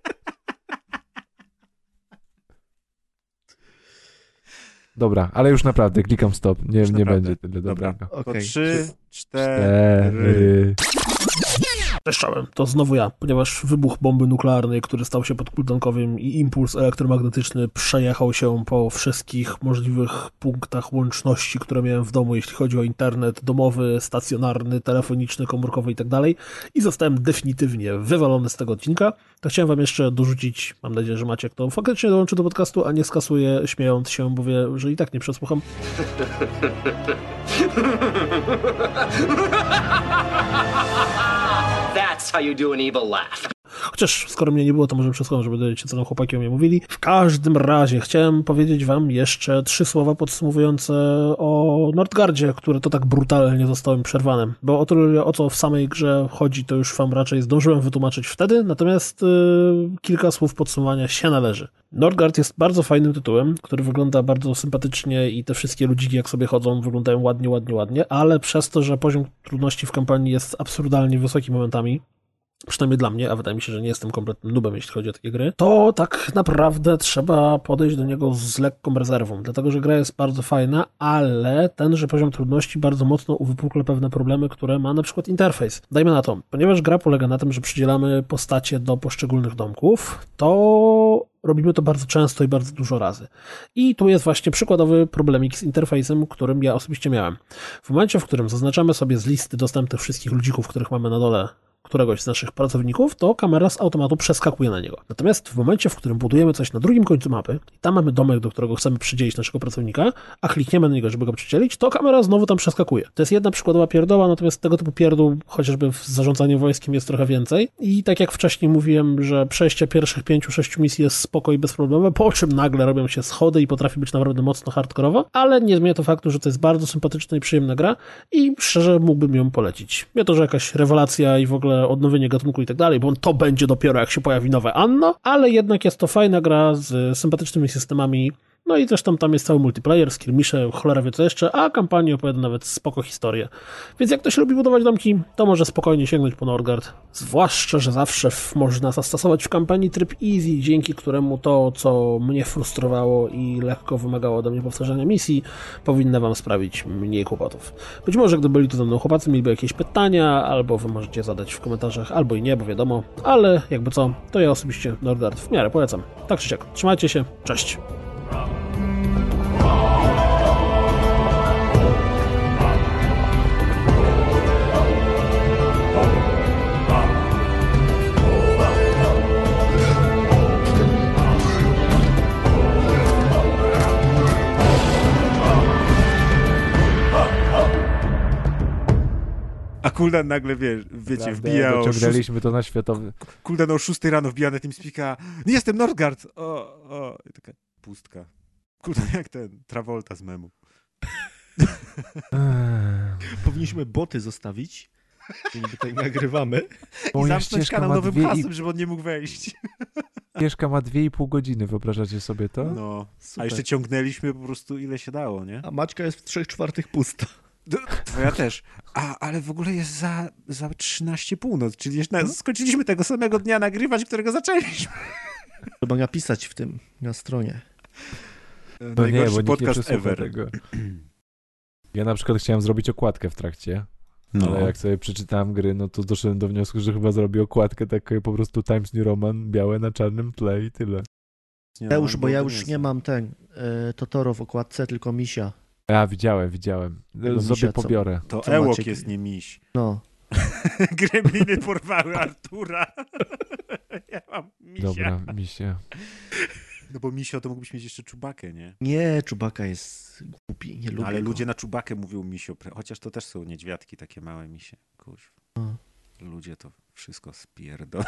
Dobra, ale już naprawdę, klikam stop. Nie, Już nie naprawdę. będzie tyle Dobra. dobrego. To Okej. trzy, cztery. Cztery. Cześć, czołem. To znowu ja, ponieważ wybuch bomby nuklearnej, który stał się podkuldankowym i impuls elektromagnetyczny przejechał się po wszystkich możliwych punktach łączności, które miałem w domu, jeśli chodzi o internet domowy, stacjonarny, telefoniczny, komórkowy i tak dalej, i zostałem definitywnie wywalony z tego odcinka, to chciałem wam jeszcze dorzucić, mam nadzieję, że Maciek to faktycznie dołączy do podcastu, a nie skasuje śmiejąc się, bo wie, że i tak nie przesłucham. That's how you do an evil laugh. Chociaż skoro mnie nie było, to może przesłucham, żeby dowiedzieć się, co nam chłopaki o mnie mówili. W każdym razie chciałem powiedzieć wam jeszcze trzy słowa podsumowujące o Nordgardzie, które to tak brutalnie zostało mi przerwane. Bo o tyle, o co w samej grze chodzi, to już wam raczej zdążyłem wytłumaczyć wtedy, natomiast yy, kilka słów podsumowania się należy. Nordgard jest bardzo fajnym tytułem, który wygląda bardzo sympatycznie i te wszystkie ludziki, jak sobie chodzą, wyglądają ładnie, ładnie, ładnie, ale przez to, że poziom trudności w kampanii jest absurdalnie wysoki momentami, przynajmniej dla mnie, a wydaje mi się, że nie jestem kompletnym nubem, jeśli chodzi o takie gry, to tak naprawdę trzeba podejść do niego z lekką rezerwą, dlatego że gra jest bardzo fajna, ale tenże poziom trudności bardzo mocno uwypukla pewne problemy, które ma na przykład interfejs. Dajmy na to, ponieważ gra polega na tym, że przydzielamy postacie do poszczególnych domków, to robimy to bardzo często i bardzo dużo razy. I tu jest właśnie przykładowy problemik z interfejsem, którym ja osobiście miałem. W momencie, w którym zaznaczamy sobie z listy dostępnych wszystkich ludzików, których mamy na dole któregoś z naszych pracowników, to kamera z automatu przeskakuje na niego. Natomiast w momencie, w którym budujemy coś na drugim końcu mapy i tam mamy domek, do którego chcemy przydzielić naszego pracownika, a klikniemy na niego, żeby go przydzielić, to kamera znowu tam przeskakuje. To jest jedna przykładowa pierdoła, natomiast tego typu pierdół, chociażby w zarządzaniu wojskiem, jest trochę więcej. I tak jak wcześniej mówiłem, że przejście pierwszych pięciu, sześciu misji jest spoko i bezproblemowe, po czym nagle robią się schody i potrafi być naprawdę mocno hardkorowo, ale nie zmienia to faktu, że to jest bardzo sympatyczna i przyjemna gra i szczerze mógłbym ją polecić. Nie to, że jakaś rewelacja i w ogóle odnowienie gatunku i tak dalej, bo to będzie dopiero jak się pojawi nowe Anno, ale jednak jest to fajna gra z sympatycznymi systemami, no i zresztą tam jest cały multiplayer, skirmisze, cholera wie co jeszcze, a kampania opowiada nawet spoko historię. Więc jak ktoś lubi budować domki, to może spokojnie sięgnąć po Nordgard. Zwłaszcza, że zawsze w, można zastosować w kampanii tryb easy, dzięki któremu to, co mnie frustrowało i lekko wymagało ode mnie powtarzania misji, powinno wam sprawić mniej kłopotów. Być może gdyby byli tu ze mną chłopacy, mieliby jakieś pytania, albo wy możecie zadać w komentarzach, albo i nie, bo wiadomo, ale jakby co, to ja osobiście Nordgard w miarę polecam. Tak czy siak, trzymajcie się, cześć! A Kuldan nagle, wie, wiecie, Prawda, wbija o dociągnęliśmy to na światowy. Kuldan o szóstej rano wbija na TeamSpeaka. Nie jestem Nordgard! O, o. I taka pustka. Kuldan jak ten Travolta z memu. Powinniśmy boty zostawić, czyli tutaj nagrywamy. Moja I zamknąć ścieżka kanał ma nowym dwie i... hasłem, żeby on nie mógł wejść. ścieżka ma dwie i pół godziny, wyobrażacie sobie to? No. Super. A jeszcze ciągnęliśmy po prostu ile się dało, nie? A Maćka jest w trzech czwartych pusta. Twoja też. A, ale w ogóle jest za, za trzynaście północ, czyli jeszcze na, skończyliśmy tego samego dnia nagrywać, którego zaczęliśmy. Trzeba napisać w tym, na stronie. To nie, bo nikt nie podcast przesłucha ever. tego. Ja na przykład chciałem zrobić okładkę w trakcie, No. ale jak sobie przeczytałem gry, no to doszedłem do wniosku, że chyba zrobię okładkę taką po prostu Times New Roman, białe na czarnym tle i tyle. Nie, Ja już, on bo ja byłby już niezły. nie mam ten y, Totoro w okładce, tylko misia. A, widziałem, widziałem. Tego Sobie misia, co- pobiorę. To Co Ewok macie? jest nie miś. No. Gremliny porwały Artura. Ja mam misia. Dobra, mi się... No bo misio to mógłbyś mieć jeszcze Czubakę, nie? Nie, Czubaka jest głupi, nie lubię Ale go. ludzie na Czubakę mówią misio, pre- chociaż to też są niedźwiadki, takie małe misie. Kuź. No. Ludzie to wszystko spierdolą.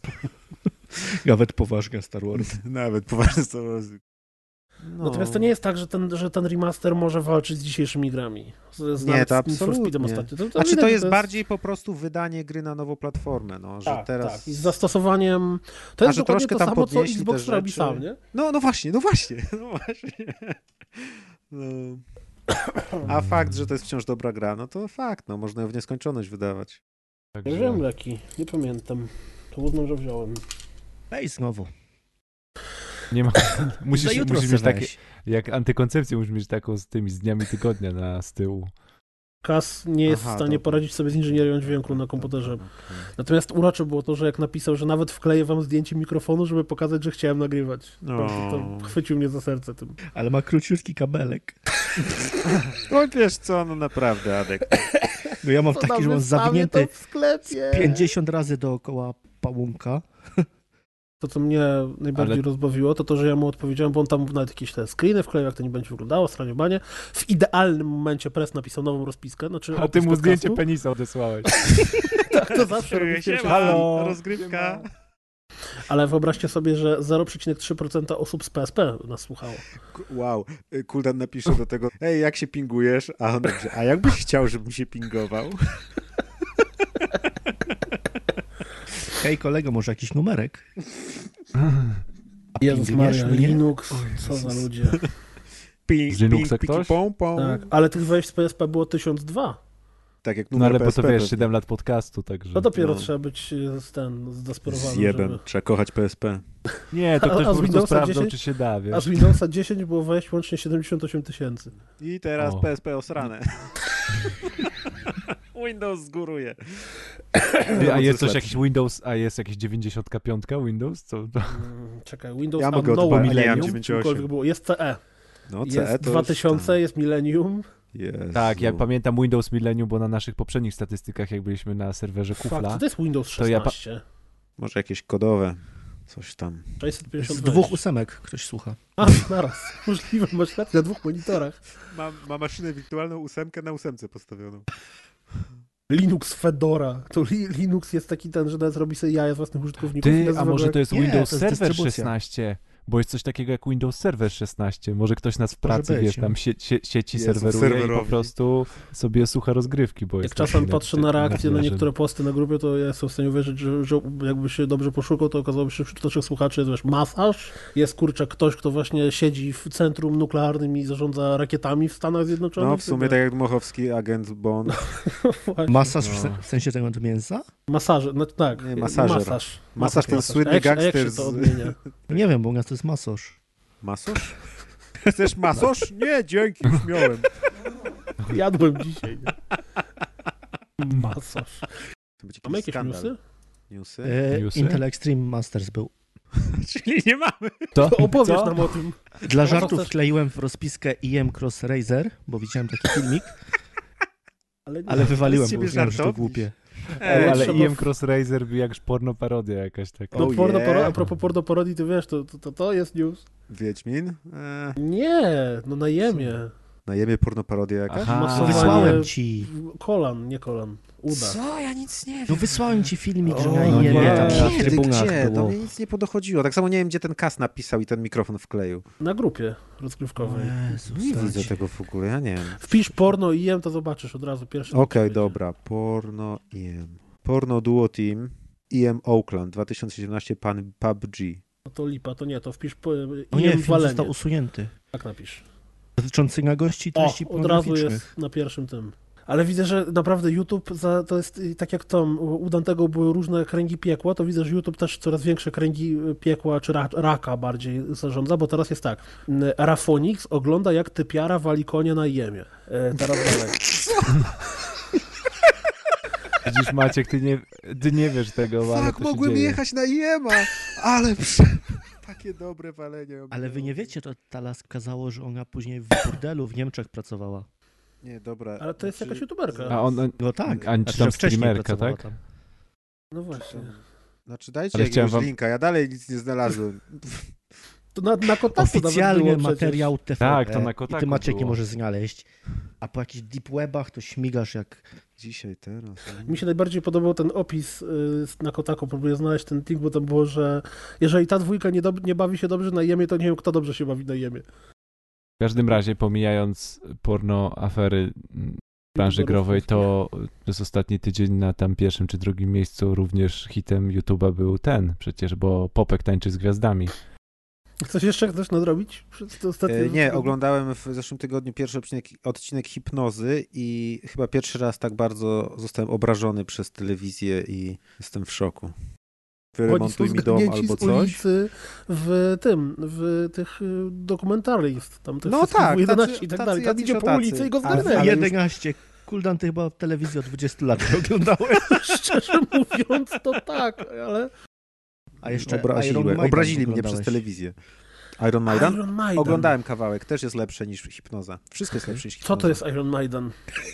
Nawet poważnie Star Wars. Nawet poważnie to... No. Natomiast to nie jest tak, że ten, że ten remaster może walczyć z dzisiejszymi grami. Z, z Nie, nawet to z Need for Speedem absolutnie. ostatnio. To, to Znaczy to widać, że jest bardziej po prostu wydanie gry na nową platformę, no, że Tak, teraz... tak. I z zastosowaniem... To A, jest że dokładnie troszkę to tam samo, co podnieśli Xbox te robi rzeczy. sam, nie? No, no właśnie, no właśnie, no właśnie. No. A fakt, że to jest wciąż dobra gra, no to fakt, no można ją w nieskończoność wydawać. Także... Nie wiem jaki, nie pamiętam. To uznam, że wziąłem. Ej, znowu. Nie ma... Za musisz, jutro musisz mieć sobie takie... weź. Jak antykoncepcję musisz mieć taką z tymi z dniami tygodnia na z tyłu. Kas nie jest Aha, w stanie dobra. poradzić sobie z inżynierią dźwięku na komputerze. Dobra, okej. Natomiast urocze było to, że jak napisał, że nawet wkleję wam zdjęcie mikrofonu, żeby pokazać, że chciałem nagrywać. To, No. to chwycił mnie za serce tym. Ale ma króciutki kabelek. No wiesz co, no naprawdę, Adek. No ja mam taki, że mam zawinięty w sklepie. pięćdziesiąt razy dookoła pałunka. To, co mnie najbardziej Ale- rozbawiło, to to, że ja mu odpowiedziałem, bo on tam nawet jakieś te screeny wkleił, jak to nie będzie wyglądało, stranie banie. W idealnym momencie press napisał nową rozpiskę, znaczy A ty opis mu podcastu. zdjęcie penisa odesłałeś. Tak, to zawsze robi Siema, pierwszy. Halo. rozgrywka. Ale wyobraźcie sobie, że zero przecinek trzy procent osób z P S P nas słuchało. K- Wow, Y, Kuldan napisze do tego, ej, jak się pingujesz? A on napisze, a jakbyś chciał, żebym się pingował? Hej kolego, może jakiś numerek? A Jezus pingujesz Maria, mnie? Linux, co za ludzie. Ping, Z Linuxa ping, ktoś? pong, pong. Tak, ale tych wejść z P S P było tysiąc dwa. Tak jak No numer ale bo P S P to wiesz, pewnie. siedem lat podcastu, także... No dopiero No. trzeba być e, z ten, zdesperowany, Zjebem, żeby... trzeba kochać P S P. Nie, to A- ktoś a po z prostu Windowsa sprawdzał, dziesięć? czy się da, A wiesz. z Windowsa dziesięć było wejść łącznie siedemdziesiąt osiem tysięcy. I teraz O. P S P osrane. Windows zgóruje. Ty, a jest coś lepsze. jakiś Windows, a jest jakieś dziewięćdziesiąt pięć Windows? Co? To... Mm, Czekaj, Windows Ja ja mogę Unknown odpalić, nie, ja mam Millennium, dziewięćdziesiąt osiem. czymkolwiek było. Jest C E, No, C E jest to dwa już tysiące, tam. jest Millennium. Jezu. Tak, ja pamiętam Windows Millennium, bo na naszych poprzednich statystykach, jak byliśmy na serwerze Fuck, Kufla, co to jest Windows to ja pa- szesnaście? Może jakieś kodowe. Coś tam. sześćset pięćdziesiąt Z sześć. dwóch ósemek ktoś słucha. A, naraz. Możliwe, masz rację, na dwóch monitorach. Ma, ma maszynę wirtualną ósemkę na ósemce postawioną. Linux Fedora. To li, Linux jest taki ten, że nawet robi sobie jaja z własnych użytkowników. i Ty, nazywa a go może jak- to jest Nie, Windows to jest Server dystrybucja. szesnaście? Bo jest coś takiego jak Windows Server szesnaście. Może ktoś nas w Może pracy, być, wiesz, no. tam sie, sie, sieci Jezu, serweruje i po serwerowi. prostu sobie słucha rozgrywki, bo Jak jest czasem taki patrzę nad- na nad reakcje na wieżem. niektóre posty na grupie, to ja jestem w stanie uwierzyć, że, że jakby się dobrze poszukał, to okazałoby się, że wśród naszych słuchaczy jest wiesz, masaż, jest kurczę ktoś, kto właśnie siedzi w centrum nuklearnym i zarządza rakietami w Stanach Zjednoczonych. No, w sumie tak jak dmochowski agent Bond. Właśnie. Masaż w, No. se- w sensie tego od mięsa? Masaże, no tak. Nie, masażer. Masaż. Masaż ten słynny a jak, się- a gangster jak się to z- odmienia? Nie wiem, bo u nas to jest masoż. Masosz? Chcesz masosz? Nie, dzięki, już miałem. Jadłem dzisiaj. Nie? Masaż. To będzie Mamy jakiś jakieś skandal. newsy? Newsy? E, Newsy? Intel Extreme Masters był. Czyli nie mamy. To, To opowiesz co? nam o tym. Dla No, żartów chcesz- wkleiłem w rozpiskę I M Cross Razer, bo widziałem taki filmik, Ale, nie. ale wywaliłem, z bo ciebie uznałem, że to żartowniś. głupie. Ej, ale trzeba I M w- Cross Razer był jak porno parodia jakaś taka. No, Oh porno yeah. poro- a propos porno parodii, to wiesz, to, to, to, to jest news. Wiedźmin? E, Nie, no na jemie. na jemie pornoparodia jakaś? Aha. Masowanie Wysłałem ci. kolan, nie kolan. Uda. Co? Ja nic nie wiem. No wysłałem ci filmik, że O, na no I M nie. tam na Kiedy, trybunach gdzie? Do było. mnie nic nie podochodziło. Tak samo nie wiem, gdzie ten Kas napisał i ten mikrofon wkleił. Na grupie rozgrywkowej. Jezus, Nie Sacie. widzę tego w ogóle, ja nie wiem. Wpisz porno i jem, to zobaczysz od razu pierwszy. Okej, dobra. Porno I M. Porno Duo Team. I M Oakland dwa tysiące siedemnaście pan P U B G. No to lipa, to nie, to wpisz po, O nie, jem film walenie. został usunięty. Tak napisz. Dotyczący nagości O, treści od razu pornograficznych. jest na pierwszym tym. Ale widzę, że naprawdę YouTube za, to jest tak jak Tom, u Dantego były różne kręgi piekła, to widzę, że YouTube też coraz większe kręgi piekła, czy ra, raka bardziej zarządza, bo teraz jest tak. Rafonix ogląda, jak typiara wali konia na jemie. E, teraz dalej. Widzisz, Maciek, ty nie, ty nie wiesz tego, ale Fuck, to się mogłem dzieje. jechać na Jema, ale prze... takie dobre walenie. Ale wy nie wiecie, to ta laska kazało, że ona później w burdelu w Niemczech pracowała. Nie, dobra. Ale to jest Znaczy- jakaś youtuberka. A on, No tak. A czy Znaczy, tam że wcześniej streamerka, pracowała tak? tam. No właśnie. Znaczy dajcie Ale jakiegoś chciałem wam- linka, ja dalej nic nie znalazłem. To na, na Kotaku Oficjalnie nawet było materiał T V P. Tak, to na I Kotaku ty Maciek nie było. możesz znaleźć. A po jakichś deep webach to śmigasz jak... Dzisiaj, teraz. przecież. Mi się najbardziej podobał ten opis y, na Kotaku. Próbuję znaleźć ten link, bo tam było, że jeżeli ta dwójka nie, dob- nie bawi się dobrze na jemie, to nie wiem, kto dobrze się bawi na jemie. W każdym razie, pomijając porno afery mm, branży growej, to przez ostatni tydzień na tam pierwszym czy drugim miejscu również hitem YouTube'a był ten przecież, bo Popek tańczy z gwiazdami. Coś jeszcze chcesz nadrobić? Przez te ostatnie... E, nie, oglądałem w zeszłym tygodniu pierwszy odcinek, odcinek Hipnozy i chyba pierwszy raz tak bardzo zostałem obrażony przez telewizję i jestem w szoku. Wyremontuj mi dom albo z coś. ulicy w tym, w tych y, dokumentarach, tam tych No wszystkich tak, W jedenaście tacy- i tak tacy dalej. Tam jacyś idzie po tacy. ulicy i go Ale- zgarnęli. ale już- jedenaście. Kuldan, ty chyba telewizję od dwudziestu lat nie oglądałeś. Szczerze mówiąc, to tak, ale... A jeszcze Obraziłem. Iron Maiden Obrazili mnie oglądałeś. przez telewizję. Iron Maiden? Iron Maiden. Oglądałem kawałek, też jest lepsze niż Hipnoza. Wszystko jest lepsze niż Hipnoza. Co to jest Iron Maiden?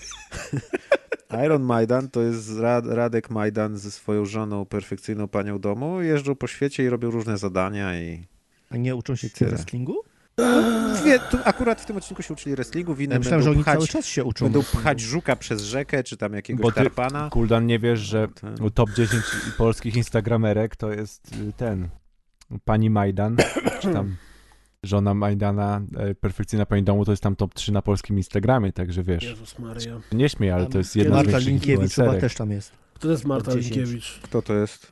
Iron Maiden to jest Rad Radek Majdan ze swoją żoną, perfekcyjną panią domu. Jeżdżą po świecie i robią różne zadania i... A nie uczą się Tyle. wrestlingu? Dwie, tu akurat w tym odcinku się uczyli wrestlingu, w Ja innym myślałem, że będą oni cały pchać, czas się uczą. będą pchać żuka przez rzekę, czy tam jakiegoś Bo ty- karpana. Kuldan, nie wiesz, że Ten. top dziesięć polskich instagramerek to jest y, ten, pani Majdan, czy tam żona Majdana, e, perfekcyjna pani domu, to jest tam top trzy na polskim Instagramie, także wiesz, Jezus Maria. nie śmiej, ale to jest jedna z Marta większych Linkiewicz chyba influencerek. też tam jest. Kto jest Marta dziesięć. Linkiewicz? Kto to jest?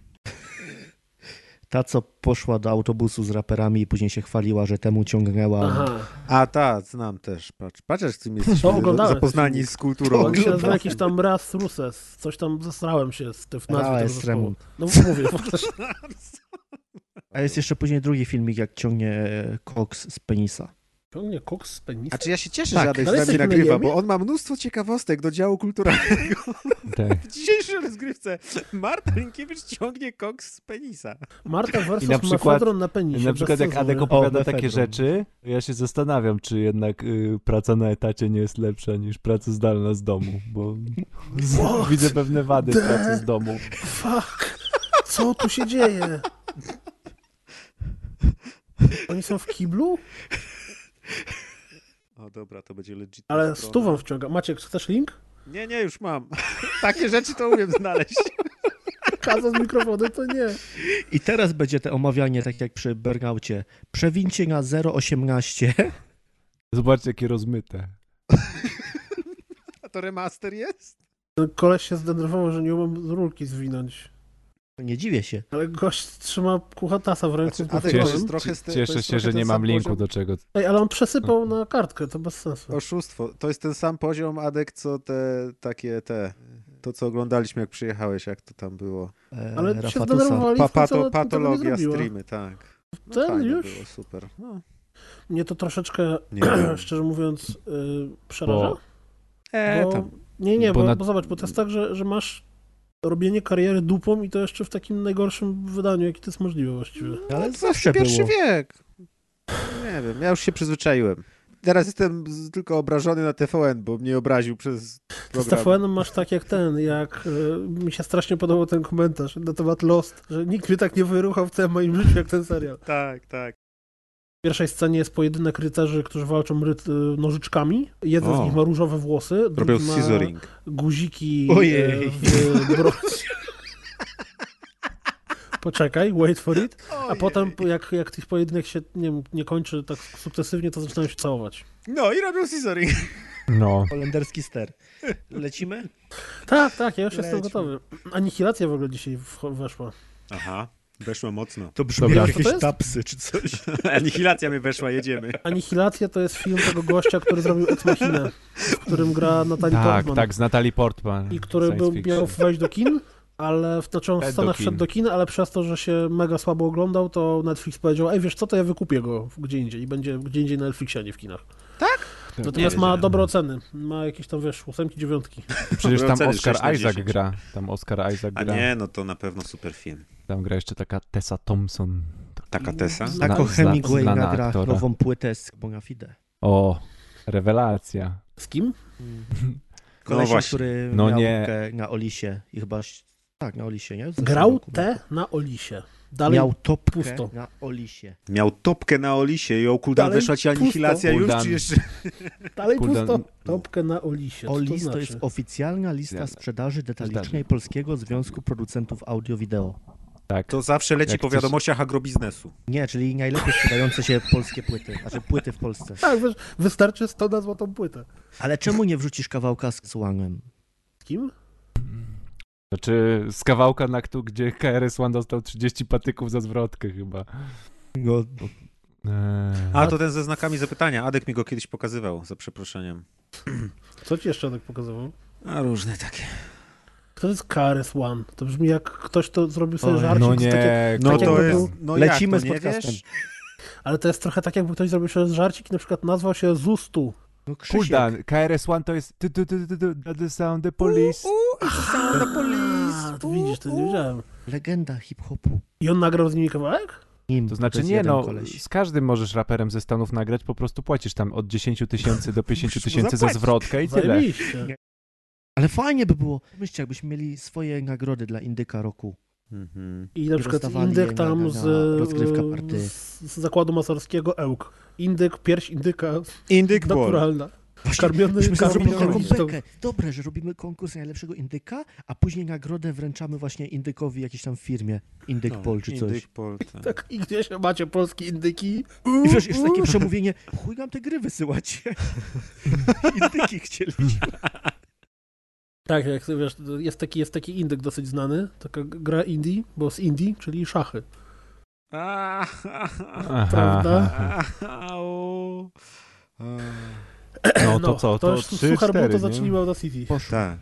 Ta, co poszła do autobusu z raperami i później się chwaliła, że temu ciągnęła. Aha. A, ta, znam też. Patrz, patrz jak z tym jesteśmy To oglądałem zapoznani ten z kulturą. On się nazywa Oglądałem. jakiś tam Ras Ruses. Coś tam zesrałem się z tym w nazwie Ras tego zespołu. Remund. No mówię, faktycznie. A jest jeszcze później drugi filmik, jak ciągnie Cox z penisa. Ciągnie koks z penisa. A czy ja się cieszę, Tak. że Adaś Ale z nami jesteśmy na nagrywa, Jemie? bo on ma mnóstwo ciekawostek do działu kulturalnego. Tak. W dzisiejszej rozgrywce Marta Linkiewicz ciągnie koks z penisa. Marta versus I na przykład- mefedron na penisie. Na bez przykład jak cenzury. Adek opowiada O, takie mefedron. rzeczy, to ja się zastanawiam, czy jednak y, praca na etacie nie jest lepsza niż praca zdalna z domu, bo z, What widzę pewne wady the- pracy z domu. Fuck! Co tu się dzieje? Oni są w kiblu? O dobra, to będzie legit. Ale stówą wciąga. Maciek, chcesz link? Nie, nie, już mam. Takie rzeczy to umiem znaleźć. Kaza z mikrofonu to nie. I teraz będzie te omawianie, tak jak przy Burnoucie. Przewincie na zero osiemnaście. Zobaczcie, jakie rozmyte. A to remaster jest? Ten koleś się zdenerwował, że nie umiem z rurki zwinąć. Nie dziwię się. Ale gość trzyma kuchatasa w ręku. Znaczy, pod Adek, stołem. to jest trochę z te- to Cieszę jest się, trochę że ten nie sam mam linku poziom- do czego. Ej, ale on przesypał na kartkę, to bez sensu. Oszustwo. To jest ten sam poziom, Adek, co te takie te... To, co oglądaliśmy, jak przyjechałeś, jak to tam było. E, Ale się Rafatusa. zdenerwowali, Pa, w końcu pato, ona tego nie patologia zrobiła. streamy, tak. No, Ten fajne już? było, super. No, Mnie to troszeczkę, nie wiem. szczerze mówiąc, yy, przeraża. Bo- E, Bo, tam. nie, nie, bo bo, na- bo zobacz, bo to jest tak, że, że masz robienie kariery dupą i to jeszcze w takim najgorszym wydaniu, jaki to jest możliwe właściwie. Ale To zawsze pierwszy było. wiek. Nie wiem, ja już się przyzwyczaiłem. Teraz jestem z- tylko obrażony na T V N, bo mnie obraził przez Z program. T V N masz tak jak ten, jak y, mi się strasznie podobał ten komentarz na temat Lost, że nikt mnie tak nie wyruchał w całym moim życiu jak ten serial. Tak, tak. W pierwszej scenie jest pojedynek rycerzy, którzy walczą ryt, y, nożyczkami. Jeden O. z nich ma różowe włosy, Robią drugi ma scissoring. guziki Ojej. e, w brodzie. Poczekaj, wait for it. A potem, jak, jak tych pojedynek się nie, wiem, nie kończy tak sukcesywnie, to zaczynają się całować. No i robią scissoring. No, Holenderski ster. Lecimy? Tak, tak, ja już jestem Lećmy. gotowy. Anihilacja w ogóle dzisiaj w- weszła. Aha. Weszła mocno. To brzmi Dobra. jak Co to jakieś jest? tapsy czy coś. Anihilacja mi weszła, jedziemy. Anihilacja to jest film tego gościa, który zrobił Ex Machinę, w którym gra Natalie Tak, Portman. tak, z Natalie Portman. I który Science był, fiction. miał wejść do kin, ale w, znaczy on w Wszedł Stanach do kin. wszedł do kin, ale przez to, że się mega słabo oglądał, to Netflix powiedział, ej wiesz co, to ja wykupię go gdzie indziej i będzie gdzie indziej na Netflixie, a nie w kinach. Natomiast Nie ma wiedziałem. dobre oceny. Ma jakieś tam, wiesz, ósemki, dziewiątki. Przecież tam Oceny Oscar sześć na Isaac dziesięć. gra. Tam Oscar Isaac A gra. nie, no to na pewno super film. Tam gra jeszcze taka Tessa Thompson. Taka Tessa? Zna- Tako zna- Hemingway znana nagra aktora. nową płytę z Bona Fide. O, rewelacja. Z kim? Kolesia, właśnie. który No miał nie. topkę na Olisie i chyba... Tak, na Olisie, nie? W zeszłym Grał roku te na Olisie. Dalej Miał topkę pusto. na Olisie. Miał topkę na Olisie i o Kuldan Dalej weszła ci pusto. anihilacja już, Kuldan. czy jeszcze... Dalej Kurde, pusto. Topkę na Olisie. Co Olis to to znaczy? jest oficjalna lista Nie, sprzedaży detalicznej zdarzy. Polskiego Związku Producentów Audio-Wideo. Tak. To zawsze leci Jak po chcesz- wiadomościach agrobiznesu. Nie, czyli najlepiej sprzedające się polskie płyty, znaczy płyty w Polsce. Tak, wiesz, wystarczy sto na złotą płytę. Ale czemu nie wrzucisz kawałka z Słangem? Z kim? Znaczy z kawałka, na ktu, gdzie K R S One dostał trzydzieści patyków za zwrotkę chyba. No, Eee. A, to ten ze znakami zapytania. Adek mi go kiedyś pokazywał, za przeproszeniem. Co ci jeszcze tak pokazywał? A różne takie. Kto to jest K R S One? To brzmi jak ktoś, to zrobił sobie Oj, żarcik. No z takie... nie, No Tak to jakby jest... był- No Lecimy jak, to z nie podcastem. wiesz? Ale to jest trochę tak, jakby ktoś zrobił sobie żarcik i na przykład nazwał się Zustu. no Krzysiek. Kuldan, K R S One to jest tu, tu, tu, tu, tu, the sound the police. Sound the police. A, to widzisz, to nie wiedziałem. Legenda hip-hopu. I on nagrał z nimi kawałek? Nim, To znaczy jest nie jeden no, koleś. z każdym możesz raperem ze Stanów nagrać, po prostu płacisz tam od dziesięć tysięcy do pięćdziesiąt tysięcy za zapłacić. zwrotkę i tyle. Zajebiście. Ale fajnie by było. Myślcie, jakbyśmy mieli swoje nagrody dla Indyka roku. Mhm. I na przykład rozdawali indyk je tam na- z, na rozgrywka e, party. z, z zakładu masorskiego Ełk. Indyk, pierś indyka Indyk Ball. naturalna. Właśnie, Karmiony, myśmy zrobili karmiony taką listą. bekę. Dobre, że robimy konkurs najlepszego indyka, a później nagrodę wręczamy właśnie indykowi jakiejś tam firmie. Indyk No, Pol czy coś. Indyk Pol, tak. Tak, i gdzieś macie polskie indyki. I wiesz, jest takie przemówienie, chuj nam te gry wysyłacie. Indyki chcieliśmy. Tak, jak wiesz, jest taki, jest taki indyk dosyć znany, taka gra indie, bo z Indii, czyli szachy. A, Aha, Prawda? aha. Au. A. No to co, to już trzy, suchar był, cztery, to nie? zacznijmy od City. Tak.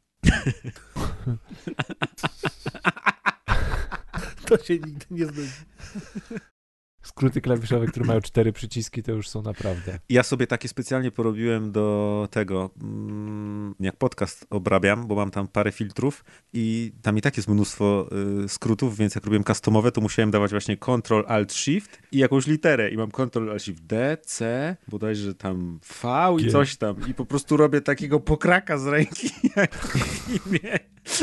To się nigdy nie zdarzy. Skróty klawiszowe, które mają cztery przyciski, to już są naprawdę. Ja sobie takie specjalnie porobiłem do tego, mm, jak podcast obrabiam, bo mam tam parę filtrów i tam i tak jest mnóstwo y, skrótów, więc jak robiłem customowe, to musiałem dawać właśnie Ctrl Alt Shift i jakąś literę i mam Ctrl Alt Shift D, C, bodajże tam V i G. coś tam i po prostu robię takiego pokraka z ręki jak w imię.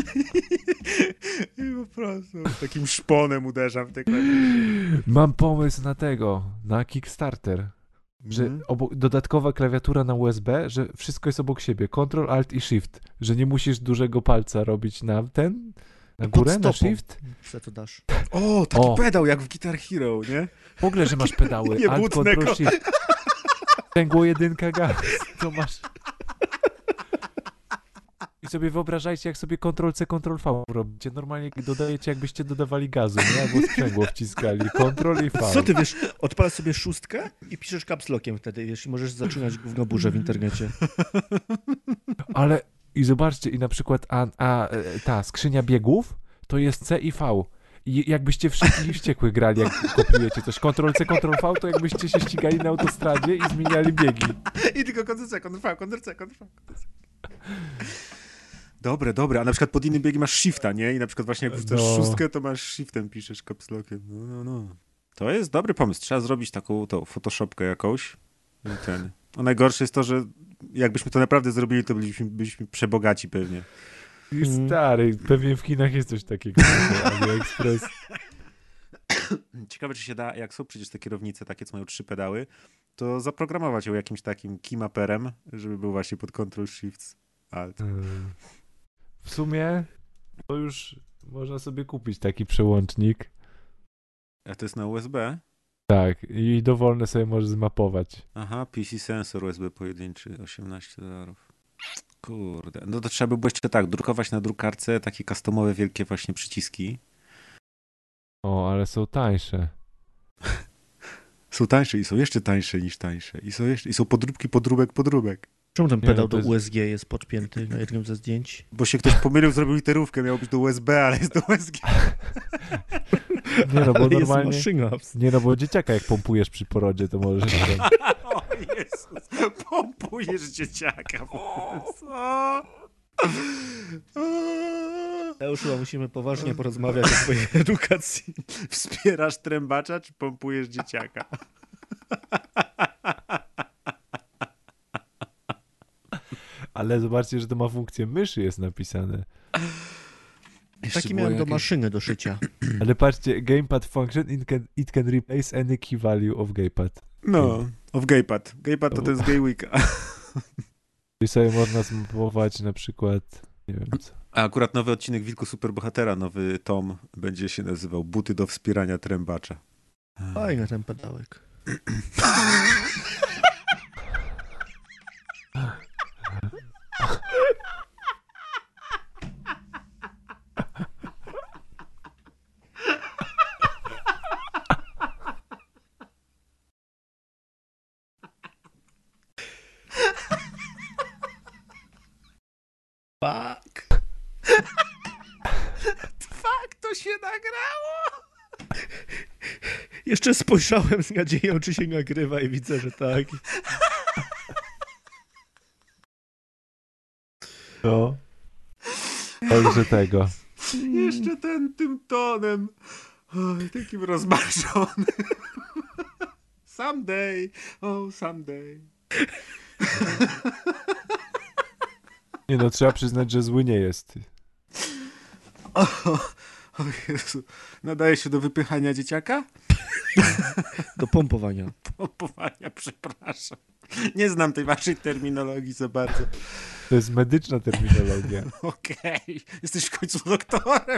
I po prostu takim szponem uderzam w te klawisze. Mam pomysł na tego, na Kickstarter, że Mhm. obok, dodatkowa klawiatura na U S B, że wszystko jest obok siebie, Ctrl, Alt i Shift, że nie musisz dużego palca robić na ten, na Pod górę, na stopą. Shift. Co to dasz? O, taki O. pedał jak w Guitar Hero, nie? W ogóle, że masz pedały, Nie Alt, butnę Ctrl, go. Shift. Sprzęgło jedynka gaz, to masz... I sobie wyobrażajcie, jak sobie Ctrl-C, Ctrl-V robicie. Normalnie dodajecie, jakbyście dodawali gazu, nie? Albo sprzęgło wciskali. Ctrl i V. Co ty wiesz, odpalasz sobie szóstkę i piszesz caps lockiem wtedy, wiesz, i możesz zaczynać gównoburze w internecie. Ale i zobaczcie, i na przykład a, a, e, ta skrzynia biegów to jest C i V. I jakbyście w Szybkich i Wściekłych grali, jak kopiujecie coś. Ctrl-C, Ctrl-V, to jakbyście się ścigali na autostradzie i zmieniali biegi. I tylko Ctrl-C, Ctrl-V, Ctrl-C, Ctrl-V. Dobre, dobre, a na przykład pod innym biegiem masz shifta, nie? I na przykład właśnie jak wrzucasz No. szóstkę, to masz shiftem, piszesz caps lockiem. No, no, no. To jest dobry pomysł. Trzeba zrobić taką tą photoshopkę jakąś. I ten. A najgorsze jest to, że jakbyśmy to naprawdę zrobili, to byliśmy, byliśmy przebogaci pewnie. I stary, pewnie w kinach jest coś takiego. AliExpress. Ciekawe, czy się da, jak są przecież te kierownice takie, co mają trzy pedały, to zaprogramować ją jakimś takim keymaperem, żeby był właśnie pod Ctrl Shift Alt. W sumie to już można sobie kupić taki przełącznik. A to jest na U S B? Tak, i dowolne sobie możesz zmapować. Aha, P C sensor U S B pojedynczy, osiemnaście dolarów. Kurde, no to trzeba by było jeszcze tak, drukować na drukarce takie customowe wielkie właśnie przyciski O, ale są tańsze. Są tańsze i są jeszcze tańsze niż tańsze. I są, jeszcze, i są podróbki, podróbek, podróbek. Czemu ten Nie, pedał no to do jest- U S G jest podpięty na jednym ze zdjęć? Bo się ktoś pomylił, zrobił literówkę, miało być do U S B, ale jest do U S G. Nie no, bo Ale jest normalnie... maszyna. Nie no, bo dzieciaka jak pompujesz przy porodzie, to możesz... O Jezus, pompujesz dzieciaka. Co? Ja już chyba musimy poważnie porozmawiać o swojej edukacji. Wspierasz trębacza, czy pompujesz dzieciaka? Ale zobaczcie, że to ma funkcję myszy, jest napisane. Taki miałem do maszyny do szycia. Ale patrzcie, gamepad function, it can, it can replace any key value of gamepad. No, of gaypad. Gaypad to to jest gay week. Czyli sobie można zmapować na przykład, nie wiem co. A akurat nowy odcinek Wilku Superbohatera, nowy tom, będzie się nazywał Buty do wspierania trębacza. Fajny ten pedałek. Fuck. Fuck, to się nagrało! Jeszcze spojrzałem z nadzieją, czy się nagrywa i widzę, że tak. No. Także tego. Jeszcze ten tym tonem. Oj, takim rozmarzonym. Someday, oh someday. Nie no, trzeba przyznać, że zły nie jest. O, o Jezu. Nadaje się do wypychania dzieciaka? Do pompowania. Pompowania, przepraszam. Nie znam tej waszej terminologii za bardzo. To jest medyczna terminologia. Okej, jesteś w końcu doktorem.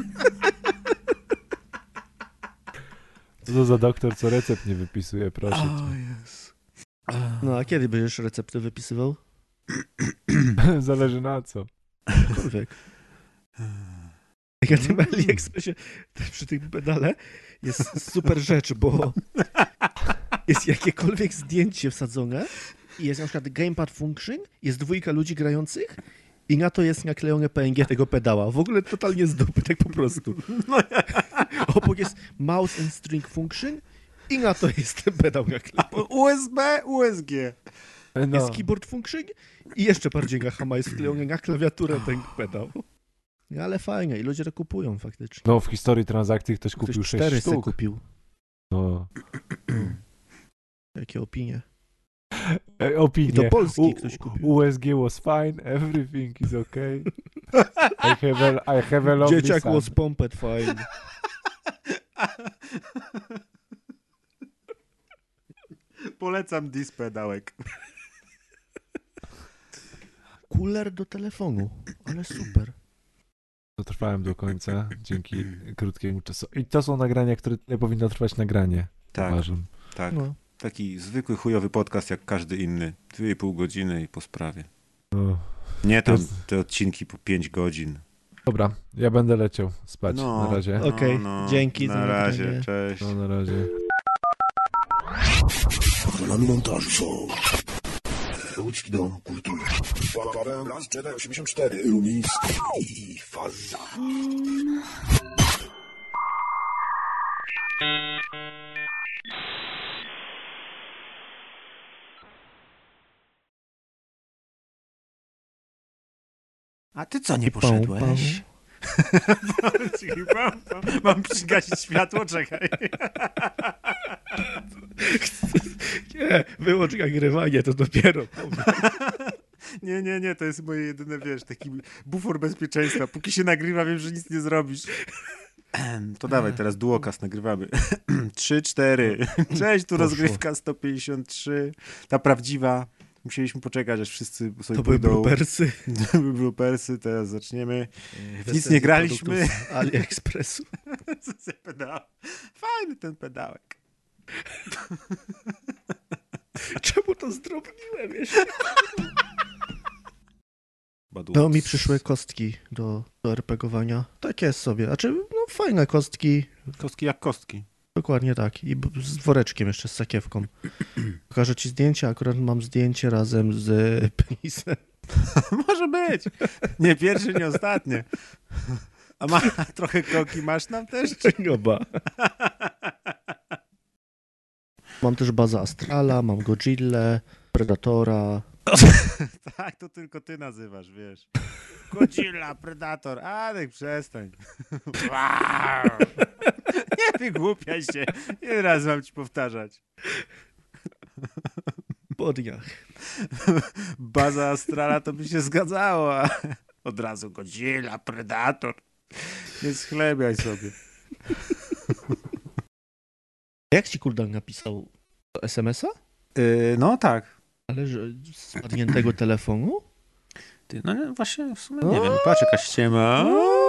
Co to za doktor, co recept nie wypisuje, proszę O cię. Jezu. No a kiedy będziesz recepty wypisywał? Zależy na co. Cokolwiek. Jak na tym AliExpressie przy tym pedale jest super rzecz, bo jest jakiekolwiek zdjęcie wsadzone i jest na przykład gamepad function, jest dwójka ludzi grających i na to jest naklejone P N G tego pedała. W ogóle totalnie z dupy, tak po prostu. Obok jest mouse and string function i na to jest ten pedał naklejony. U S B, U S G. No. Jest keyboard function i jeszcze bardziej na chama jest wklejony na klawiaturę ten pedał. No, ale fajnie i ludzie to kupują faktycznie. No, w historii transakcji ktoś kupił Ktoś sześć cztery se sztuk. kupił. No. Jakie opinie. E, opinie. I to polski U- ktoś kupił. U S G was fine, everything is okay. I have a, I have a lovely Dzieciak son. was pumped fine. Polecam dis pedałek. Cooler do telefonu, ale super. Dotrwałem do końca dzięki krótkiemu czasowi. I to są nagrania, które nie powinno trwać nagranie. Tak, Uważam. tak. No. Taki zwykły chujowy podcast jak każdy inny. Dwie i pół godziny i po sprawie. No. Nie tam Jest- te odcinki po pięć godzin. Dobra, ja będę leciał spać. No. Na razie. Okej, dzięki Na za razie, nagranie. cześć. No, na razie. Patronami montażu są Łódzki Dom Kultury, Paweł Las Jedi osiemdziesiąt cztery, Lumiński i Faza. A ty co nie Pą, poszedłeś? Mam przygasić światło? Czekaj. Nie, wyłącz nagrywanie, to dopiero powiem. Nie, nie, nie, to jest moje jedyne, wiesz, taki bufor bezpieczeństwa. Póki się nagrywa, wiem, że nic nie zrobisz. To dawaj, teraz duokast nagrywamy. Trzy, cztery. Cześć, tu Poszło. rozgrywka sto pięćdziesiąt trzy. Ta prawdziwa. Musieliśmy poczekać, aż wszyscy sobie To były pójdą. bloopersy. To były bloopersy, teraz zaczniemy. Nic Recenzji nie graliśmy. produktów z AliExpressu. Co za pedał? Fajny ten pedałek. Czemu to zdrobniłem jeszcze? No mi przyszły kostki do, do RPGowania. Tak jest sobie. Znaczy, no fajne kostki. Kostki jak kostki. Dokładnie tak. I b- z woreczkiem jeszcze, z sakiewką. Pokażę ci zdjęcie, akurat mam zdjęcie razem z penisem. Może być. Nie pierwsze, nie ostatnie. A ma trochę koki masz nam też? Czy? Goba. Mam też bazę Astrala, mam Godzillę, Predatora. Tak, to tylko ty nazywasz, wiesz. Godzilla, Predator, ale przestań. Wow. Nie wygłupiaj się. Ile razy mam ci powtarzać. Po dniach. Baza Astrala to by się zgadzało, a od razu Godzilla, Predator. Nie schlebiaj sobie. Jak ci Kuldan napisał es em es a? Yy, no tak. Ale że z spadniętego telefonu? Ty, no nie, właśnie w sumie nie wiem. Patrz, jakaś ściema.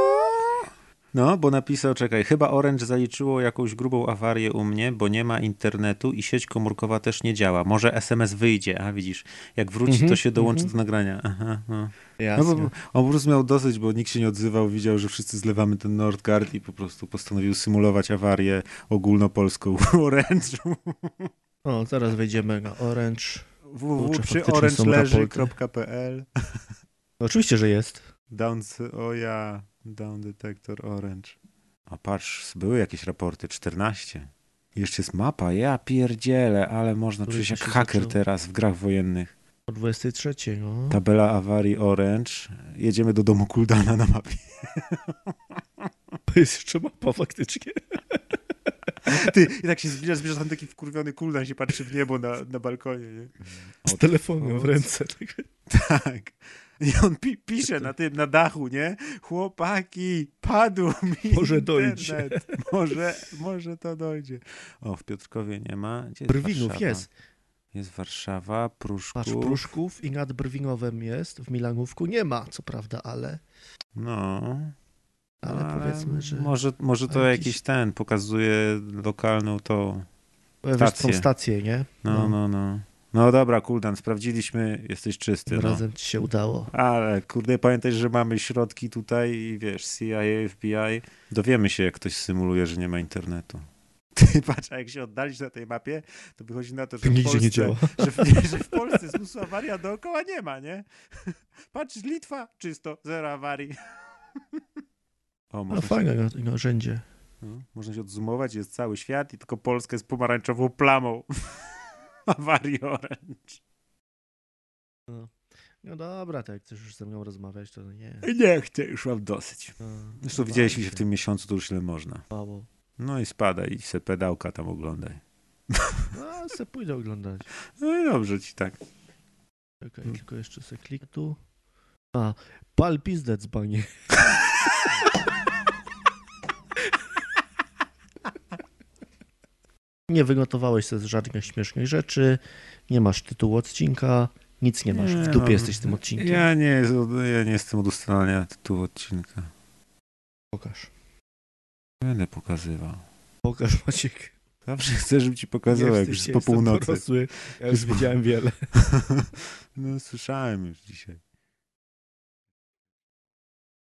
No, bo napisał, czekaj, chyba Orange zaliczyło jakąś grubą awarię u mnie, bo nie ma internetu i sieć komórkowa też nie działa. Może es em es wyjdzie, a widzisz, jak wróci, Mhm, to się dołączy mhm. do nagrania. Aha, no. No Jasne. bo on po prostu miał dosyć, bo nikt się nie odzywał, widział, że wszyscy zlewamy ten Nordcard i po prostu postanowił symulować awarię ogólnopolską Orange'u. O, zaraz wejdziemy na Orange. w w w Kurczę, przy faktycznie są orangeleży raporty. kropka p l No, oczywiście, że jest. Down, o ja, down detector orange. A patrz, były jakieś raporty, czternaście. Jeszcze jest mapa, ja pierdzielę, ale można To czuć się jak haker zaczął. teraz w grach wojennych. O dwudziestej trzeciej, no. Tabela awarii Orange. Jedziemy do domu Kuldana na mapie. To jest jeszcze mapa faktycznie. Ty, i tak się zbliżasz, zbliżasz, tam taki wkurwiony Kuldan się patrzy w niebo na, na balkonie, nie? Z telefonem w ręce. Tak. I on pi pisze na tym, na dachu, nie? Chłopaki, padł mi Może internet. dojdzie. Może, może to dojdzie. O, w Piotrkowie nie ma. Gdzie jest Brwinów Warszawa? jest. Jest Warszawa, Pruszków. Patrz, Pruszków i nad Brwinowem jest. W Milanówku nie ma, co prawda, ale... No. Ale ale powiedzmy, że... Może, może to ale jakiś jakiś- ten pokazuje lokalną to. Wiesz, stację. tą stację, nie? No, no, no. No dobra, Kuldan, sprawdziliśmy, jesteś czysty. Tym No. razem ci się udało. Ale kurde, pamiętaj, że mamy środki tutaj i wiesz, C I A, F B I. Dowiemy się, jak ktoś symuluje, że nie ma internetu. Ty patrz, a jak się oddalić na tej mapie, to wychodzi na to, że w Nigdzie Polsce, nie działa. Że, w, że w Polsce zmysłu awaria dookoła nie ma, nie? Patrz, Litwa, czysto, zero awarii. O, No można się, fajne na tym narzędzie. no, można się odzumować, jest cały świat i tylko Polska jest pomarańczową plamą awarii Orange. No dobra, to jak chcesz już ze mną rozmawiać, to nie. Nie chcę, już mam dosyć. No, Zresztą widzieliśmy się w tym miesiącu, to już ile można. mało. No i spadaj i se pedałka tam oglądaj. No, se pójdę oglądać. No i dobrze ci tak. Czekaj, Hmm. tylko jeszcze se klik tu. A, pal pizdec, panie. Nie wynotowałeś sobie z żadnych śmiesznych rzeczy, nie masz tytułu odcinka, nic nie masz. W Nie, dupie no, jesteś z tym odcinkiem. Ja nie, ja nie jestem od ustalania tytułu odcinka. Pokaż. Będę pokazywał. Pokaż, Maciek. Zawsze chcę, żebym ci pokazał, Nie jak wstydź już się, jest po jestem północy. dorosły. Ja już wiedziałem wiele. No słyszałem już dzisiaj.